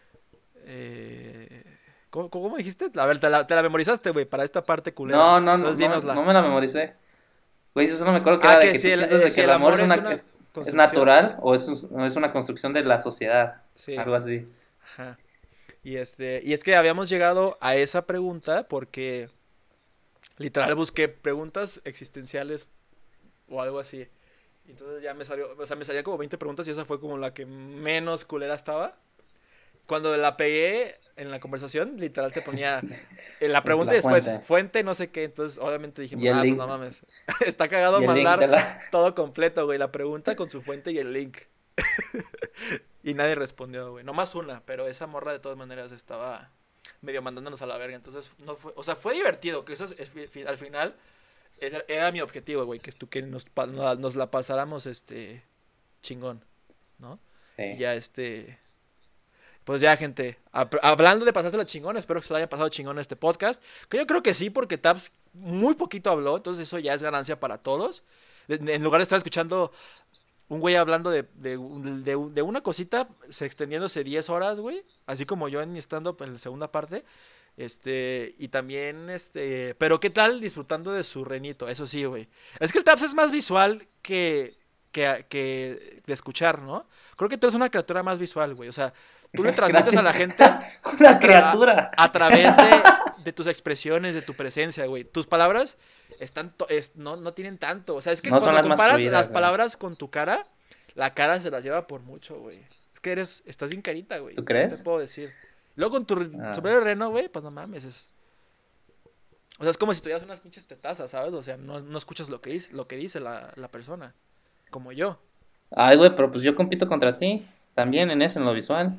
Eh, ¿cómo, cómo dijiste? A ver, te la, te la memorizaste, güey, para esta parte culera. No, no, no, Entonces, no, dínosla. no me la memoricé. Güey, yo solo me acuerdo que Ah, era de que que si tú el- piensas eh, de si que el el amor amor es es una... una es, es construcción. natural o es, un- o es una construcción de la sociedad. Sí. Algo así. Ajá. Y este, y es que habíamos llegado a esa pregunta porque literal busqué preguntas existenciales o algo así. Y entonces ya me salió, o sea, me salían como veinte preguntas y esa fue como la que menos culera estaba. Cuando la pegué en la conversación, literal te ponía eh, la pregunta La y después fuente. fuente, no sé qué. Entonces, obviamente dijimos, Y el ah, pues link. no mames. Está cagado Y el link mandar de la... todo completo, güey. La pregunta con su fuente y el link. Y nadie respondió, güey. Nomás una, pero esa morra de todas maneras estaba medio mandándonos a la verga. Entonces, no fue. O sea, fue divertido, que eso es, es- fi- al final era, era mi objetivo, güey. Que es tú que nos, pa- nos, nos la pasáramos, este. Chingón, ¿no? Y Sí. ya, este. Pues ya, gente. hab- Hablando de pasársela chingón, espero que se la haya pasado chingón este podcast. Que yo creo que sí, porque Tabs muy poquito habló. Entonces, eso ya es ganancia para todos. De- de- En lugar de estar escuchando un güey hablando de, de, un- de un- de una cosita, se extendiéndose diez horas, güey. Así como yo en mi stand-up en la segunda parte. Este, y también, este, pero ¿qué tal disfrutando de su renito? Eso sí, güey. Es que el Taps es más visual que, que, que de escuchar, ¿no? Creo que tú eres una criatura más visual, güey. O sea, tú le transmites a la gente Una a, tra- criatura. a través de, de tus expresiones, de tu presencia, güey. Tus palabras están to- es- no, no tienen tanto. O sea, es que No son cuando las más comparas fluidas, las güey. palabras con tu cara, la cara se las lleva por mucho, güey. Es que eres, estás bien carita, güey. ¿Tú ¿Qué crees? te puedo decir? Luego con tu re- Ah. sombrero de reno, güey, pues no mames, es... O sea, es como si tuvieras unas pinches tetazas, ¿sabes? O sea, no, no escuchas lo que dice, lo que dice la, la persona. Como yo. Ay, güey, pero pues yo compito contra ti. También en eso, en lo visual.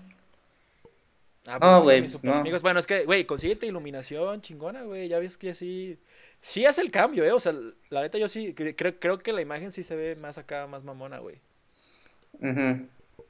Ah, No, bueno, tengo güey, mis pues, super no. amigos. Bueno, es que, güey, consíguete iluminación chingona, güey. Ya ves que sí. Sí hace el cambio, ¿eh? O sea, la neta, yo sí. cre- Creo, creo que la imagen sí se ve más acá, más mamona, güey. Ujú.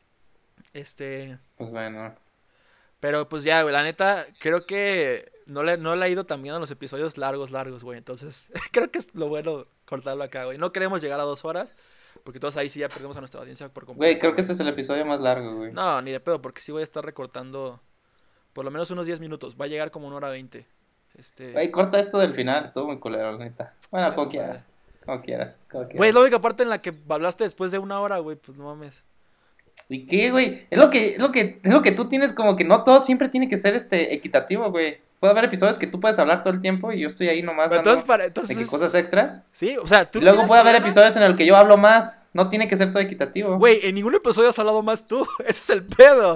Este. Pues bueno. Pero pues ya, güey, la neta, creo que no le, no le ha ido tan bien a los episodios largos, largos, güey. Entonces, creo que es lo bueno cortarlo acá, güey. No queremos llegar a dos horas, porque todos ahí sí ya perdemos a nuestra audiencia por completo. Güey, creo que güey. este es el episodio más largo, güey. No, ni de pedo, porque sí voy a estar recortando por lo menos unos diez minutos. Va a llegar como una hora veinte. Este... Güey, corta esto del final, estuvo muy culero, la neta. Bueno, Sí, como tu quieras. Como quieras, como Güey, quieras. la única parte en la que hablaste después de una hora, güey, pues no mames. ¿Y qué, güey? Es lo que, es lo que, es lo que tú tienes, como que no todo siempre tiene que ser este equitativo, güey. Puede haber episodios que tú puedes hablar todo el tiempo y yo estoy ahí nomás Pero dando entonces, para, de entonces... que cosas extras. Sí, o sea, tú Y luego tienes puede haber problema. episodios en el que yo hablo más. No tiene que ser todo equitativo. Güey, en ningún episodio has hablado más tú. Ese es el pedo.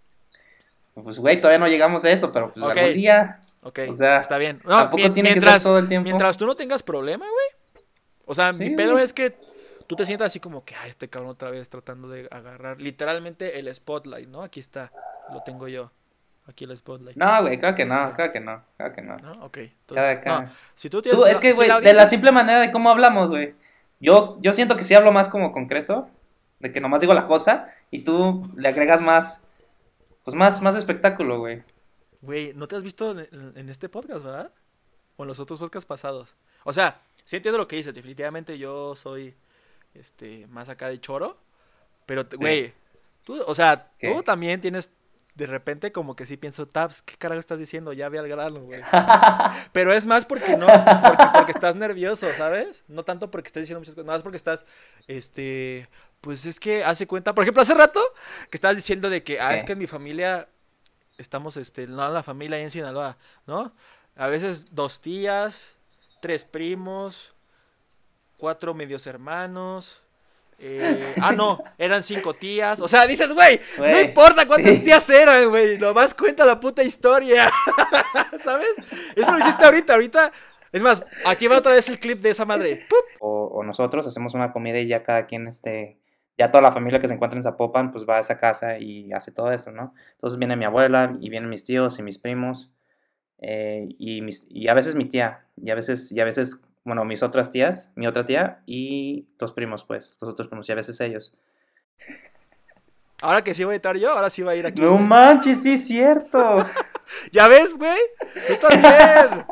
Pues, güey, todavía no llegamos a eso, pero pues Ok. algún día. Ok, O sea, está bien. No, tampoco mien- tiene que ser mientras, todo el tiempo. mientras tú no tengas problema, güey. O sea, Sí, mi pedo güey. es que tú te sientas así como que, ay, este cabrón otra vez tratando de agarrar literalmente el spotlight, ¿no? Aquí está, lo tengo yo. Aquí el spotlight. No, güey, creo que no, Este. creo que no, creo que no. ¿No? Ok. Entonces, Cada- cada- no, si tú tienes Tú, es la- que, si güey, la de la audiencia- simple manera de cómo hablamos, güey. Yo, yo siento que sí hablo más como concreto, de que nomás digo la cosa, y tú le agregas más, pues más, más espectáculo, güey. Güey, ¿no te has visto en, en- en este podcast, verdad? O en los otros podcasts pasados. O sea, sí entiendo lo que dices. Definitivamente yo soy este más acá de choro. Pero, te- Sí. güey, tú, o sea, ¿Qué? tú también tienes de repente como que sí pienso, Tabs, ¿qué carajo estás diciendo? Ya ve al grano, güey. Pero es más porque no, porque, porque estás nervioso, ¿sabes? No tanto porque estás diciendo muchas cosas, más porque estás, este, pues es que hace cuenta, por ejemplo, hace rato que estabas diciendo de que, ah, ¿Qué? es que en mi familia estamos, este, no la familia ahí en Sinaloa, ¿no? A veces dos tías, tres primos, cuatro medios hermanos. eh, ah, no, eran cinco tías. O sea, dices, güey, no Güey, importa cuántas sí. tías eran, güey. Nomás cuenta la puta historia. ¿Sabes? Eso lo hiciste ahorita, ahorita. Es más, aquí va otra vez el clip de esa madre. ¡Pup! O, o nosotros hacemos una comida y ya cada quien, este, ya toda la familia que se encuentra en Zapopan, pues va a esa casa y hace todo eso, ¿no? Entonces viene mi abuela y vienen mis tíos y mis primos, eh, y, mis, y a veces mi tía, y a veces, y a veces, bueno, mis otras tías, mi otra tía y los primos, pues, los otros primos, y a veces ellos. Ahora que sí voy a estar yo, ahora sí va a ir aquí. No manches, sí es cierto. ¿Ya ves, güey? Tú también.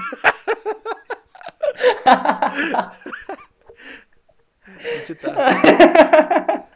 Pinche ta-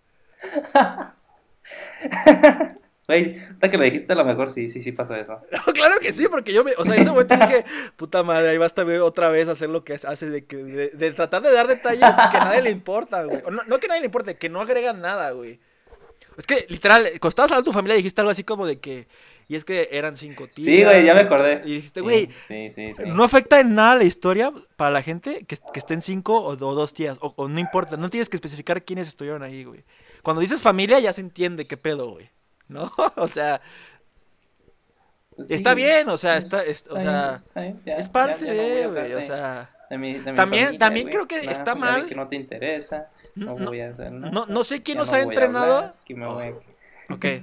Güey, hasta que lo dijiste, a lo mejor sí, sí, sí pasó eso. No, claro que sí, porque yo me, o sea, en ese momento dije, puta madre, ahí basta güey, otra vez hacer lo que hace de que de, de tratar de dar detalles que a nadie le importa, güey. O no, no que a nadie le importe, que no agregan nada, güey. Es que literal, cuando estabas hablando de tu familia dijiste algo así como de que y es que eran cinco tías. Sí, güey, ya me acordé. Y dijiste, Sí, güey, sí, sí, sí. no afecta en nada la historia para la gente que, que estén cinco o, o dos tías. O, o no importa, no tienes que especificar quiénes estuvieron ahí, güey. Cuando dices familia ya se entiende qué pedo, güey. ¿No? O sea, Pues sí, está güey. bien, o sea, está, es- o Está sea, bien, está bien, ya, es parte ya- ya no voy a de, hablar güey, o de- sea, de mi- de mi también- familia, también güey. creo que Nah, está ya vi mal. que no te interesa. No No, voy a hacer nada. no, no sé quién Ya nos no ha voy a entrenado. hablar, aquí me voy a- Ok.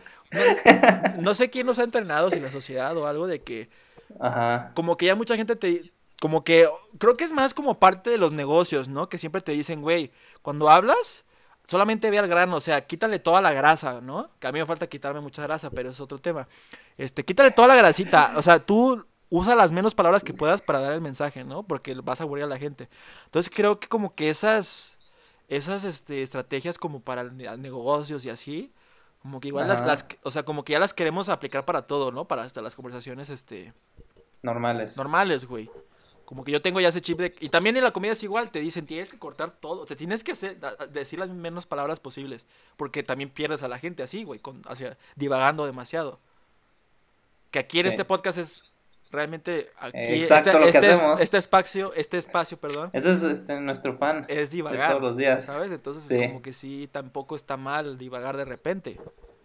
No, no sé quién nos ha entrenado, si la sociedad o algo de que Ajá. como que ya mucha gente te... Como que creo que es más como parte de los negocios, ¿no? Que siempre te dicen, güey, cuando hablas, solamente ve al grano, o sea, quítale toda la grasa, ¿no? Que a mí me falta quitarme mucha grasa, pero es otro tema. Este, quítale toda la grasita, o sea, tú usa las menos palabras que puedas para dar el mensaje, ¿no? Porque vas a aburrir a la gente. Entonces creo que como que esas, esas este, estrategias como para el ne- negocios y así, como que igual las, Ajá. las, o sea, como que ya las queremos aplicar para todo, ¿no? Para hasta las conversaciones, este, Normales. normales, güey. Como que yo tengo ya ese chip de... Y también en la comida es igual, te dicen, tienes que cortar todo, te tienes que hacer, da- da- decir las menos palabras posibles, porque también pierdes a la gente así, güey, con, hacia, divagando demasiado. Que aquí en Sí. este podcast es realmente aquí Exacto, este, lo que este, es- hacemos. este espacio, este espacio, perdón, Ese es este, nuestro pan es de divagar, todos los días. ¿sabes? Entonces Sí. es como que sí, tampoco está mal divagar de repente.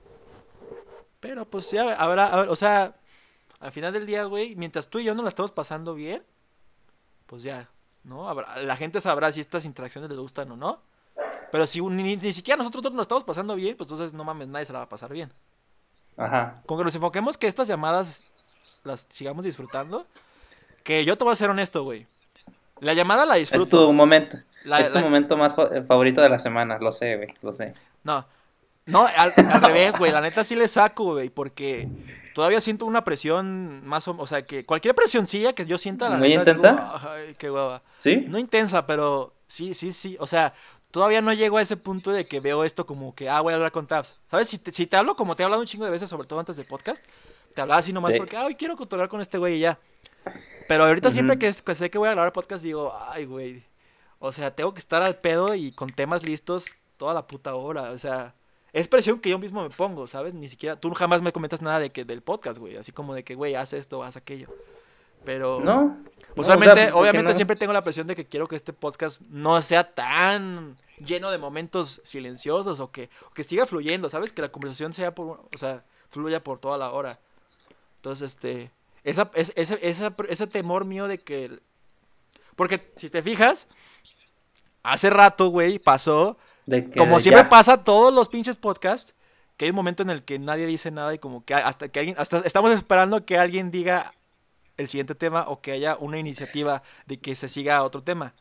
Pero pues sí, habrá, habrá- o sea, al final del día, güey, mientras tú y yo no la estamos pasando bien, pues ya, ¿no? Habrá- la gente sabrá si estas interacciones les gustan o no. Pero si un- ni, ni siquiera nosotros no nos estamos pasando bien, pues entonces no mames, nadie se la va a pasar bien. Ajá. Con que nos enfoquemos que estas llamadas las sigamos disfrutando. Que yo te voy a ser honesto, güey. La llamada la Es disfruto. tu momento. La- es tu la- momento más fa- favorito de la semana. Lo sé, güey. Lo sé. No, no, al, al revés, güey. La neta sí le saco, güey. Porque todavía siento una presión más o O sea, que cualquier presioncilla que yo sienta, la ¿Muy neta, digo, intensa? ay, qué hueva. ¿Sí? No intensa, pero sí, sí, sí. O sea, todavía no llego a ese punto de que veo esto como que, ah, voy a hablar con Tabs. ¿Sabes? Si te, si te hablo como te he hablado un chingo de veces, sobre todo antes del podcast, te hablaba así nomás Sí. porque, ay, quiero cotorrear con este güey y ya. Pero ahorita siempre Ujú. que, es- que sé que voy a grabar podcast, digo, ay, güey. O sea, tengo que estar al pedo y con temas listos toda la puta hora. O sea, es presión que yo mismo me pongo, ¿sabes? Ni siquiera, tú jamás me comentas nada de que del podcast, güey. Así como de que, güey, haz esto, haz aquello. Pero... No. Pues No, o obviamente, sea, ¿por qué obviamente no? siempre tengo la presión de que quiero que este podcast no sea tan lleno de momentos silenciosos o que, o que siga fluyendo, ¿sabes? Que la conversación sea por, o sea, fluya por toda la hora. Entonces, este, esa, es- ese, esa- ese temor mío de que, porque si te fijas, hace rato, güey, pasó, De que como siempre ya. pasa todos los pinches podcasts, que hay un momento en el que nadie dice nada y como que hasta que alguien, hasta estamos esperando que alguien diga el siguiente tema o que haya una iniciativa de que se siga a otro tema,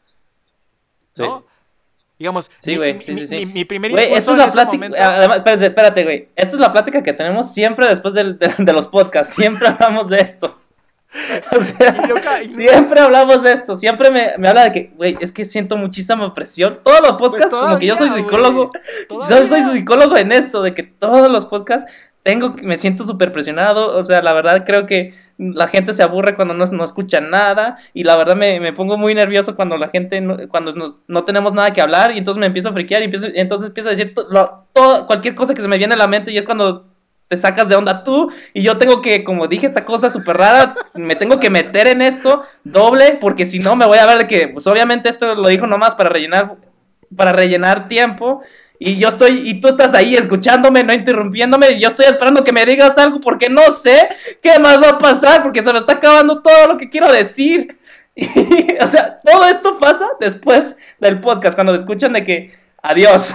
Sí. ¿no? Digamos, Sí, mi, güey, mi- sí, mi- sí, sí. mi- mi primer Güey, impulso esta es en la ese plática. momento- Además, espérense, espérate, güey. Esta es la plática que tenemos siempre después del- de, de los podcasts. Siempre hablamos de esto. O sea, Y nunca- y nunca- siempre hablamos de esto. Siempre me, me habla de que, güey, es que siento muchísima presión. Todos los podcasts, Pues como que yo soy todavía, psicólogo. güey, Soy, todavía. soy su psicólogo en esto, de que todos los podcasts tengo, me siento súper presionado. O sea, la verdad creo que la gente se aburre cuando no, no escucha nada. Y la verdad me, me pongo muy nervioso cuando la gente, no, cuando nos- no tenemos nada que hablar. Y entonces me empiezo a friquear y empiezo, entonces empiezo a decir to- lo- todo, cualquier cosa que se me viene a la mente. Y es cuando te sacas de onda tú. Y yo tengo que, como dije, esta cosa súper rara, me tengo que meter en esto doble. Porque si no me voy a ver de que, pues obviamente esto lo dijo nomás para rellenar, para rellenar tiempo. Y yo estoy, y tú estás ahí escuchándome, no interrumpiéndome, y yo estoy esperando que me digas algo porque no sé qué más va a pasar, porque se me está acabando todo lo que quiero decir. Y, o sea, todo esto pasa después del podcast, cuando escuchan de que adiós.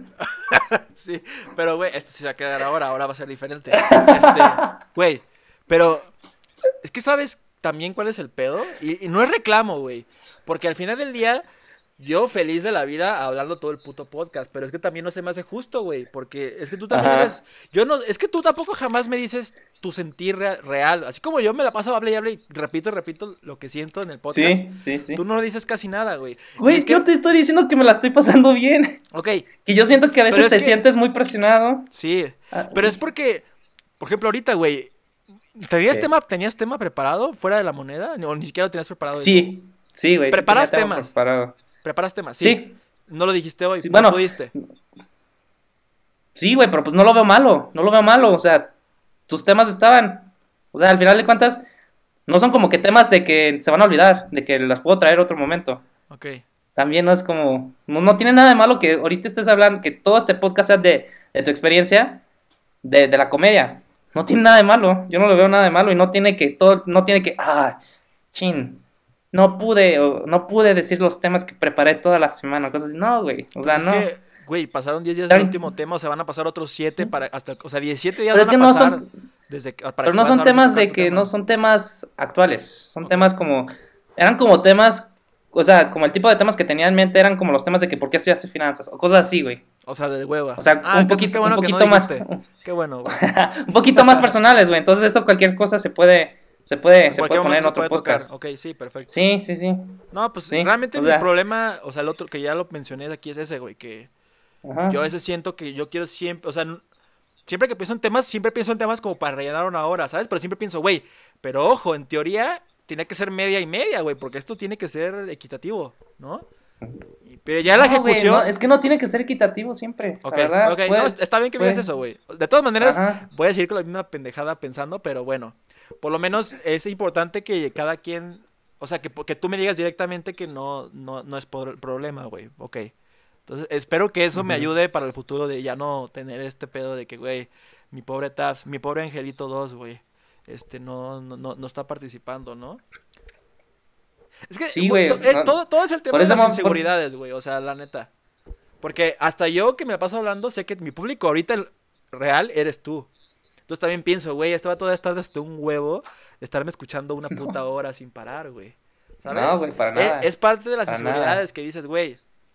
Sí, pero güey, este se va a quedar ahora, ahora va a ser diferente. Este, güey, pero es que sabes también cuál es el pedo y, y no es reclamo, güey, porque al final del día yo feliz de la vida hablando todo el puto podcast, pero es que también no se me hace justo, güey, porque es que tú también Ajá. eres, yo no, es que tú tampoco jamás me dices tu sentir rea- real, así como yo me la paso hable y hable y repito y repito lo que siento en el podcast. Sí, sí, sí. Tú no dices casi nada, güey. Güey, Y es que yo te estoy diciendo que me la estoy pasando bien. Ok, Que yo siento que a Pero veces es te que- sientes muy presionado. sí, Ah, pero es porque, por ejemplo, ahorita, güey, ¿tenías, Sí. tema, ¿tenías tema preparado fuera de la moneda? O ni siquiera lo tenías preparado. Sí, sí, güey. sí ¿Preparas tenía tema temas? preparado. ¿Preparas temas? Sí. Sí, No lo dijiste hoy, Sí, no bueno. pudiste. sí, güey, pero pues no lo veo malo, no lo veo malo, o sea, tus temas estaban, o sea, al final de cuentas, no son como que temas de que se van a olvidar, de que las puedo traer otro momento. Ok. También no es como, no, no tiene nada de malo que ahorita estés hablando, que todo este podcast sea de, de tu experiencia, de, de la comedia. No tiene nada de malo, yo no lo veo nada de malo y no tiene que, todo, no tiene que, ah, chin, no pude, o no pude decir los temas que preparé toda la semana, cosas así. No, güey. O sea, Pues es no. que, güey, pasaron diez días Pero- del último tema, o sea, van a pasar otros siete Sí. para hasta, o sea, diecisiete días Pero es van que a no pasar son, desde que- para pero que no puedas son ahora sí temas tocar de tu que tema. no son temas actuales. Son Ok. temas como, eran como temas, o sea, como el tipo de temas que tenía en mente eran como los temas de que por qué estudiaste finanzas o cosas así, güey. O sea, de hueva. O sea, ah, un entonces poquito, qué bueno un que no poquito más, dijiste. Qué bueno, güey. un poquito más personales, güey. Entonces eso cualquier cosa se puede, se puede, En se cualquier puede poner en momento se otro puede tocar. podcast. Ok, sí, perfecto. Sí, sí, sí. No, pues Sí, realmente o mi sea- problema, o sea, el otro que ya lo mencioné aquí es ese, güey, que Ajá. yo a veces siento que yo quiero siempre, o sea, n- siempre que pienso en temas, siempre pienso en temas como para rellenar una hora, ¿sabes? Pero siempre pienso, güey, pero ojo, en teoría tiene que ser media y media, güey, porque esto tiene que ser equitativo, ¿no? Y- Pero ya la No, güey, ejecución... no, es que no tiene que ser equitativo siempre. Ok, la verdad, ok, puede- no, est- está bien que me digas puede- eso, güey. De todas maneras, Ajá. voy a seguir con la misma pendejada pensando, pero bueno, por lo menos es importante que cada quien, o sea, que, que tú me digas directamente que no, no, no es por problema, güey, ok. Entonces, espero que eso me Ujú. ayude para el futuro de ya no tener este pedo de que, güey, mi pobre Tabs, mi pobre Angelito dos, güey, este, no, no, no, no está participando, ¿no? Es que Sí, güey, güey, to- es- no- todo, todo es el tema por de eso las mo- por- inseguridades, güey, o sea, la neta. Porque hasta yo que me la paso hablando, sé que mi público ahorita el real eres tú. Entonces también pienso, güey, esto va a estar hasta un huevo de estarme escuchando una puta hora sin parar, güey. ¿Sabes? No, güey, para Es- nada. Es, parte de las Para inseguridades que dices, güey.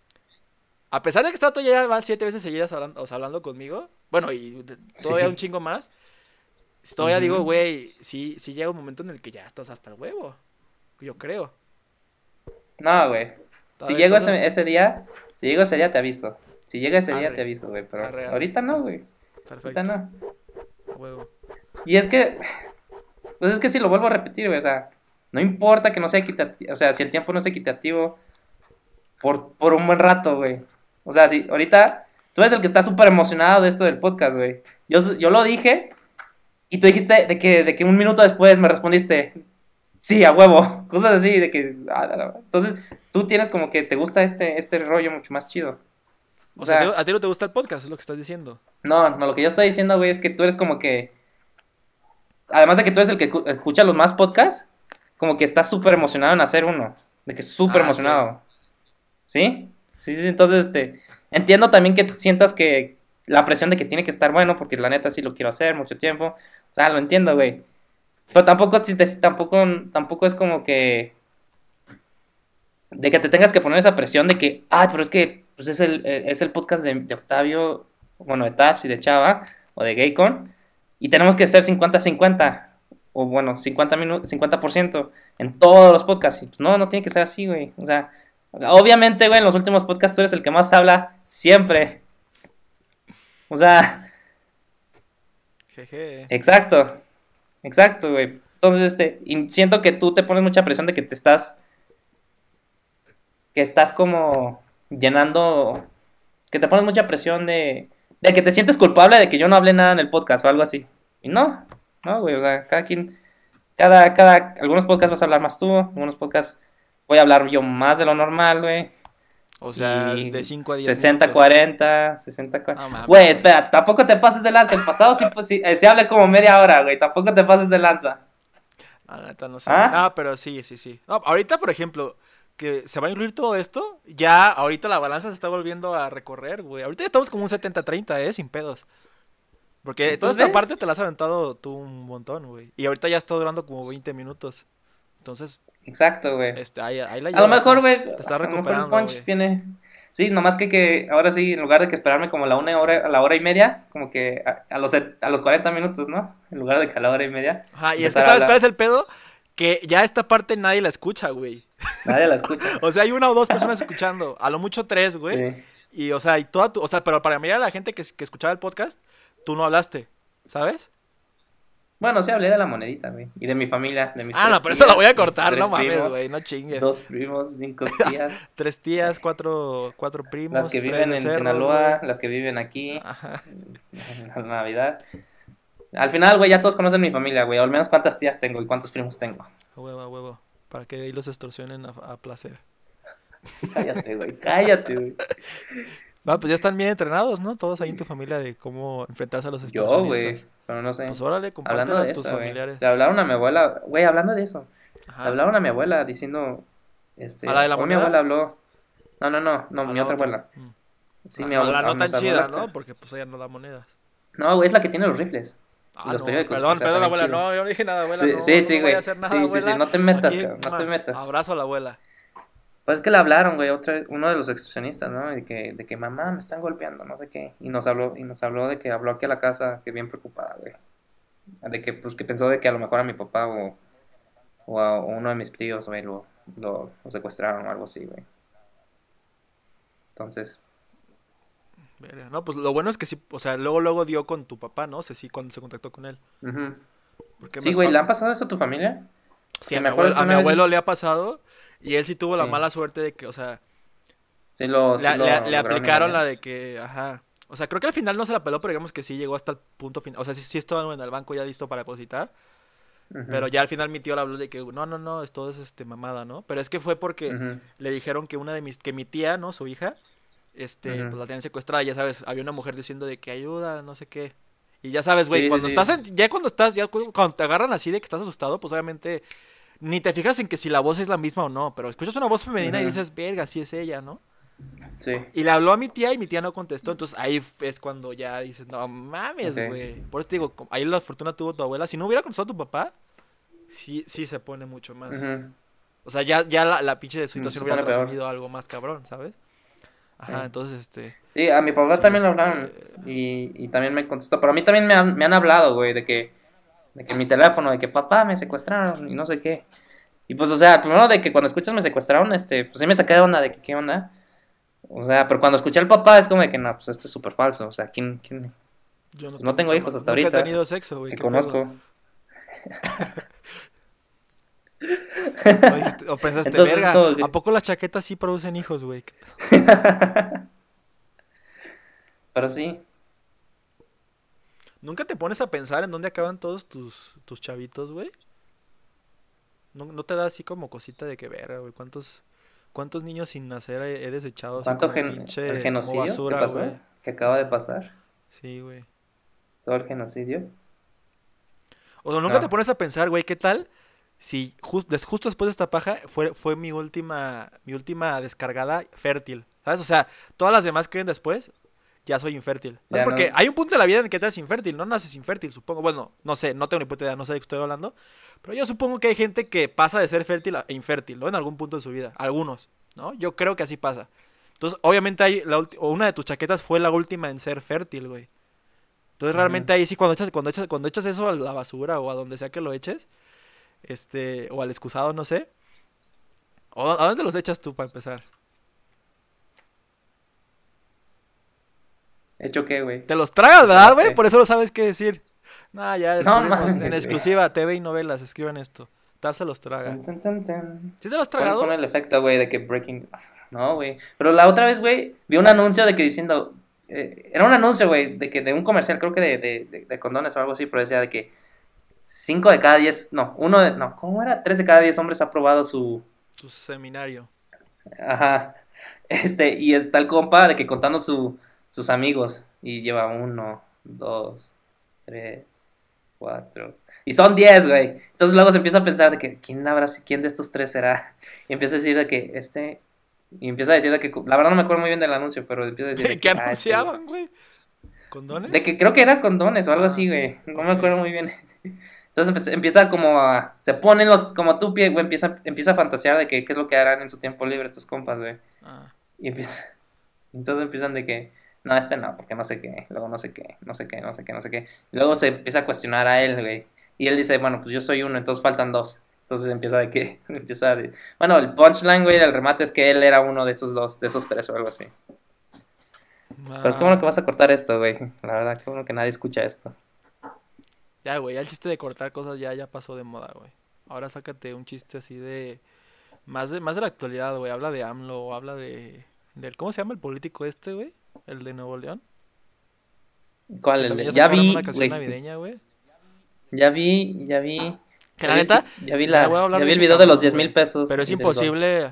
A pesar de que esta ya va siete veces seguidas hablando, o sea, hablando conmigo, bueno, y de- todavía Sí. un chingo más, todavía Ujú. digo, güey, sí, sí llega un momento en el que ya estás hasta el huevo. Yo creo. No, güey. Si Todavía llego estás- ese, ese día, si llego ese día te aviso. Si llega ese día Arre. te aviso, güey. Pero Arre, arre. ahorita no, güey. Perfecto. Ahorita no. Huevo. Y es que, pues es que si lo vuelvo a repetir, güey. O sea, no importa que no sea equitativo. O sea, si el tiempo no es equitativo, por, por un buen rato, güey. O sea, si ahorita tú eres el que está súper emocionado de esto del podcast, güey. Yo, yo lo dije y tú dijiste de que, de que un minuto después me respondiste, sí, a huevo. Cosas así, de que. ah, ah, ah. Entonces, tú tienes como que te gusta este, este rollo mucho más chido. O sea, ¿a ti- ¿a ti no te gusta el podcast? Es lo que estás diciendo. No, no, lo que yo estoy diciendo, güey, es que tú eres como que. Además de que tú eres el que cu- escucha los más podcasts, como que estás súper emocionado en hacer uno. De que súper Ah, emocionado. ¿Sí? Sí, sí, entonces, este. Entiendo también que sientas que. La presión de que tiene que estar bueno, porque la neta sí lo quiero hacer mucho tiempo. O sea, lo entiendo, güey. Pero tampoco, si te- tampoco, tampoco es como que. De que te tengas que poner esa presión de que, ay, pero es que pues es el, eh, es el podcast de, de Octavio, bueno, de Tabs y de Chava, o de Gaycon, y tenemos que ser cincuenta cincuenta, o bueno, cincuenta minutos, cincuenta por ciento en todos los podcasts. Y, pues, no, no tiene que ser así, güey. O sea, obviamente, güey, en los últimos podcasts tú eres el que más habla siempre. O sea, Jeje. exacto, exacto, güey. Entonces, este, y siento que tú te pones mucha presión de que te estás, que estás como llenando, que te pones mucha presión de, de que te sientes culpable de que yo no hablé nada en el podcast o algo así. Y no, no, güey, o sea, cada quien, cada, cada, algunos podcasts vas a hablar más tú, algunos podcasts voy a hablar yo más de lo normal, güey. O sea, Y de cinco a diez sesenta minutos. cuarenta, sesenta No cuarenta. mames. Güey, espera, tampoco te pases de lanza. El pasado sí, pues, sí, eh, sí hablé como media hora, güey. Tampoco te pases de lanza. Ah, la neta, no sé. ¿Ah? No, pero sí, sí, sí. No, ahorita, por ejemplo, que se va a incluir todo esto, ya ahorita la balanza se está volviendo a recorrer, güey. Ahorita ya estamos como un setenta treinta, ¿eh? Sin pedos. Porque toda Pues, esta ¿ves? parte te la has aventado tú un montón, güey. Y ahorita ya está durando como veinte minutos. Entonces, Exacto, güey. este, ahí, ahí la A lo llevas, mejor, Max. güey. Te estás a lo mejor el recuperando, punch güey. viene. Sí, nomás que, que ahora sí, en lugar de que esperarme como a la una hora, a la hora y media, como que a, a los, set- a los cuarenta minutos, ¿no? En lugar de que a la hora y media. Ajá, y es que empezar a ¿sabes hablar. cuál es el pedo? Que ya esta parte nadie la escucha, güey. Nadie la escucha. O sea, hay una o dos personas escuchando. A lo mucho tres, güey. Sí. Y, o sea, y toda tu, o sea, pero para la mayoría de la gente que, que escuchaba el podcast, tú no hablaste, ¿sabes? Bueno, sí hablé de la monedita, güey. Y de mi familia, de mis Ah, tres no, pero eso tías, lo voy a mis cortar, tres no mames, primos, güey, no chingues. Dos primos, cinco tías. Tres tías, cuatro, cuatro primos. Las que tres viven de en cerro, Sinaloa, güey. las que viven aquí, Ajá. en la Navidad. Al final, güey, ya todos conocen mi familia, güey. O al menos cuántas tías tengo y cuántos primos tengo. A huevo, a huevo. Para que ahí los extorsionen a, a placer. Cállate, güey, cállate, güey. No, pues ya están bien entrenados, ¿no? Todos ahí en tu familia de cómo enfrentarse a los Yo, güey, extorsionistas. pero no sé. Pues órale, hablando compártelo de a tus eso, güey. familiares. Le hablaron a mi abuela, güey, hablando de eso. Ajá. Le hablaron a mi abuela diciendo, este, ¿A la de la hoy mi moneda? abuela habló. No, no, no, no, A mi la otra otra. abuela. Mm. Sí, Ah, mi a abuela. la no tan nuestra chida, abuela- ¿no? Porque pues ella no da monedas. No, güey, es la que tiene los rifles. Ah, Los no, periódicos, perdón, o sea, perdón, también abuela, chido. no, yo no dije nada, abuela, Sí, no, sí, no sí, me vaya a güey. hacer nada, Sí, sí, abuela. sí, no te metas, Aquí, cabrón, no te mua, metas. Abrazo a la abuela. Pues es que le hablaron, güey, otra, uno de los extorsionistas, ¿no? De que, de que mamá me están golpeando, no sé qué. Y nos habló, y nos habló de que habló aquí a la casa, que bien preocupada, güey. De que, pues, que pensó de que a lo mejor a mi papá o, o a uno de mis tíos, güey, lo, lo, lo secuestraron o algo así, güey. Entonces, Verga, no, pues lo bueno es que sí, o sea, luego, luego dio con tu papá, ¿no? O sea, sí, cuando se contactó con él. ujú. Porque Sí, me- güey, ¿le han pasado eso a tu familia? Sí, Que a mi me acuerdo abuelo, que a mi una vez- abuelo le ha pasado y él sí tuvo la Sí. mala suerte de que, o sea, Sí lo, sí le, lo le- le lograron aplicaron la engañar. de que, ajá. O sea, creo que al final no se la peló, pero digamos que sí llegó hasta el punto final. O sea, sí, sí estaba en el banco ya listo para depositar. Ujú, Pero ya al final mi tío le habló de que no, no, no, esto es este mamada, ¿no? Pero es que fue porque ujú. le dijeron que una de mis, que mi tía, ¿no? Su hija, este, Ujú. pues la tenían secuestrada, ya sabes, había una mujer diciendo de que ayuda, no sé qué. Y ya sabes, güey, Sí, sí, cuando sí. estás en, ya cuando estás, ya cu- cuando te agarran así de que estás asustado, pues obviamente ni te fijas en que si la voz es la misma o no, pero escuchas una voz femenina y Ujú. dices, verga, sí es ella, ¿no? Sí. Y le habló a mi tía y mi tía no contestó, entonces ahí f- es cuando ya dices, no mames, Ok. güey. Por eso te digo, co- ahí la fortuna tuvo tu abuela. Si no hubiera contestado tu papá, sí, sí se pone mucho más. Ujú. O sea, ya, ya la, la pinche situación se hubiera pone peor. trascendido a algo más cabrón, ¿sabes? Ajá, Sí. entonces, este... Sí, a mi papá Sí, también le este- hablaron y, y también me contestó, pero a mí también me han, me han hablado, güey, de que, de que mi teléfono, de que papá me secuestraron y no sé qué. Y pues, o sea, primero de que cuando escuchas me secuestraron, este, pues sí me saqué de onda de que qué onda. O sea, pero cuando escuché al papá es como de que no, pues esto es súper falso. O sea, ¿quién, quién Yo Pues no tengo chama- hijos hasta nunca ahorita. he tenido sexo, güey. te ¿qué conozco? pedo? O, dijiste- o pensaste, Entonces, verga, como que- ¿a poco las chaquetas sí producen hijos, güey? ¿Qué pedo? Pero sí, ¿Nunca te pones a pensar en dónde acaban todos tus, tus chavitos, güey? ¿No, no te da así como cosita de que verga, güey? ¿Cuántos, cuántos niños sin nacer he, he desechado así ¿cuánto como gen- pinche el como genocidio basura, que pasó? güey? Que acaba de pasar. Sí, güey. Todo el genocidio. O sea, nunca No. te pones a pensar, güey, ¿qué tal si jus- des- justo después de esta paja fue, fue mi última mi última descargada fértil? ¿Sabes? O sea, todas las demás que vienen después, ya soy infértil. ¿Sabes? Ya Porque no. hay un punto de la vida en el que te haces infértil, no naces infértil, supongo. Bueno, no sé, no tengo ni puta idea, no sé de qué estoy hablando. Pero yo supongo que hay gente que pasa de ser fértil a infértil, ¿no? En algún punto de su vida. Algunos, ¿no? Yo creo que así pasa. Entonces, obviamente, hay la ulti- o una de tus chaquetas fue la última en ser fértil, güey. Entonces, Ujú. realmente ahí sí, cuando echas, cuando echas, cuando echas eso a la basura o a donde sea que lo eches, este, o al excusado, no sé. ¿O a dónde los echas tú para empezar? ¿Hecho qué, güey? Te los tragas, ¿verdad, No güey? sé. Por eso no sabes qué decir. Nah, ya No descubrimos mames, en güey. exclusiva, T V y novelas, escriban esto. Tab se los traga. Tan, tan, tan, tan. ¿Sí te los has Pon, tragado? pon el efecto, güey, de que breaking. No, güey. Pero la otra vez, güey, vi un anuncio de que diciendo. eh, era un anuncio, güey, de que de un comercial, creo que de, de, de, de condones o algo así, pero decía de que cinco de cada diez. No, uno de. No, ¿cómo era? Tres de cada diez hombres ha probado su. Su seminario. Ajá. Este, y está el compa de que contando su, sus amigos. Y lleva uno, dos, tres, cuatro. Y son diez, güey. Entonces luego se empieza a pensar de que quién habrá, quién de estos tres será. Y empieza a decir de que este. Y empieza a decir de que. La verdad no me acuerdo muy bien del anuncio, pero empieza a decir de ¿Qué que. ah, este, güey. anunciaban, güey? ¿Condones? De que creo que era condones o algo Ah, así, güey. No me ok. acuerdo muy bien. Entonces empe- empieza como a. Se ponen los. Como tú, pie, güey. Empieza, empieza a fantasear de que qué es lo que harán en su tiempo libre estos compas, güey. Ah. Y empieza. Entonces empiezan de que. No, este no, porque no sé qué. Luego no sé qué. No sé qué, no sé qué, no sé qué. Y luego se empieza a cuestionar a él, güey. Y él dice, bueno, pues yo soy uno, entonces faltan dos. Entonces empieza de que. Empieza de. Bueno, el punchline, güey, el remate es que él era uno de esos dos, de esos tres o algo así. Pero qué bueno que vas a cortar esto, güey. La verdad, qué bueno que nadie escucha esto. Ya, güey, ya el chiste de cortar cosas ya, ya pasó de moda, güey. Ahora sácate un chiste así de... Más de, más de la actualidad, güey. Habla de AMLO, o habla de... Del, ¿cómo se llama el político este, güey? El de Nuevo León. ¿Cuál? Que El también de- ya Ya sacaron vi, una canción güey. navideña, güey. Ya vi, ya vi. Que Ya la vi, neta, ya vi, me la, voy a hablar ya de vi el ese video de los cabrón, diez mil güey. pesos. Pero es y del gol. imposible...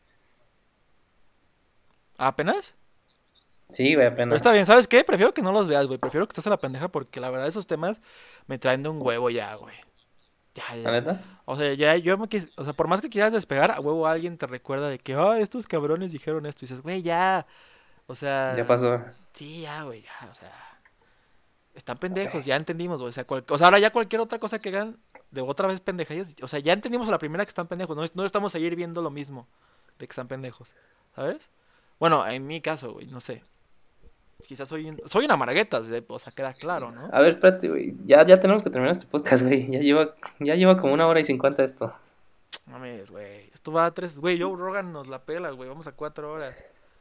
¿Apenas? Sí, güey, Pero apenas. está bien, ¿sabes qué? Prefiero que no los veas, güey. Prefiero que estés en la pendeja porque la verdad esos temas me traen de un huevo ya, güey. Ya, ¿La ya. neta? O sea, ya yo me quis... O sea, por más que quieras despegar, a huevo alguien te recuerda de que, ah, estos cabrones dijeron esto. Y dices, güey, ya. O sea, Ya pasó. sí, ya, güey, ya. O sea, están pendejos, ya entendimos, güey. O sea, cual- o sea, ahora ya cualquier otra cosa que hagan de otra vez pendejadas. O sea, ya entendimos a la primera que están pendejos. No, no estamos ahí viendo lo mismo de que están pendejos. ¿Sabes? Bueno, en mi caso, güey, no sé. Quizás soy un, soy una margueta, se- o sea, queda claro, ¿no? A ver, espérate, güey. Ya, ya tenemos que terminar este podcast, güey. Ya lleva, ya lleva como una hora y cincuenta esto. Mames, güey. Esto va a tres. Güey, Joe Rogan nos la pela, güey. Vamos a cuatro horas.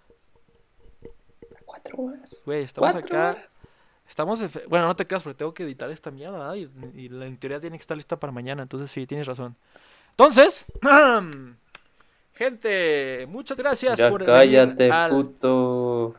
Cuatro horas. Güey, estamos Cuatro acá. horas. Estamos. efe- Bueno, no te creas, porque tengo que editar esta mierda, ¿verdad? Y, y la- en teoría tiene que estar lista para mañana. Entonces, sí, tienes razón. Entonces, gente, muchas gracias Ya por venir cállate, al. puto.